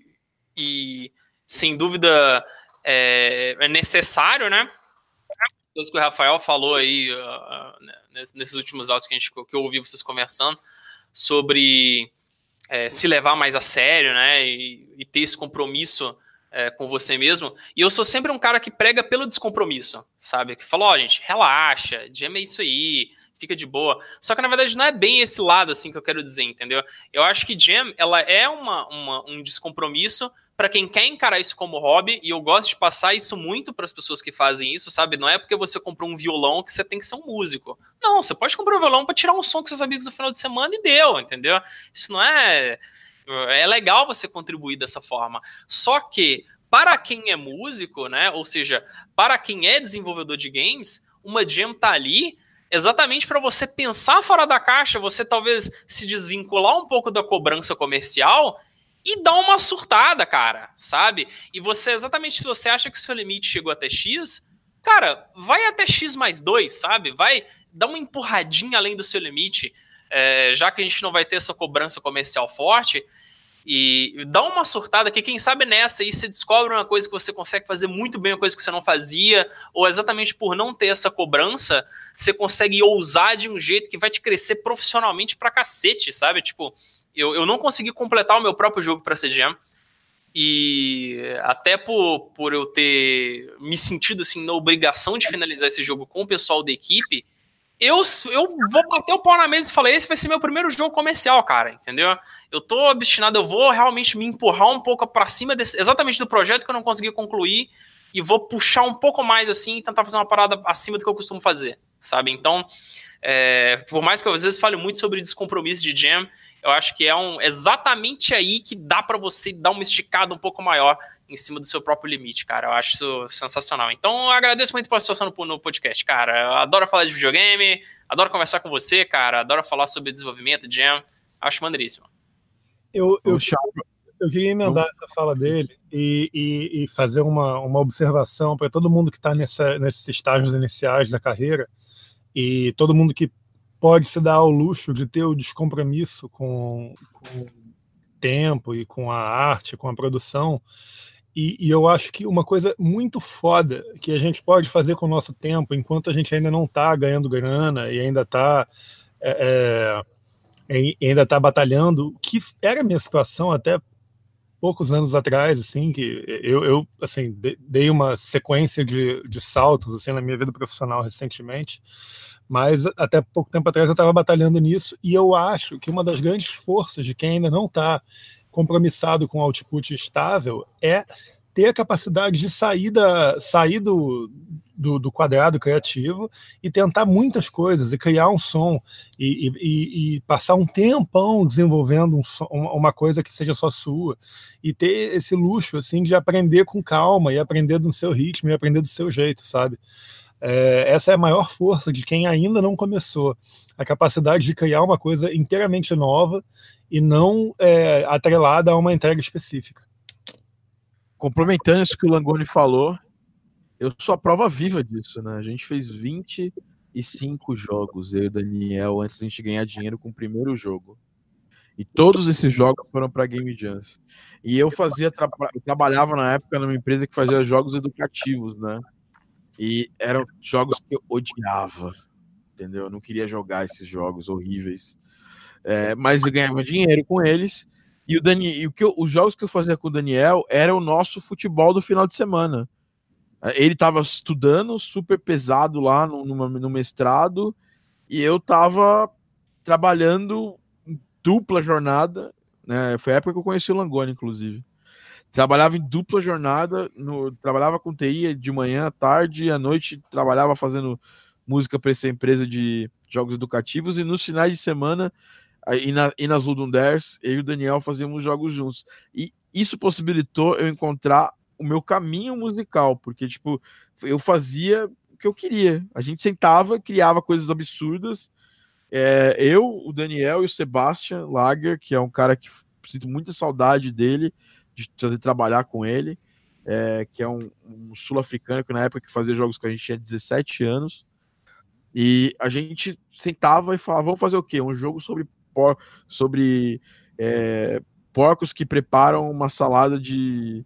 e sem dúvida é necessário, né? Coisa que o Rafael falou aí nesses últimos áudios que eu ouvi vocês conversando sobre se levar mais a sério, né? E ter esse compromisso com você mesmo. E eu sou sempre um cara que prega pelo descompromisso, sabe? Que fala, gente, relaxa, Jam é isso aí, fica de boa. Só que, na verdade, não é bem esse lado, assim, que eu quero dizer, entendeu? Eu acho que Jam, ela é um descompromisso para quem quer encarar isso como hobby, e eu gosto de passar isso muito para as pessoas que fazem isso, sabe? Não é porque você comprou um violão que você tem que ser um músico. Não, você pode comprar um violão para tirar um som com seus amigos no final de semana e deu, entendeu? Isso não é... É legal você contribuir dessa forma. Só que, para quem é músico, né? Ou seja, para quem é desenvolvedor de games, uma Jam tá ali exatamente para você pensar fora da caixa, você talvez se desvincular um pouco da cobrança comercial e dar uma surtada, cara, sabe? E você, exatamente, se você acha que seu limite chegou até X, cara, vai até X mais 2, sabe? Vai dar uma empurradinha além do seu limite, já que a gente não vai ter essa cobrança comercial forte, e dá uma surtada que quem sabe nessa aí você descobre uma coisa que você consegue fazer muito bem, uma coisa que você não fazia, ou exatamente por não ter essa cobrança, você consegue ousar de um jeito que vai te crescer profissionalmente pra cacete, sabe? Tipo, eu não consegui completar o meu próprio jogo pra ser Jam, e até por eu ter me sentido assim na obrigação de finalizar esse jogo com o pessoal da equipe, eu vou bater o pau na mesa e falar, esse vai ser meu primeiro jogo comercial, cara, entendeu? Eu tô obstinado, eu vou realmente me empurrar um pouco pra cima exatamente do projeto que eu não consegui concluir e vou puxar um pouco mais assim e tentar fazer uma parada acima do que eu costumo fazer, sabe? Então, por mais que eu às vezes fale muito sobre descompromisso de Jam, eu acho que é exatamente aí que dá para você dar uma esticada um pouco maior em cima do seu próprio limite, cara. Eu acho isso sensacional. Então, eu agradeço muito a participação no podcast, cara. Eu adoro falar de videogame, adoro conversar com você, cara. Adoro falar sobre desenvolvimento, jam. Acho maneiríssimo. Eu queria emendar essa fala dele e fazer uma observação para todo mundo que está nesses estágios iniciais da carreira e todo mundo que pode se dar ao luxo de ter o descompromisso com o tempo e com a arte, com a produção. E eu acho que uma coisa muito foda que a gente pode fazer com o nosso tempo, enquanto a gente ainda não está ganhando grana e ainda está batalhando, que era a minha situação até poucos anos atrás, assim, que eu assim, dei uma sequência de saltos assim, na minha vida profissional recentemente, mas até pouco tempo atrás eu estava batalhando nisso, e eu acho que uma das grandes forças de quem ainda não está compromissado com output estável é ter a capacidade de sair do quadrado criativo e tentar muitas coisas, e criar um som, e passar um tempão desenvolvendo uma coisa que seja só sua, e ter esse luxo assim, de aprender com calma, e aprender do seu ritmo, e aprender do seu jeito, sabe? Essa é a maior força de quem ainda não começou, a capacidade de criar uma coisa inteiramente nova e não atrelada a uma entrega específica. Complementando isso que o Langoni falou, eu sou a prova viva disso, né? A gente fez 25 jogos, eu e o Daniel, antes da gente ganhar dinheiro com o primeiro jogo. E todos esses jogos foram para Game Jams. E eu trabalhava na época numa empresa que fazia jogos educativos, né? E eram jogos que eu odiava, entendeu? Eu não queria jogar esses jogos horríveis. Mas eu ganhava dinheiro com eles. E os jogos que eu fazia com o Daniel era o nosso futebol do final de semana. Ele estava estudando super pesado lá no mestrado, e eu estava trabalhando em dupla jornada, né? Foi a época que eu conheci o Langoni, inclusive. Trabalhava em dupla jornada, trabalhava com TI de manhã, à tarde, à noite trabalhava fazendo música para essa empresa de jogos educativos, e nos finais de semana, e nas Ludunders, eu e o Daniel fazíamos jogos juntos. E isso possibilitou eu encontrar o meu caminho musical, porque tipo, eu fazia o que eu queria. A gente sentava, criava coisas absurdas. Eu, o Daniel e o Sebastian Lager, que é um cara que sinto muita saudade dele, de trabalhar com ele, que é um sul-africano que na época que fazia jogos com a gente tinha 17 anos, e a gente sentava e falava, vamos fazer o quê? Um jogo sobre porcos que preparam uma salada de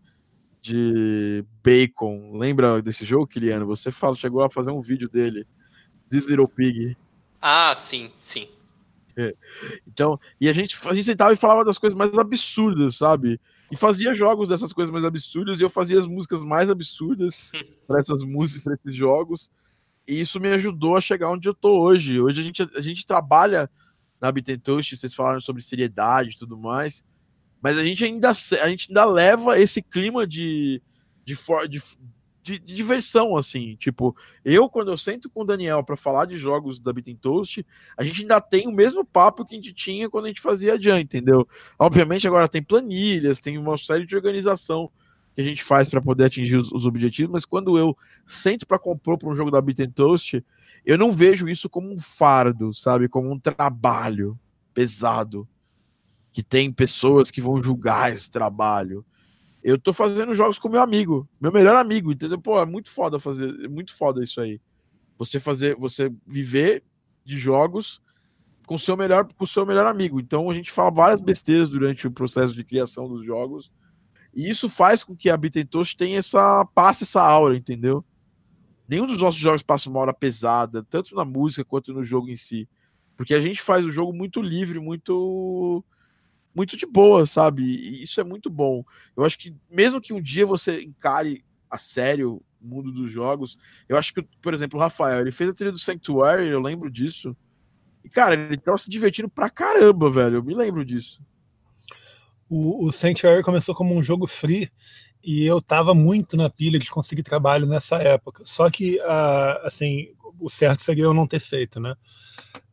bacon. Lembra desse jogo, Kiliano? Você chegou a fazer um vídeo dele, This Little Pig. Ah, sim. Então, e a gente sentava e falava das coisas mais absurdas, sabe? E fazia jogos dessas coisas mais absurdas, e eu fazia as músicas mais absurdas para essas músicas, para esses jogos, e isso me ajudou a chegar onde eu tô hoje. Hoje a gente trabalha na Beat & Toast, vocês falaram sobre seriedade e tudo mais, mas a gente ainda leva esse clima de diversão, assim, tipo, quando eu sento com o Daniel para falar de jogos da Beat & Toast, a gente ainda tem o mesmo papo que a gente tinha quando a gente fazia Jam, entendeu? Obviamente agora tem planilhas, tem uma série de organização que a gente faz para poder atingir os objetivos, mas quando eu sento para compor para um jogo da Beat & Toast, eu não vejo isso como um fardo, sabe? Como um trabalho pesado, que tem pessoas que vão julgar esse trabalho. Eu tô fazendo jogos com meu amigo, meu melhor amigo, entendeu? Pô, é muito foda é muito foda isso aí. Você viver de jogos com o seu melhor amigo. Então a gente fala várias besteiras durante o processo de criação dos jogos, e isso faz com que a Beat & Toast passe essa aura, entendeu? Nenhum dos nossos jogos passa uma aura pesada, tanto na música quanto no jogo em si. Porque a gente faz o jogo muito livre, muito de boa, sabe? E isso é muito bom. Eu acho que mesmo que um dia você encare a sério o mundo dos jogos, eu acho que, por exemplo, o Rafael, ele fez a trilha do Sanctuary, eu lembro disso. E, cara, ele tava se divertindo pra caramba, velho. Eu me lembro disso. O Sanctuary começou como um jogo free, e eu tava muito na pilha de conseguir trabalho nessa época. Só que, assim, o certo seria eu não ter feito, né?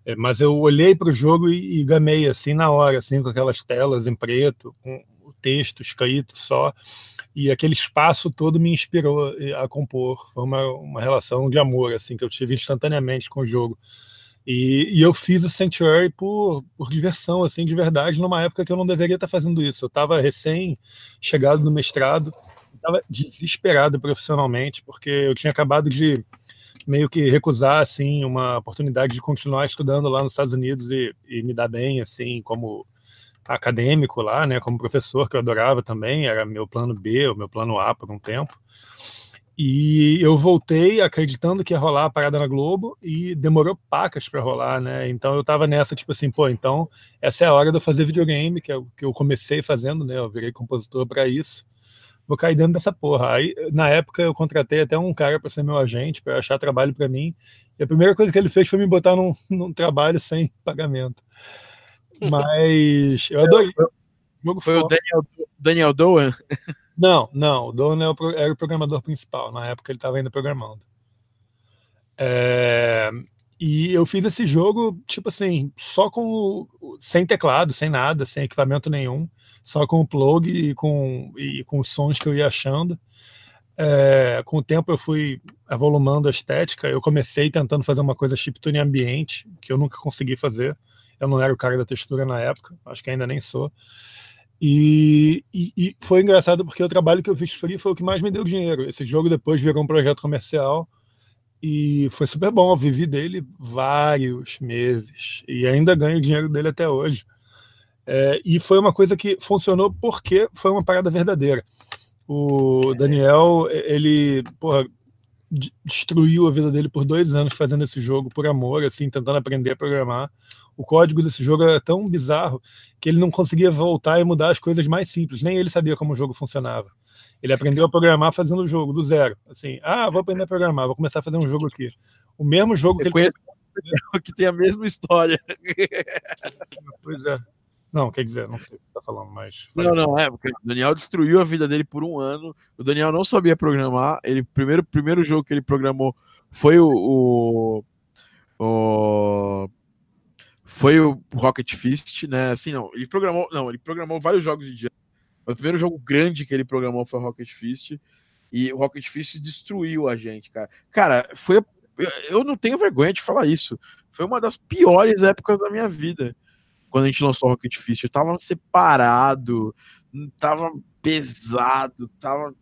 Mas eu olhei para o jogo e gamei assim na hora, assim, com aquelas telas em preto, com o texto escrito só, e aquele espaço todo me inspirou a compor. Foi uma relação de amor assim que eu tive instantaneamente com o jogo. E eu fiz o Sanctuary por diversão, assim, de verdade, numa época que eu não deveria estar fazendo isso. Eu estava recém-chegado no mestrado, estava desesperado profissionalmente, porque eu tinha acabado de meio que recusar assim uma oportunidade de continuar estudando lá nos Estados Unidos e me dar bem assim como acadêmico lá, né, como professor, que eu adorava também, era meu plano B, o meu plano A por um tempo. E eu voltei acreditando que ia rolar a parada na Globo e demorou pacas para rolar, né? Então eu tava nessa, tipo assim, pô, então essa é a hora de eu fazer videogame, que é o que eu comecei fazendo, né? Eu virei compositor para isso. Vou cair dentro dessa porra. Aí, na época, eu contratei até um cara para ser meu agente, para achar trabalho para mim. E a primeira coisa que ele fez foi me botar num trabalho sem pagamento. Mas eu adorei. Foi o Daniel Doan? Não, o Doan era o programador principal. Na época ele estava ainda programando. E eu fiz esse jogo, tipo assim, só sem teclado, sem nada, sem equipamento nenhum, só com o plug e com os sons que eu ia achando. Com o tempo eu fui avolumando a estética. Eu comecei tentando fazer uma coisa chiptune ambiente, que eu nunca consegui fazer. Eu não era o cara da textura na época, acho que ainda nem sou. E foi engraçado porque o trabalho que eu fiz free foi o que mais me deu dinheiro. Esse jogo depois virou um projeto comercial e foi super bom. Eu vivi dele vários meses e ainda ganho dinheiro dele até hoje. E foi uma coisa que funcionou porque foi uma parada verdadeira. O Daniel, ele destruiu a vida dele por 2 anos fazendo esse jogo por amor, assim, tentando aprender a programar. O código desse jogo era tão bizarro que ele não conseguia voltar e mudar as coisas mais simples. Nem ele sabia como o jogo funcionava. Ele aprendeu a programar fazendo o jogo do zero. Assim, vou aprender a programar, vou começar a fazer um jogo aqui. O mesmo jogo que ele conheço que tem a mesma história. Pois é. Não, quer dizer, não sei o que você tá falando, mas... Não, porque o Daniel destruiu a vida dele por 1 ano. O Daniel não sabia programar. O primeiro jogo que ele programou foi o Rocket Fist, né? Assim, ele programou vários jogos de dia. O primeiro jogo grande que ele programou foi o Rocket Fist. E o Rocket Fist destruiu a gente, cara. Cara, eu não tenho vergonha de falar isso. Foi uma das piores épocas da minha vida. Quando a gente lançou o Rocket Fist, eu tava separado, tava pesado, tava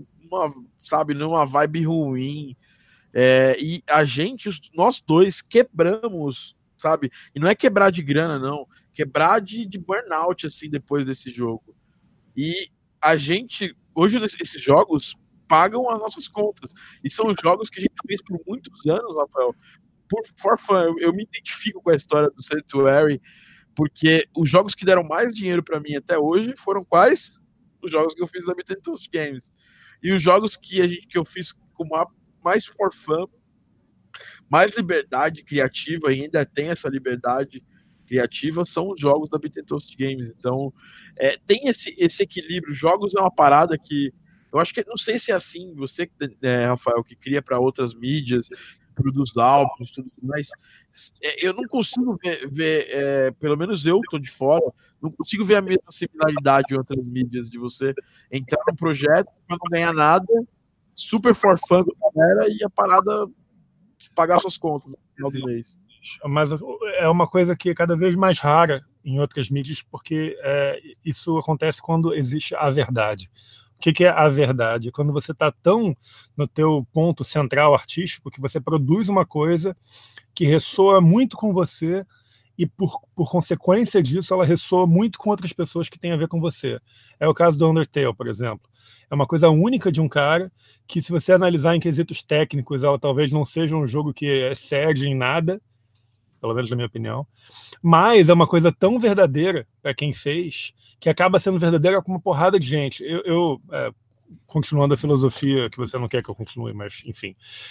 numa vibe ruim. E nós dois quebramos, sabe? E não é quebrar de grana, não. Quebrar de burnout, assim, depois desse jogo. E a gente, hoje, esses jogos pagam as nossas contas. E são jogos que a gente fez por muitos anos, Rafael. For fun, eu me identifico com a história do Sanctuary, porque os jogos que deram mais dinheiro para mim até hoje foram quais? Os jogos que eu fiz da Bitten Toast Games. E os jogos que eu fiz com mais for fun, mais liberdade criativa, e ainda tem essa liberdade criativa, são os jogos da Bitten Toast Games. Então, tem esse equilíbrio. Jogos é uma parada que eu acho que, não sei se é assim, você, Rafael, que cria para outras mídias, produz álbuns, tudo, mas eu não consigo ver pelo menos eu tô de fora, não consigo ver a mesma similaridade em outras mídias, de você entrar num projeto para não ganhar nada, super for fun com a galera e a parada pagar suas contas no final do mês. Mas é uma coisa que é cada vez mais rara em outras mídias, porque isso acontece quando existe a verdade. O que é a verdade? Quando você está tão no teu ponto central artístico que você produz uma coisa que ressoa muito com você e, por consequência disso, ela ressoa muito com outras pessoas que têm a ver com você. É o caso do Undertale, por exemplo. É uma coisa única de um cara que, se você analisar em quesitos técnicos, ela talvez não seja um jogo que excede em nada, pelo menos na minha opinião, mas é uma coisa tão verdadeira para quem fez, que acaba sendo verdadeira com uma porrada de gente. Continuando a filosofia, que você não quer que eu continue, mas enfim.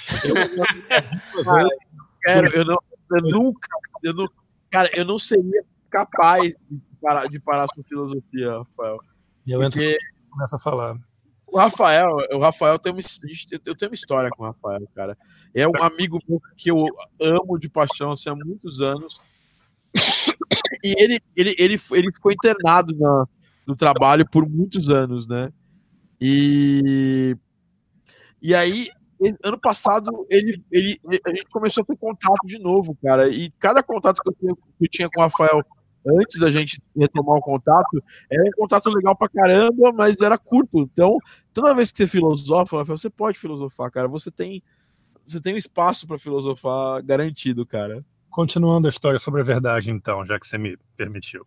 Eu não seria capaz de parar sua filosofia, Rafael. E eu começo a falar. O Rafael tem eu tenho uma história com o Rafael, cara. É um amigo meu que eu amo de paixão assim, há muitos anos. E ele ficou internado no trabalho por muitos anos, né? E aí, ano passado, a gente começou a ter contato de novo, cara. E cada contato que eu tinha com o Rafael antes da gente retomar o contato, era um contato legal pra caramba, mas era curto. Então, toda vez que você filosofa, Rafael, você pode filosofar, cara. Você tem um espaço para filosofar garantido, cara. Continuando a história sobre a verdade, então, já que você me permitiu.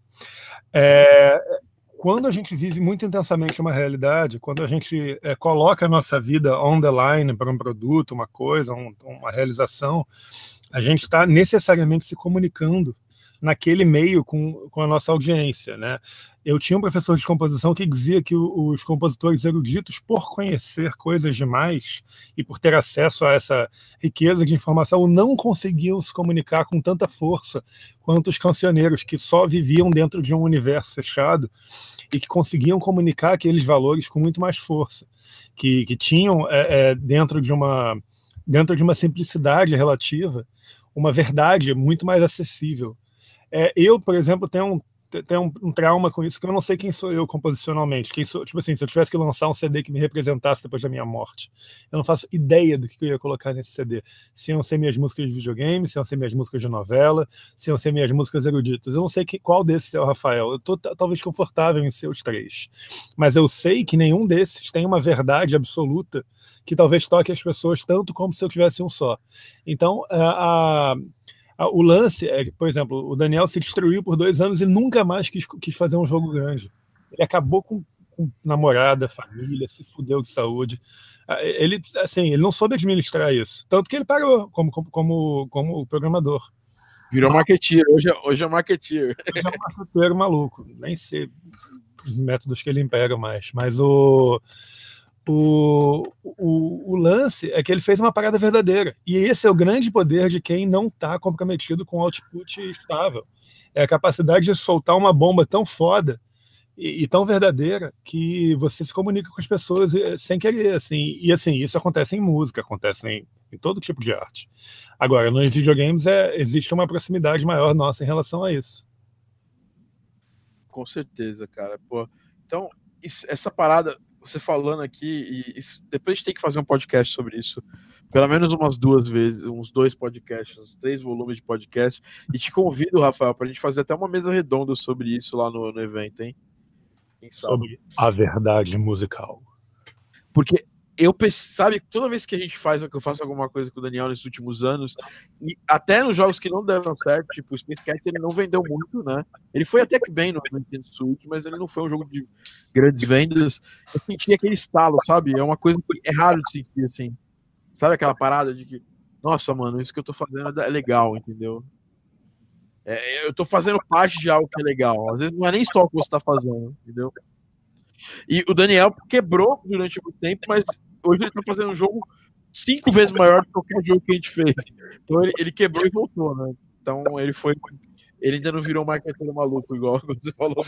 Quando a gente vive muito intensamente uma realidade, quando a gente coloca a nossa vida on the line para um produto, uma coisa, uma realização, a gente está necessariamente se comunicando naquele meio com a nossa audiência, né? Eu tinha um professor de composição que dizia que os compositores eruditos, por conhecer coisas demais e por ter acesso a essa riqueza de informação, não conseguiam se comunicar com tanta força quanto os cancioneiros, que só viviam dentro de um universo fechado e que conseguiam comunicar aqueles valores com muito mais força, que tinham dentro de uma simplicidade relativa, uma verdade muito mais acessível. Eu, por exemplo, tenho um trauma com isso, que eu não sei quem sou eu composicionalmente. Tipo assim, se eu tivesse que lançar um CD que me representasse depois da minha morte, eu não faço ideia do que eu ia colocar nesse CD. Se iam ser minhas músicas de videogame, se iam ser minhas músicas de novela, se iam ser minhas músicas eruditas. Eu não sei qual desses é o Rafael. Eu estou talvez confortável em ser os três. Mas eu sei que nenhum desses tem uma verdade absoluta que talvez toque as pessoas tanto como se eu tivesse um só. Então, o lance é que, por exemplo, o Daniel se destruiu por 2 anos e nunca mais quis fazer um jogo grande. Ele acabou com namorada, família, se fudeu de saúde. Ele não soube administrar isso. Tanto que ele parou como programador. Virou marketeer. Hoje é marketeer. Hoje é um marketeiro maluco. Nem sei os métodos que ele emprega mais. Mas o lance é que ele fez uma parada verdadeira. E esse é o grande poder de quem não está comprometido com output estável. É a capacidade de soltar uma bomba tão foda e tão verdadeira que você se comunica com as pessoas sem querer. Assim. E assim, isso acontece em música, acontece em todo tipo de arte. Agora, nos videogames existe uma proximidade maior nossa em relação a isso. Com certeza, cara. Pô, então, essa parada... Você falando aqui, depois a gente tem que fazer um podcast sobre isso, pelo menos umas 2 vezes, uns 2 podcasts, uns 3 volumes de podcast, e te convido, Rafael, pra gente fazer até uma mesa redonda sobre isso lá no evento, hein? Sobre a verdade musical. Porque sabe, toda vez que a gente faz, que eu faço alguma coisa com o Daniel nesses últimos anos, e até nos jogos que não deram certo, tipo o Space Cats, ele não vendeu muito, né? Ele foi até que bem no Nintendo Switch, mas ele não foi um jogo de grandes vendas. Eu senti aquele estalo, sabe? É uma coisa que é raro de sentir, assim. Sabe aquela parada de que, nossa, mano, isso que eu tô fazendo é legal, entendeu? Eu tô fazendo parte de algo que é legal. Às vezes não é nem só o que você tá fazendo, entendeu? E o Daniel quebrou durante muito tempo, mas hoje ele tá fazendo um jogo 5 vezes maior do que qualquer jogo que a gente fez. Então ele quebrou e voltou, né? Então ele ainda não virou um marqueteiro maluco, igual você falou.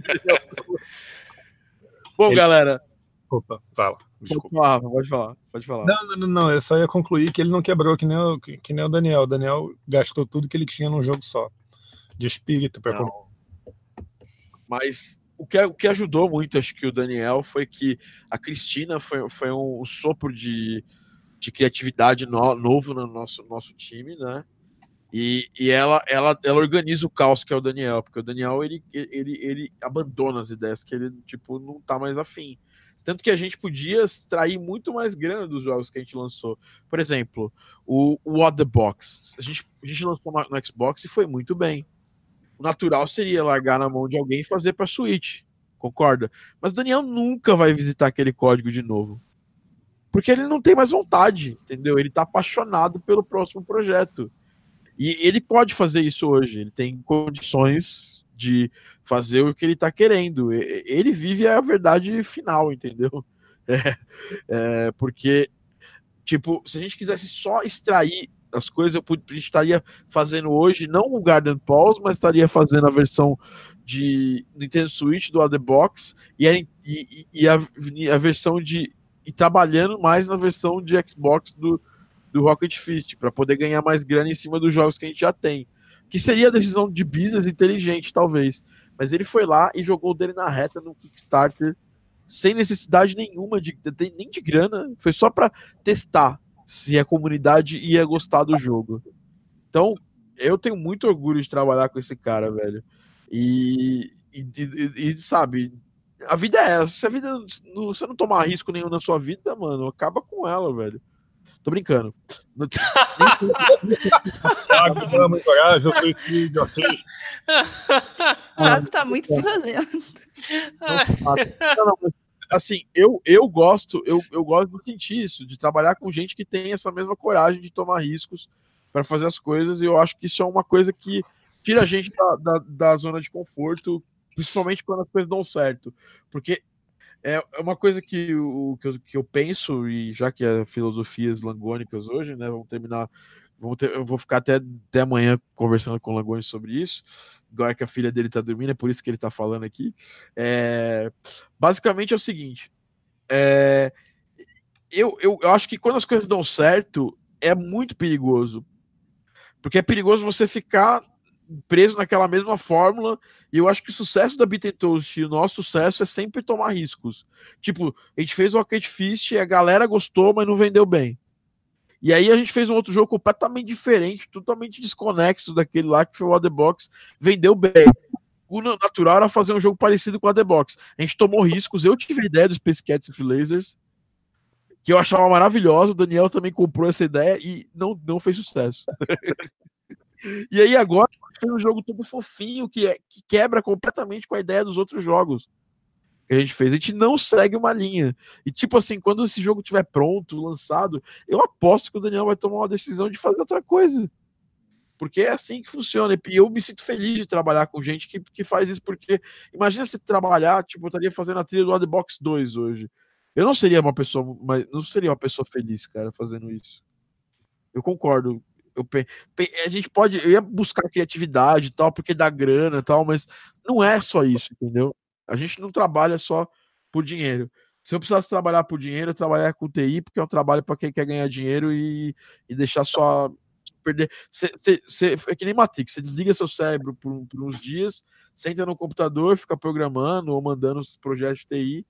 Bom, galera. Opa, fala. Desculpa. Pode falar. Não, eu só ia concluir que ele não quebrou que nem o Daniel. O Daniel gastou tudo que ele tinha num jogo só. De espírito para comprar. Mas o que ajudou muito, acho que o Daniel, foi que a Cristina foi um sopro de criatividade novo no nosso time, né? E ela organiza o caos que é o Daniel, porque o Daniel ele abandona as ideias que ele tipo não tá mais afim. Tanto que a gente podia extrair muito mais grana dos jogos que a gente lançou. Por exemplo, o What the Box. A gente lançou no Xbox e foi muito bem. O natural seria largar na mão de alguém e fazer para Switch, concorda? Mas o Daniel nunca vai visitar aquele código de novo. Porque ele não tem mais vontade, entendeu? Ele tá apaixonado pelo próximo projeto. E ele pode fazer isso hoje. Ele tem condições de fazer o que ele tá querendo. Ele vive a verdade final, entendeu? Porque, tipo, se a gente quisesse só extrair as coisas, a gente estaria fazendo hoje, não o Garden Pulse, mas estaria fazendo a versão de Nintendo Switch do Out the Box e a versão de... e trabalhando mais na versão de Xbox do Rocket Fist, para poder ganhar mais grana em cima dos jogos que a gente já tem. Que seria a decisão de business inteligente, talvez. Mas ele foi lá e jogou o dele na reta no Kickstarter, sem necessidade nenhuma, nem de grana. Foi só para testar se a comunidade ia gostar do jogo. Então, eu tenho muito orgulho de trabalhar com esse cara, velho. E sabe, a vida é essa. Se a vida você não tomar risco nenhum na sua vida, mano, acaba com ela, velho. Tô brincando. Thiago tá muito violento. Assim, eu gosto de sentir isso, de trabalhar com gente que tem essa mesma coragem de tomar riscos para fazer as coisas, e eu acho que isso é uma coisa que tira a gente da zona de conforto, principalmente quando as coisas dão certo. Porque é uma coisa que eu penso, e já que é filosofias langônicas hoje, né? Vamos terminar. Eu vou ficar até amanhã conversando com o Langoni sobre isso. Agora que a filha dele tá dormindo, é por isso que ele tá falando aqui. Basicamente é o seguinte: eu acho que quando as coisas dão certo, é muito perigoso. Porque é perigoso você ficar preso naquela mesma fórmula, e eu acho que o sucesso da Beat & Toast e o nosso sucesso é sempre tomar riscos. Tipo, a gente fez o Rocket Fist e a galera gostou, mas não vendeu bem. E aí a gente fez um outro jogo completamente diferente, totalmente desconexo daquele lá, que foi o Out the Box, vendeu bem. O natural era fazer um jogo parecido com o Out the Box. A gente tomou riscos, eu tive a ideia do Space Cats of Lasers, que eu achava maravilhosa, o Daniel também comprou essa ideia e não fez sucesso. E aí agora foi um jogo todo fofinho que quebra completamente com a ideia dos outros jogos que a gente fez. A gente não segue uma linha. E tipo assim, quando esse jogo estiver pronto, lançado, eu aposto que o Daniel vai tomar uma decisão de fazer outra coisa. Porque é assim que funciona. E eu me sinto feliz de trabalhar com gente que faz isso, porque imagina se trabalhar, tipo, eu estaria fazendo a trilha do Out the Box 2 hoje. Eu não seria uma pessoa feliz, cara, fazendo isso. Eu concordo. A gente eu ia buscar criatividade e tal, porque dá grana e tal, mas não é só isso, entendeu? A gente não trabalha só por dinheiro. Se eu precisasse trabalhar por dinheiro, eu trabalhar com TI, porque é um trabalho para quem quer ganhar dinheiro e deixar só perder. É que nem Matrix, você desliga seu cérebro por uns dias, senta no computador, fica programando ou mandando os projetos de TI.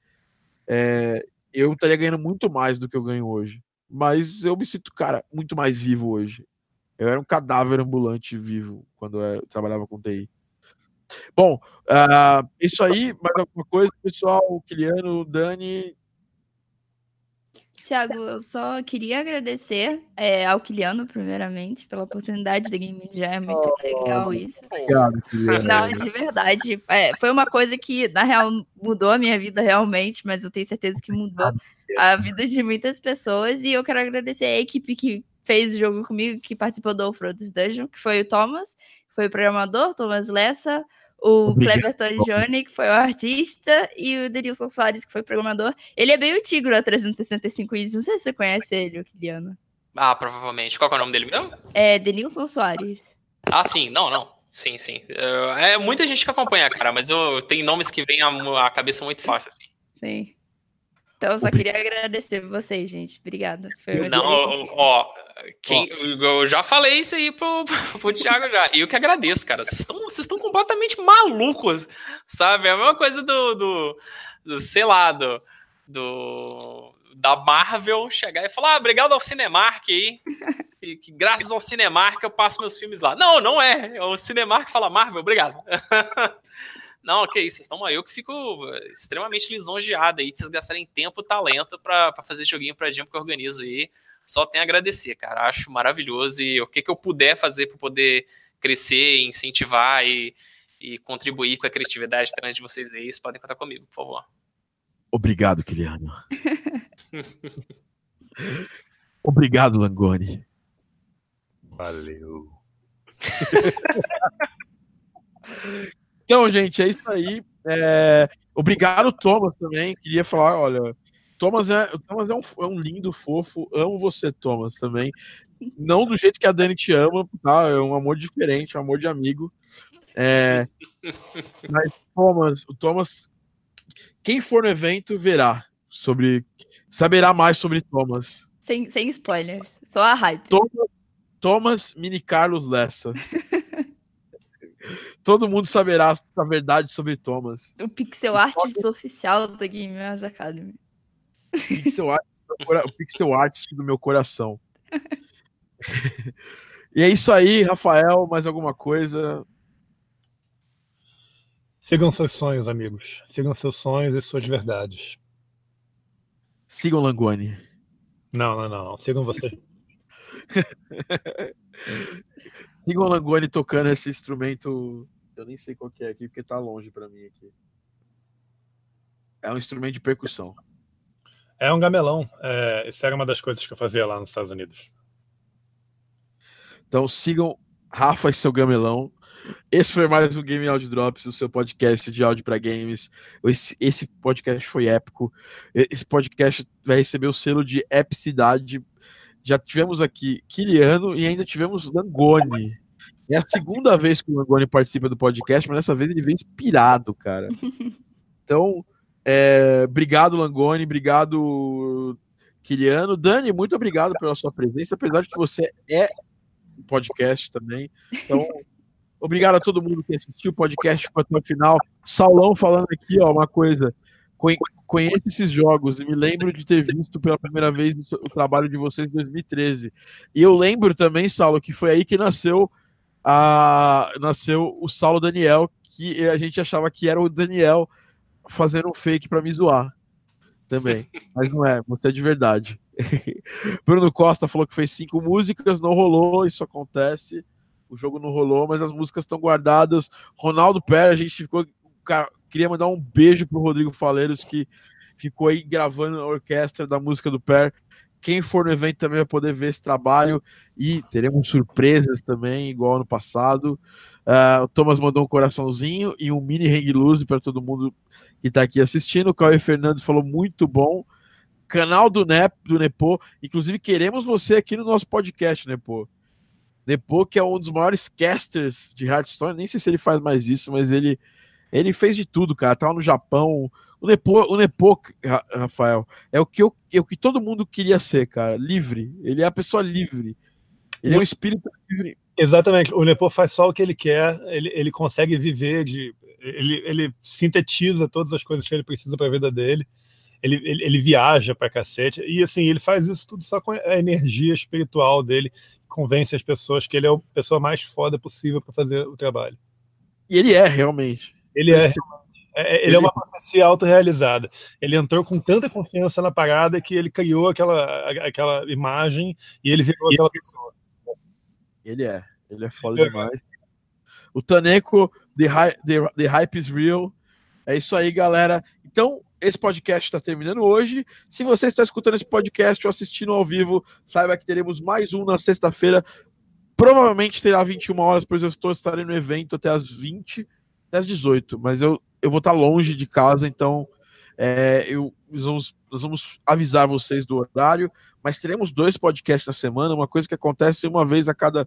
Eu estaria ganhando muito mais do que eu ganho hoje. Mas eu me sinto, cara, muito mais vivo hoje. Eu era um cadáver ambulante vivo quando eu trabalhava com TI. Bom, isso aí, mais alguma coisa, pessoal? Kiliano, Dani? Thiago, eu só queria agradecer ao Kiliano, primeiramente, pela oportunidade da Game Já, é muito legal isso. Obrigado, Kiliano. Não, de verdade. Foi uma coisa que, na real, mudou a minha vida realmente, mas eu tenho certeza que mudou a vida de muitas pessoas, e eu quero agradecer a equipe que fez o jogo comigo, que participou do Frodo's Dungeon, que foi o Thomas, que foi o programador, Thomas Lessa, o Cleverton Johnny, que foi o artista, e o Denilson Soares, que foi o programador. Ele é bem o Tigro a 365 Is. Não sei se você conhece ele, o Kiliano. Ah, provavelmente. Qual que é o nome dele mesmo? É Denilson Soares. Ah, sim. Não. Sim. É muita gente que acompanha, cara, mas tem nomes que vêm à cabeça muito fácil, assim. Sim. Então, eu só queria agradecer vocês, gente. Obrigada. Eu já falei isso aí pro Thiago já. E eu que agradeço, cara. Vocês estão completamente malucos, sabe? É a mesma coisa sei lá, da Marvel chegar e falar, obrigado ao Cinemark aí. Que graças ao Cinemark eu passo meus filmes lá. Não é. É o Cinemark fala, Marvel, obrigado. Não, que isso, vocês estão aí. Eu que fico extremamente lisonjeado aí de vocês gastarem tempo e talento pra fazer joguinho pra Jam que eu organizo aí. Só tenho a agradecer, cara. Acho maravilhoso. E o que eu puder fazer pra poder crescer, incentivar e contribuir com a criatividade trans de vocês aí, vocês podem contar comigo, por favor. Obrigado, Kiliano. Obrigado, Langoni. Valeu. Então, gente, é isso aí. Obrigado, Thomas, também. Queria falar, olha, Thomas é um lindo, fofo. Amo você, Thomas, também. Não do jeito que a Dani te ama, tá? É um amor diferente, um amor de amigo. Mas o Thomas, quem for no evento saberá mais sobre Thomas. Sem spoilers, só a hype. Thomas Mini Carlos Lessa. Todo mundo saberá a verdade sobre Thomas. O pixel artist oficial da Game Academy. O pixel artist do meu coração. E é isso aí, Rafael. Mais alguma coisa? Sigam seus sonhos, amigos. Sigam seus sonhos e suas verdades. Sigam Langoni. Não. Sigam você. Sigam Langoni tocando esse instrumento. Eu nem sei qual que é aqui, porque tá longe pra mim aqui. É um instrumento de percussão. É um gamelão. Isso era uma das coisas que eu fazia lá nos Estados Unidos. Então sigam Rafa e seu gamelão. Esse foi mais um Game Audio Drops, o seu podcast de áudio para games. Esse podcast foi épico. Esse podcast vai receber o selo de epicidade. Já tivemos aqui Kiliano e ainda tivemos Langoni. É a segunda vez que o Langoni participa do podcast, mas dessa vez ele vem inspirado, cara. Então, obrigado, Langoni. Obrigado, Kiliano. Dani, muito obrigado pela sua presença, apesar de que você é um podcast também. Então, obrigado a todo mundo que assistiu o podcast até o final. Saulão falando aqui, ó, uma coisa. Conheço esses jogos e me lembro de ter visto pela primeira vez o trabalho de vocês em 2013. E eu lembro também, Saulo, que foi aí que nasceu o Saulo Daniel, que a gente achava que era o Daniel fazendo um fake pra me zoar também. Mas não é, você é de verdade. Bruno Costa falou que fez 5 músicas, não rolou, isso acontece. O jogo não rolou, mas as músicas estão guardadas. Ronaldo Pérez, a gente ficou... Cara, queria mandar um beijo pro Rodrigo Faleiros, que ficou aí gravando a orquestra da música do Per. Quem for no evento também vai poder ver esse trabalho. E teremos surpresas também, igual ano passado. O Thomas mandou um coraçãozinho e um mini hang loose para todo mundo que está aqui assistindo. O Cauê Fernandes falou muito bom. Canal do Nepo. Inclusive, queremos você aqui no nosso podcast, Nepo. Nepo, que é um dos maiores casters de Hearthstone. Nem sei se ele faz mais isso, mas ele fez de tudo, cara. Tava no Japão. O Nepo, Rafael, é o que todo mundo queria ser, cara. Livre. Ele é a pessoa livre. Ele é um espírito livre. Exatamente. O Nepo faz só o que ele quer. Ele consegue viver ele sintetiza todas as coisas que ele precisa para a vida dele. Ele viaja pra cacete. E assim, ele faz isso tudo só com a energia espiritual dele. Convence as pessoas que ele é a pessoa mais foda possível para fazer o trabalho. E ele é, realmente. Ele é uma profecia autorrealizada. Ele entrou com tanta confiança na parada que ele criou aquela imagem e ele virou aquela pessoa. Ele é foda demais. O Taneco, the Hype is Real. É isso aí, galera. Então, esse podcast está terminando hoje. Se você está escutando esse podcast ou assistindo ao vivo, saiba que teremos mais um na sexta-feira. Provavelmente será 21 horas, pois eu estarei no evento até às 20, até às 18. Mas eu vou estar longe de casa, então nós vamos avisar vocês do horário. Mas teremos 2 podcasts na semana, uma coisa que acontece uma vez a cada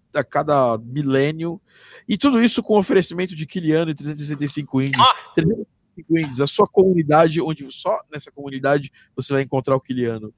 milênio. E tudo isso com oferecimento de Kiliano e 365 Indies. 365 Indies, a sua comunidade, onde só nessa comunidade você vai encontrar o Kiliano.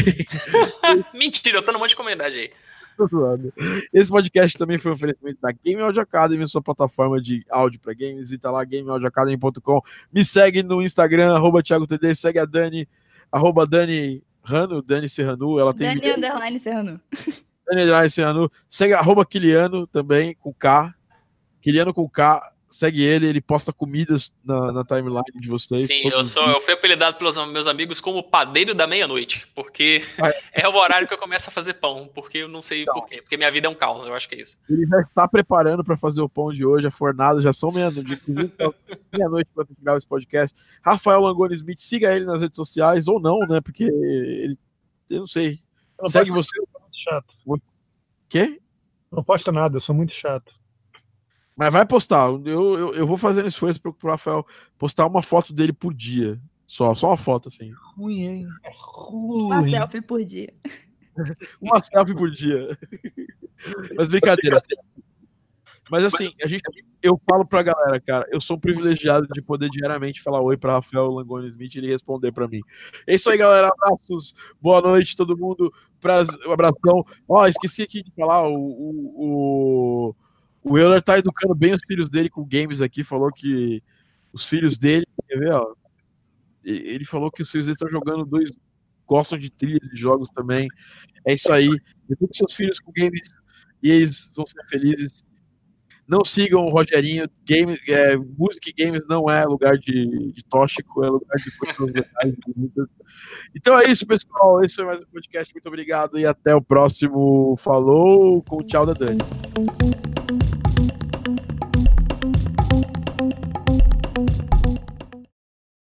Mentira, eu tô num monte de comunidade aí. Esse podcast também foi um oferecimento da Game Audio Academy, sua plataforma de áudio para games. Visita lá, gameaudioacademy.com. Me segue no Instagram, @ThiagoTD. Segue a Dani, @Dani Rano, Dani Serrano. Ela tem Dani Serrano. Dani Serrano. Segue @Kiliano também, com K. Kiliano com K. Segue ele posta comidas na timeline de vocês. Sim, eu fui apelidado pelos meus amigos como o padeiro da meia-noite, porque é o horário que eu começo a fazer pão, porque eu não sei por quê, porque minha vida é um caos, eu acho que é isso. Ele já está preparando para fazer o pão de hoje, a fornada, já são meia-noite para terminar esse podcast. Rafael Langoni Smith, siga ele nas redes sociais, ou não, né, porque eu não sei. Segue você. Eu sou muito chato. Quê? Não posta nada, eu sou muito chato. Mas vai postar. Eu vou fazendo esforço pro Rafael postar uma foto dele por dia. Só uma foto, assim. Ruim, hein? É ruim. Uma selfie por dia. Uma selfie por dia. Mas brincadeira. Mas assim, eu falo pra galera, cara, eu sou um privilegiado de poder diariamente falar oi pra Rafael Langoni Smith e ele responder pra mim. É isso aí, galera. Abraços. Boa noite, todo mundo. Um abração. Ó, esqueci aqui de falar, o Euler tá educando bem os filhos dele com games aqui, falou que os filhos dele, quer ver, ó, ele falou que os filhos dele estão jogando gostam de trilha de jogos também. É isso aí. Eduque seus filhos com games e eles vão ser felizes. Não sigam o Rogerinho. Música e games não é lugar de tóxico, é lugar de coisas legais. Então é isso, pessoal. Esse foi mais um podcast. Muito obrigado e até o próximo. Falou, com o tchau da Dani.